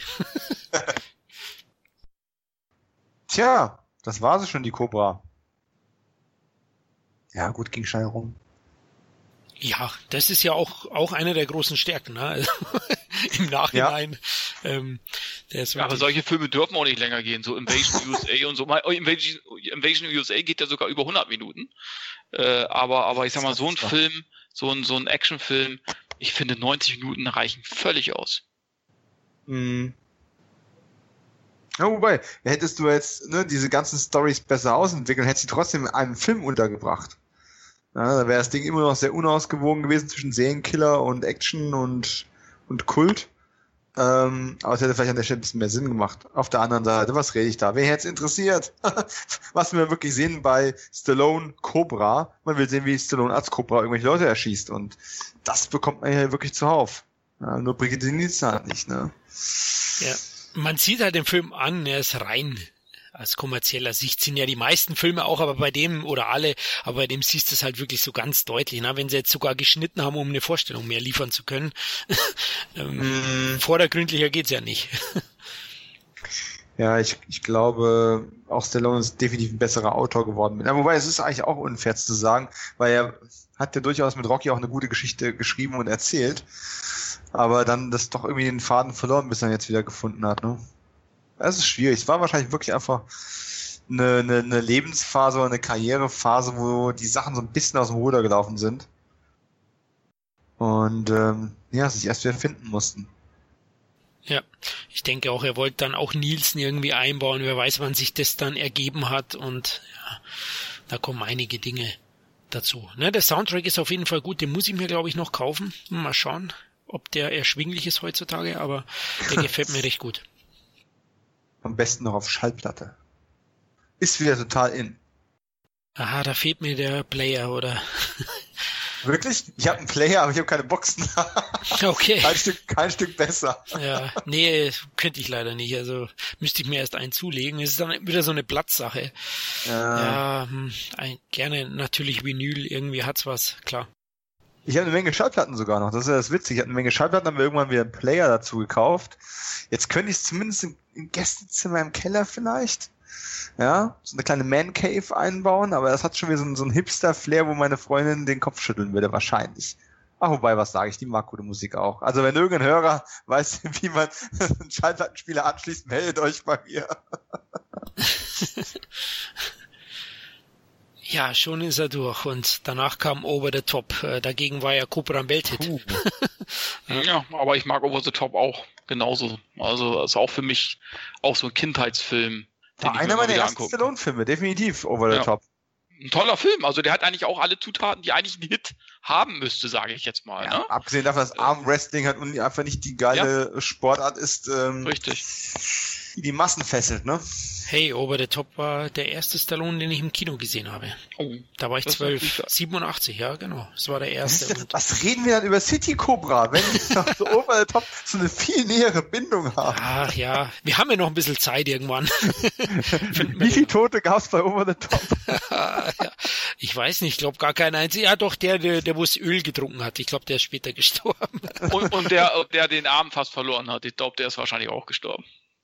Tja, das war sie schon, die Cobra. Ja, gut, ging schnell rum. Ja, das ist ja auch eine der großen Stärken, ne? Also, im Nachhinein. Ja. Aber solche Filme dürfen auch nicht länger gehen, so Invasion USA und so. Invasion USA geht ja sogar über 100 Minuten. Aber ich sag mal, so ein Film, so ein Actionfilm, ich finde 90 Minuten reichen völlig aus. Mhm. Ja, wobei, hättest du jetzt diese ganzen Storys besser ausentwickelt, hättest du trotzdem in einem Film untergebracht. Ja, da wäre das Ding immer noch sehr unausgewogen gewesen zwischen Serienkiller und Action und Kult. Aber es hätte vielleicht an der Stelle ein bisschen mehr Sinn gemacht. Auf der anderen Seite, was rede ich da? Wer hätte es interessiert? Was wir wirklich sehen bei Stallone Cobra, man will sehen, wie Stallone als Cobra irgendwelche Leute erschießt. Und das bekommt man ja wirklich zuhauf. Ja, nur Brigitte Nielsen halt nicht, ne? Ja, man sieht halt den Film an, er ist rein aus kommerzieller Sicht, sind ja die meisten Filme auch, aber bei dem, oder alle, aber bei dem siehst du es halt wirklich so ganz deutlich, ne? Wenn sie jetzt sogar geschnitten haben, um eine Vorstellung mehr liefern zu können. Vordergründlicher geht's ja nicht. Ja, ich glaube, auch Stallone ist definitiv ein besserer Autor geworden. Ja, wobei, es ist eigentlich auch unfair zu sagen, weil er hat ja durchaus mit Rocky auch eine gute Geschichte geschrieben und erzählt, aber dann das doch irgendwie den Faden verloren, bis er ihn jetzt wieder gefunden hat, ne? Das ist schwierig. Es war wahrscheinlich wirklich einfach eine Lebensphase oder eine Karrierephase, wo die Sachen so ein bisschen aus dem Ruder gelaufen sind. Und sich erst wieder finden mussten. Ja, ich denke auch, er wollte dann auch Nielsen irgendwie einbauen. Wer weiß, wann sich das dann ergeben hat. Und ja, da kommen einige Dinge dazu. Ne, der Soundtrack ist auf jeden Fall gut. Den muss ich mir, glaube ich, noch kaufen. Mal schauen, ob der erschwinglich ist heutzutage. Aber der gefällt mir recht gut. Am besten noch auf Schallplatte. Ist wieder total in. Aha, da fehlt mir der Player, oder? Wirklich? Ich habe einen Player, aber ich habe keine Boxen. Okay. Kein Stück besser. Ja, nee, könnte ich leider nicht. Also müsste ich mir erst einen zulegen. Es ist dann wieder so eine Platzsache. Ja, gerne natürlich Vinyl, irgendwie hat's was, klar. Ich habe eine Menge Schallplatten sogar noch. Das ist ja das Witzige. Ich habe eine Menge Schallplatten, haben wir irgendwann wieder einen Player dazu gekauft. Jetzt könnte ich es zumindest im Gästezimmer im Keller vielleicht, ja, so eine kleine Man-Cave einbauen, aber das hat schon wieder so einen Hipster-Flair, wo meine Freundin den Kopf schütteln würde, wahrscheinlich. Ach, wobei, was sage ich, die mag gute Musik auch. Also wenn irgendein Hörer weiß, wie man einen Schallplattenspieler anschließt, meldet euch bei mir. Ja, schon ist er durch und danach kam Over the Top. Dagegen war ja Cobra ein Welthit. Ja, aber ich mag Over the Top auch genauso. Also ist auch für mich auch so ein Kindheitsfilm. War einer meiner ersten Stallone-Filme, definitiv Over the Top. Ein toller Film. Also der hat eigentlich auch alle Zutaten, die eigentlich einen Hit haben müsste, sage ich jetzt mal. Ja, ne? Abgesehen davon, dass Armwrestling halt und einfach nicht die geile Sportart ist, richtig, die Massen fesselt, ne? Hey, Over the Top war der erste Stallone, den ich im Kino gesehen habe. Oh, da war ich 12, 87, ja genau. Das war der erste. Was reden wir dann über City Cobra, wenn wir so Over the Top so eine viel nähere Bindung haben? Ach ja, wir haben ja noch ein bisschen Zeit irgendwann. Wie viele Tote gab's bei Over the Top? Ja, ich weiß nicht, ich glaube gar keinen einzigen. Ja doch, der wo es Öl getrunken hat. Ich glaube, der ist später gestorben. Und der den Arm fast verloren hat. Ich glaube, der ist wahrscheinlich auch gestorben.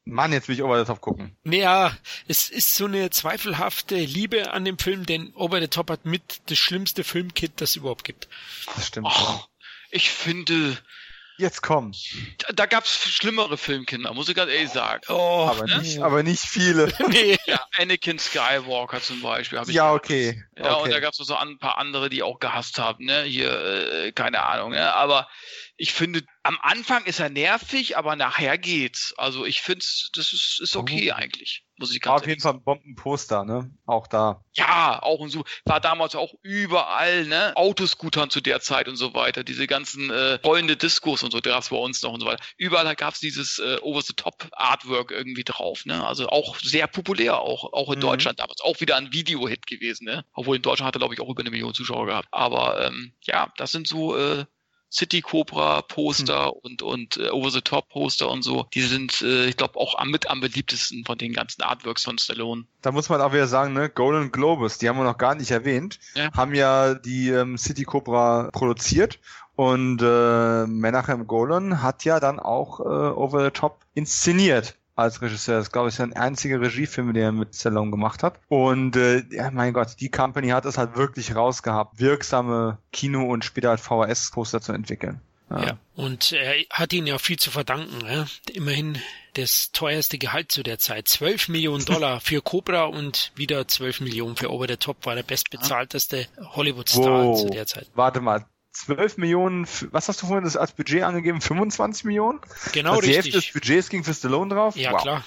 Mann, jetzt will ich Over the Top gucken. Naja, es ist so eine zweifelhafte Liebe an dem Film, denn Over the Top hat mit das schlimmste Filmkit, das es überhaupt gibt. Das stimmt. Ach, ich finde... Jetzt komm. Da gab's schlimmere Filmkinder, muss ich ganz ehrlich sagen. Oh, Aber nicht viele. nee. Ja, Anakin Skywalker zum Beispiel. Hab ich Ja, gehasst. okay. Ja, okay. und da gab's noch so ein paar andere, die auch gehasst haben, ne? Hier, keine Ahnung, ne? Aber ich finde, am Anfang ist er nervig, aber nachher geht's. Also ich finde, das ist okay eigentlich, muss ich ganz Auf jeden Fall ein Bombenposter, ne? Auch da. Ja, auch und so. War damals auch überall, ne? Autoscootern zu der Zeit und so weiter. Diese ganzen rollende Diskos und so, das bei uns noch und so weiter. Überall gab's dieses Over-the-Top-Artwork irgendwie drauf, ne? Also auch sehr populär, auch in Deutschland damals. Auch wieder ein Video-Hit gewesen, ne? Obwohl in Deutschland hat er, glaube ich, auch über 1 Million Zuschauer gehabt. Aber ja, das sind so City Cobra Poster und Over the Top Poster und so. Die sind, ich glaube, auch am beliebtesten von den ganzen Artworks von Stallone. Da muss man auch wieder sagen, ne, Golden Globus, die haben wir noch gar nicht erwähnt, haben ja die City Cobra produziert und Menachem Golan hat ja dann auch Over the Top inszeniert als Regisseur. Das, glaube ich, ist ein einziger Regiefilm, den er mit Stallone gemacht hat. Und ja, mein Gott, die Company hat es halt wirklich rausgehabt, wirksame Kino- und später halt VHS-Poster zu entwickeln. Ja, und er hat ihnen ja viel zu verdanken. Ja? Immerhin das teuerste Gehalt zu der Zeit. $12 Millionen für Cobra und wieder 12 Millionen für Over the Top, war der bestbezahlteste Hollywood-Star zu der Zeit. Warte mal. 12 Millionen, was hast du vorhin als Budget angegeben? 25 Millionen? Genau, also die richtig. Hälfte des Budgets ging für Stallone drauf? Ja, wow. Klar.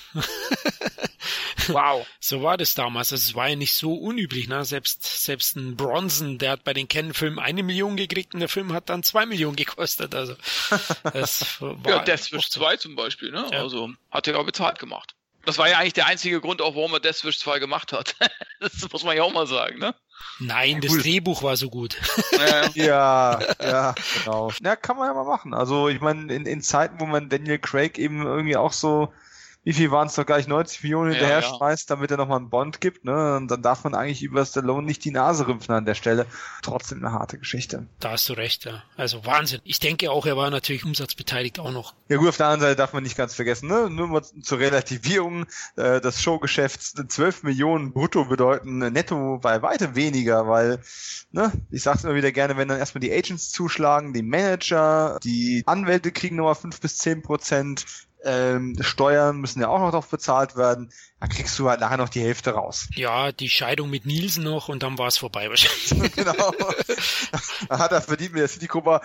Wow. So war das damals. Also es war ja nicht so unüblich. Ne? Selbst ein Bronson, der hat bei den Canon-Filmen 1 Million gekriegt und der Film hat dann 2 Millionen gekostet. Also das war ja, Deathwish 2 zum Beispiel, ne? Ja. Also hat er auch bezahlt gemacht. Das war ja eigentlich der einzige Grund, auch warum er Deathwish 2 gemacht hat. Das muss man ja auch mal sagen, ne? Nein, das Drehbuch war so gut. Ja, genau. Na, kann man ja mal machen. Also ich meine, in Zeiten, wo man Daniel Craig eben irgendwie auch so, wie viel waren es doch gleich, 90 Millionen hinterher schmeißt, damit er nochmal einen Bond gibt, ne? Und dann darf man eigentlich über Stallone nicht die Nase rümpfen an der Stelle. Trotzdem eine harte Geschichte. Da hast du recht, ja. Also Wahnsinn. Ich denke auch, er war natürlich umsatzbeteiligt auch noch. Ja gut, auf der anderen Seite darf man nicht ganz vergessen, ne? Nur mal zur Relativierung des Showgeschäfts, 12 Millionen brutto bedeuten netto bei weitem weniger, weil, ne, ich sag's immer wieder gerne, wenn dann erstmal die Agents zuschlagen, die Manager, die Anwälte kriegen nochmal 5-10%, Steuern müssen ja auch noch drauf bezahlt werden, da kriegst du halt nachher noch die Hälfte raus. Ja, die Scheidung mit Nielsen noch und dann war es vorbei wahrscheinlich. Genau. Da hat er verdient mit der City Cobra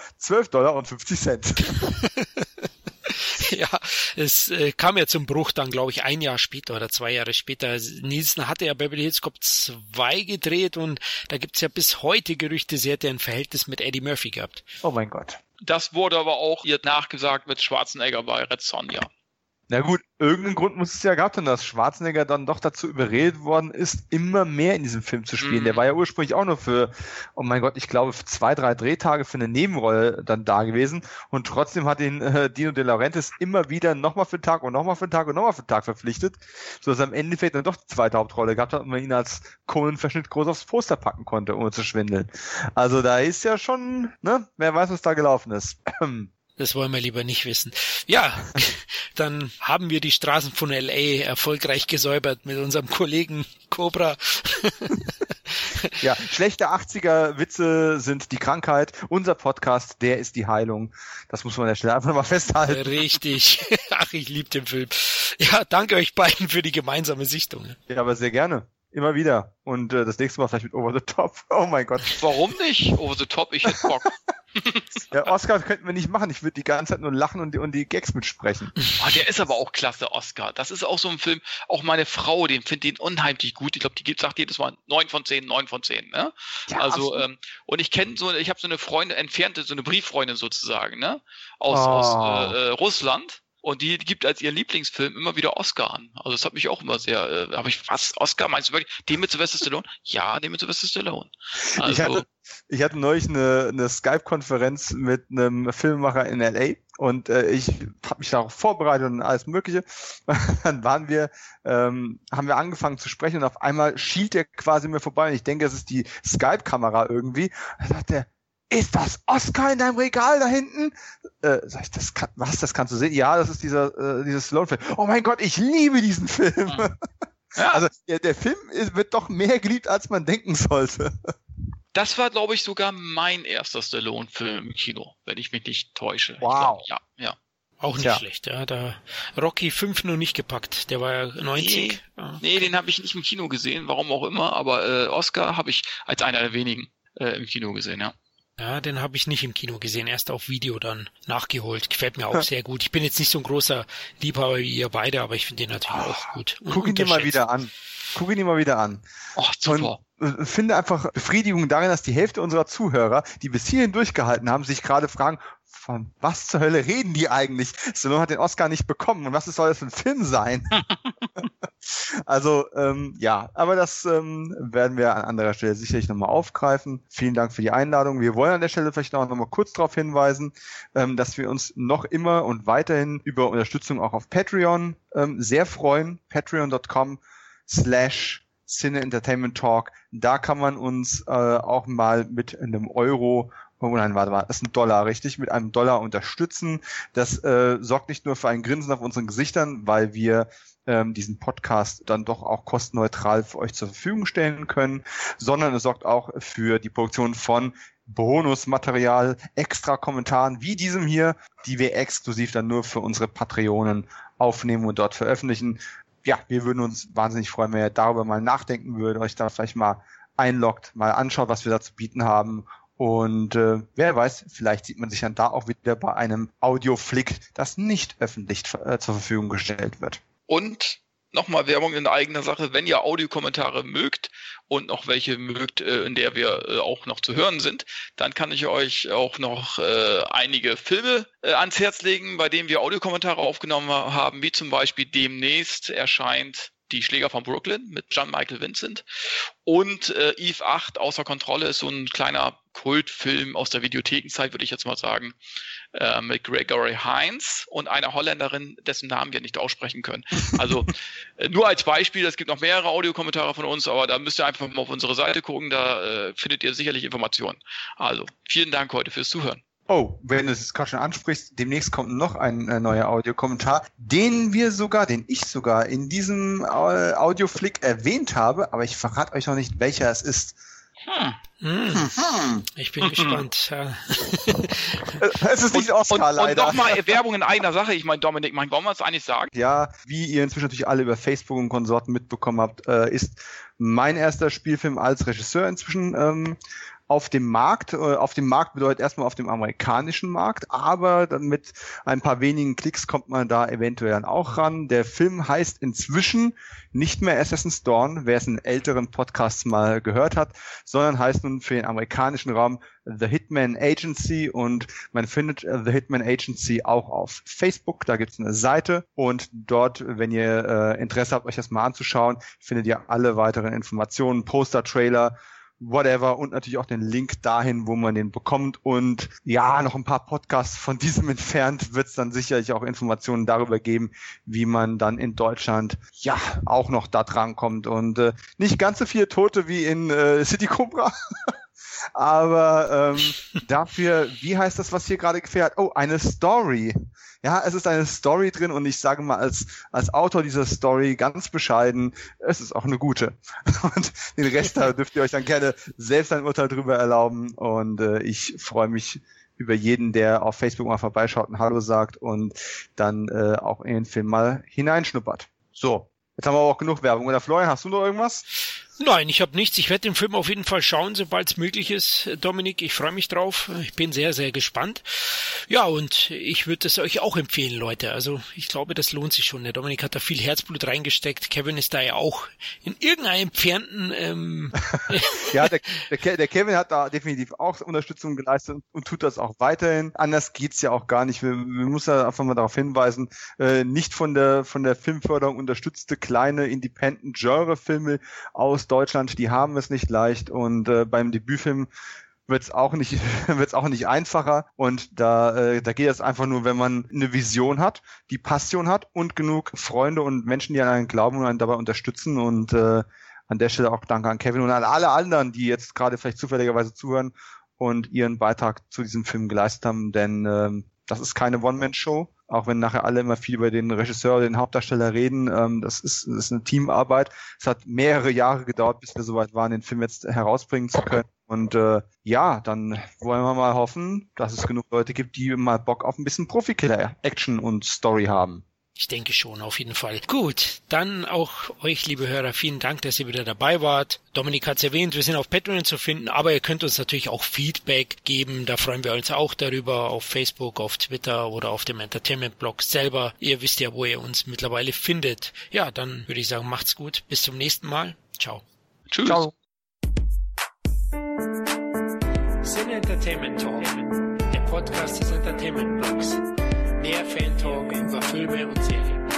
$12.50. Ja, es kam ja zum Bruch dann, glaube ich, 1 Jahr später oder 2 Jahre später. Nielsen hatte ja Beverly Hills Cop 2 gedreht und da gibt's ja bis heute Gerüchte, sie hätte ein Verhältnis mit Eddie Murphy gehabt. Oh mein Gott. Das wurde aber auch ihr nachgesagt mit Schwarzenegger bei Red Sonja. Na gut, irgendeinen Grund muss es ja gehabt haben, dass Schwarzenegger dann doch dazu überredet worden ist, immer mehr in diesem Film zu spielen. Der war ja ursprünglich auch nur für, oh mein Gott, ich glaube, für 2-3 Drehtage für eine Nebenrolle dann da gewesen. Und trotzdem hat ihn Dino De Laurentiis immer wieder nochmal für einen Tag und nochmal für einen Tag und nochmal für einen Tag verpflichtet, sodass er im Endeffekt dann doch die zweite Hauptrolle gehabt hat und man ihn als Coen-Verschnitt groß aufs Poster packen konnte, ohne zu schwindeln. Also da ist ja schon, ne, wer weiß, was da gelaufen ist. Das wollen wir lieber nicht wissen. Ja, dann haben wir die Straßen von L.A. erfolgreich gesäubert mit unserem Kollegen Cobra. Ja, schlechte 80er-Witze sind die Krankheit. Unser Podcast, der ist die Heilung. Das muss man an der Stelle einfach mal festhalten. Richtig. Ach, ich liebe den Film. Ja, danke euch beiden für die gemeinsame Sichtung. Ja, aber sehr gerne. Immer wieder. Und das nächste Mal vielleicht mit Over the Top. Oh mein Gott. Warum nicht? Over the Top, ich hätte Bock. Ja, Oscar könnten wir nicht machen. Ich würde die ganze Zeit nur lachen und die Gags mitsprechen. Oh, der ist aber auch klasse, Oscar. Das ist auch so ein Film, auch meine Frau, findet den unheimlich gut. Ich glaube, die sagt jedes Mal 9 von 10, 9 von 10, ne? Ja, also, und ich habe so eine Freundin, entfernte, so eine Brieffreundin sozusagen, ne? Aus Russland. Und die gibt als ihr Lieblingsfilm immer wieder Oscar an. Also das hat mich auch immer sehr, was, Oscar, meinst du wirklich? Den mit Sylvester Stallone? Ja, den mit Sylvester Stallone. Also, ich hatte neulich eine Skype-Konferenz mit einem Filmemacher in L.A. und ich habe mich darauf vorbereitet und alles Mögliche. Dann haben wir angefangen zu sprechen und auf einmal schielt er quasi mir vorbei und ich denke, es ist die Skype-Kamera irgendwie. Dann sagt er, ist das Oscar in deinem Regal da hinten? Sag ich, das kannst du sehen? Ja, das ist dieser Stallone-Film. Oh mein Gott, ich liebe diesen Film. Ja. Also der Film wird doch mehr geliebt, als man denken sollte. Das war, glaube ich, sogar mein erster Stallone-Film im Kino, wenn ich mich nicht täusche. Wow. Ich glaub, ja. Auch nicht schlecht, ja. Da Rocky 5 noch nicht gepackt. Der war ja 90. Nee, den habe ich nicht im Kino gesehen, warum auch immer, aber Oscar habe ich als einer der wenigen im Kino gesehen, ja. Ja, den habe ich nicht im Kino gesehen, erst auf Video dann nachgeholt. Gefällt mir auch sehr gut. Ich bin jetzt nicht so ein großer Liebhaber wie ihr beide, aber ich finde den natürlich auch gut. Guck ihn dir mal wieder an. Oh, super. Und finde einfach Befriedigung darin, dass die Hälfte unserer Zuhörer, die bis hierhin durchgehalten haben, sich gerade fragen, von was zur Hölle reden die eigentlich? Stallone hat den Oscar nicht bekommen. Und was soll das für ein Film sein? Also, aber das werden wir an anderer Stelle sicherlich nochmal aufgreifen. Vielen Dank für die Einladung. Wir wollen an der Stelle vielleicht noch mal kurz darauf hinweisen, dass wir uns noch immer und weiterhin über Unterstützung auch auf Patreon sehr freuen. Patreon.com/Cine Entertainment Talk. Da kann man uns auch mal mit einem Euro, nein, warte mal, das ist $1, richtig? Mit einem $1 unterstützen. Das sorgt nicht nur für ein Grinsen auf unseren Gesichtern, weil wir diesen Podcast dann doch auch kostenneutral für euch zur Verfügung stellen können, sondern es sorgt auch für die Produktion von Bonusmaterial, extra Kommentaren wie diesem hier, die wir exklusiv dann nur für unsere Patreonen aufnehmen und dort veröffentlichen. Ja, wir würden uns wahnsinnig freuen, wenn ihr darüber mal nachdenken würdet, euch da vielleicht mal einloggt, mal anschaut, was wir da zu bieten haben. Und wer weiß, vielleicht sieht man sich dann da auch wieder bei einem Audioflick, das nicht öffentlich zur Verfügung gestellt wird. Und nochmal Werbung in eigener Sache, wenn ihr Audiokommentare mögt und noch welche mögt, in der wir auch noch zu hören sind, dann kann ich euch auch noch einige Filme ans Herz legen, bei denen wir Audiokommentare aufgenommen haben, wie zum Beispiel demnächst erscheint Die Schläger von Brooklyn mit John Michael Vincent und Eve 8 außer Kontrolle ist so ein kleiner Kultfilm aus der Videothekenzeit, würde ich jetzt mal sagen, mit Gregory Hines und einer Holländerin, dessen Namen wir nicht aussprechen können. Also nur als Beispiel, es gibt noch mehrere Audiokommentare von uns, aber da müsst ihr einfach mal auf unsere Seite gucken, da findet ihr sicherlich Informationen. Also vielen Dank heute fürs Zuhören. Oh, wenn du es gerade schon ansprichst, demnächst kommt noch ein neuer Audiokommentar, den ich sogar in diesem Audioflick erwähnt habe, aber ich verrate euch noch nicht, welcher es ist. Ich bin gespannt. Es ist nicht Oscar, leider. Und nochmal Werbung in eigener Sache. Ich meine, Dominik, wollen wir es eigentlich sagen? Ja, wie ihr inzwischen natürlich alle über Facebook und Konsorten mitbekommen habt, ist mein erster Spielfilm als Regisseur inzwischen auf dem Markt. Auf dem Markt bedeutet erstmal auf dem amerikanischen Markt, aber dann mit ein paar wenigen Klicks kommt man da eventuell dann auch ran. Der Film heißt inzwischen nicht mehr Assassin's Dawn, wer es in älteren Podcasts mal gehört hat, sondern heißt nun für den amerikanischen Raum The Hitman Agency und man findet The Hitman Agency auch auf Facebook, da gibt's eine Seite und dort, wenn ihr Interesse habt, euch das mal anzuschauen, findet ihr alle weiteren Informationen, Poster, Trailer, whatever und natürlich auch den Link dahin, wo man den bekommt und ja, noch ein paar Podcasts von diesem entfernt wird es dann sicherlich auch Informationen darüber geben, wie man dann in Deutschland ja auch noch da dran kommt und nicht ganz so viele Tote wie in City Cobra, aber dafür, wie heißt das, was hier gerade gefährt? Oh, eine Story. Ja, es ist eine Story drin und ich sage mal als Autor dieser Story ganz bescheiden, es ist auch eine gute. Und den Rest da dürft ihr euch dann gerne selbst ein Urteil drüber erlauben und ich freue mich über jeden, der auf Facebook mal vorbeischaut und Hallo sagt und dann auch in den Film mal hineinschnuppert. So, jetzt haben wir aber auch genug Werbung. Oder Florian, hast du noch irgendwas? Nein, ich habe nichts. Ich werde den Film auf jeden Fall schauen, sobald es möglich ist, Dominik. Ich freue mich drauf. Ich bin sehr, sehr gespannt. Ja, und ich würde es euch auch empfehlen, Leute. Also ich glaube, das lohnt sich schon. Der Dominik hat da viel Herzblut reingesteckt. Kevin ist da ja auch in irgendeinem entfernten... Ja, der Kevin hat da definitiv auch Unterstützung geleistet und tut das auch weiterhin. Anders geht's ja auch gar nicht. Wir müssen ja einfach mal darauf hinweisen, nicht von der Filmförderung unterstützte kleine Independent-Genre-Filme aus Deutschland, die haben es nicht leicht und beim Debütfilm wird's auch nicht einfacher und da geht es einfach nur, wenn man eine Vision hat, die Passion hat und genug Freunde und Menschen, die an einen glauben und einen dabei unterstützen und an der Stelle auch danke an Kevin und an alle anderen, die jetzt gerade vielleicht zufälligerweise zuhören und ihren Beitrag zu diesem Film geleistet haben, denn das ist keine One-Man-Show, auch wenn nachher alle immer viel über den Regisseur, den Hauptdarsteller reden. Das ist eine Teamarbeit. Es hat mehrere Jahre gedauert, bis wir soweit waren, den Film jetzt herausbringen zu können. Und dann wollen wir mal hoffen, dass es genug Leute gibt, die mal Bock auf ein bisschen Profikiller-Action und Story haben. Ich denke schon, auf jeden Fall. Gut, dann auch euch, liebe Hörer, vielen Dank, dass ihr wieder dabei wart. Dominik hat es erwähnt, wir sind auf Patreon zu finden, aber ihr könnt uns natürlich auch Feedback geben, da freuen wir uns auch darüber, auf Facebook, auf Twitter oder auf dem Entertainment-Blog selber. Ihr wisst ja, wo ihr uns mittlerweile findet. Ja, dann würde ich sagen, macht's gut, bis zum nächsten Mal. Ciao. Tschüss. Ciao. Cine Entertainment Talk, der Podcast des Entertainment Blogs. Mehr Fan-Talk über Filme und Serien.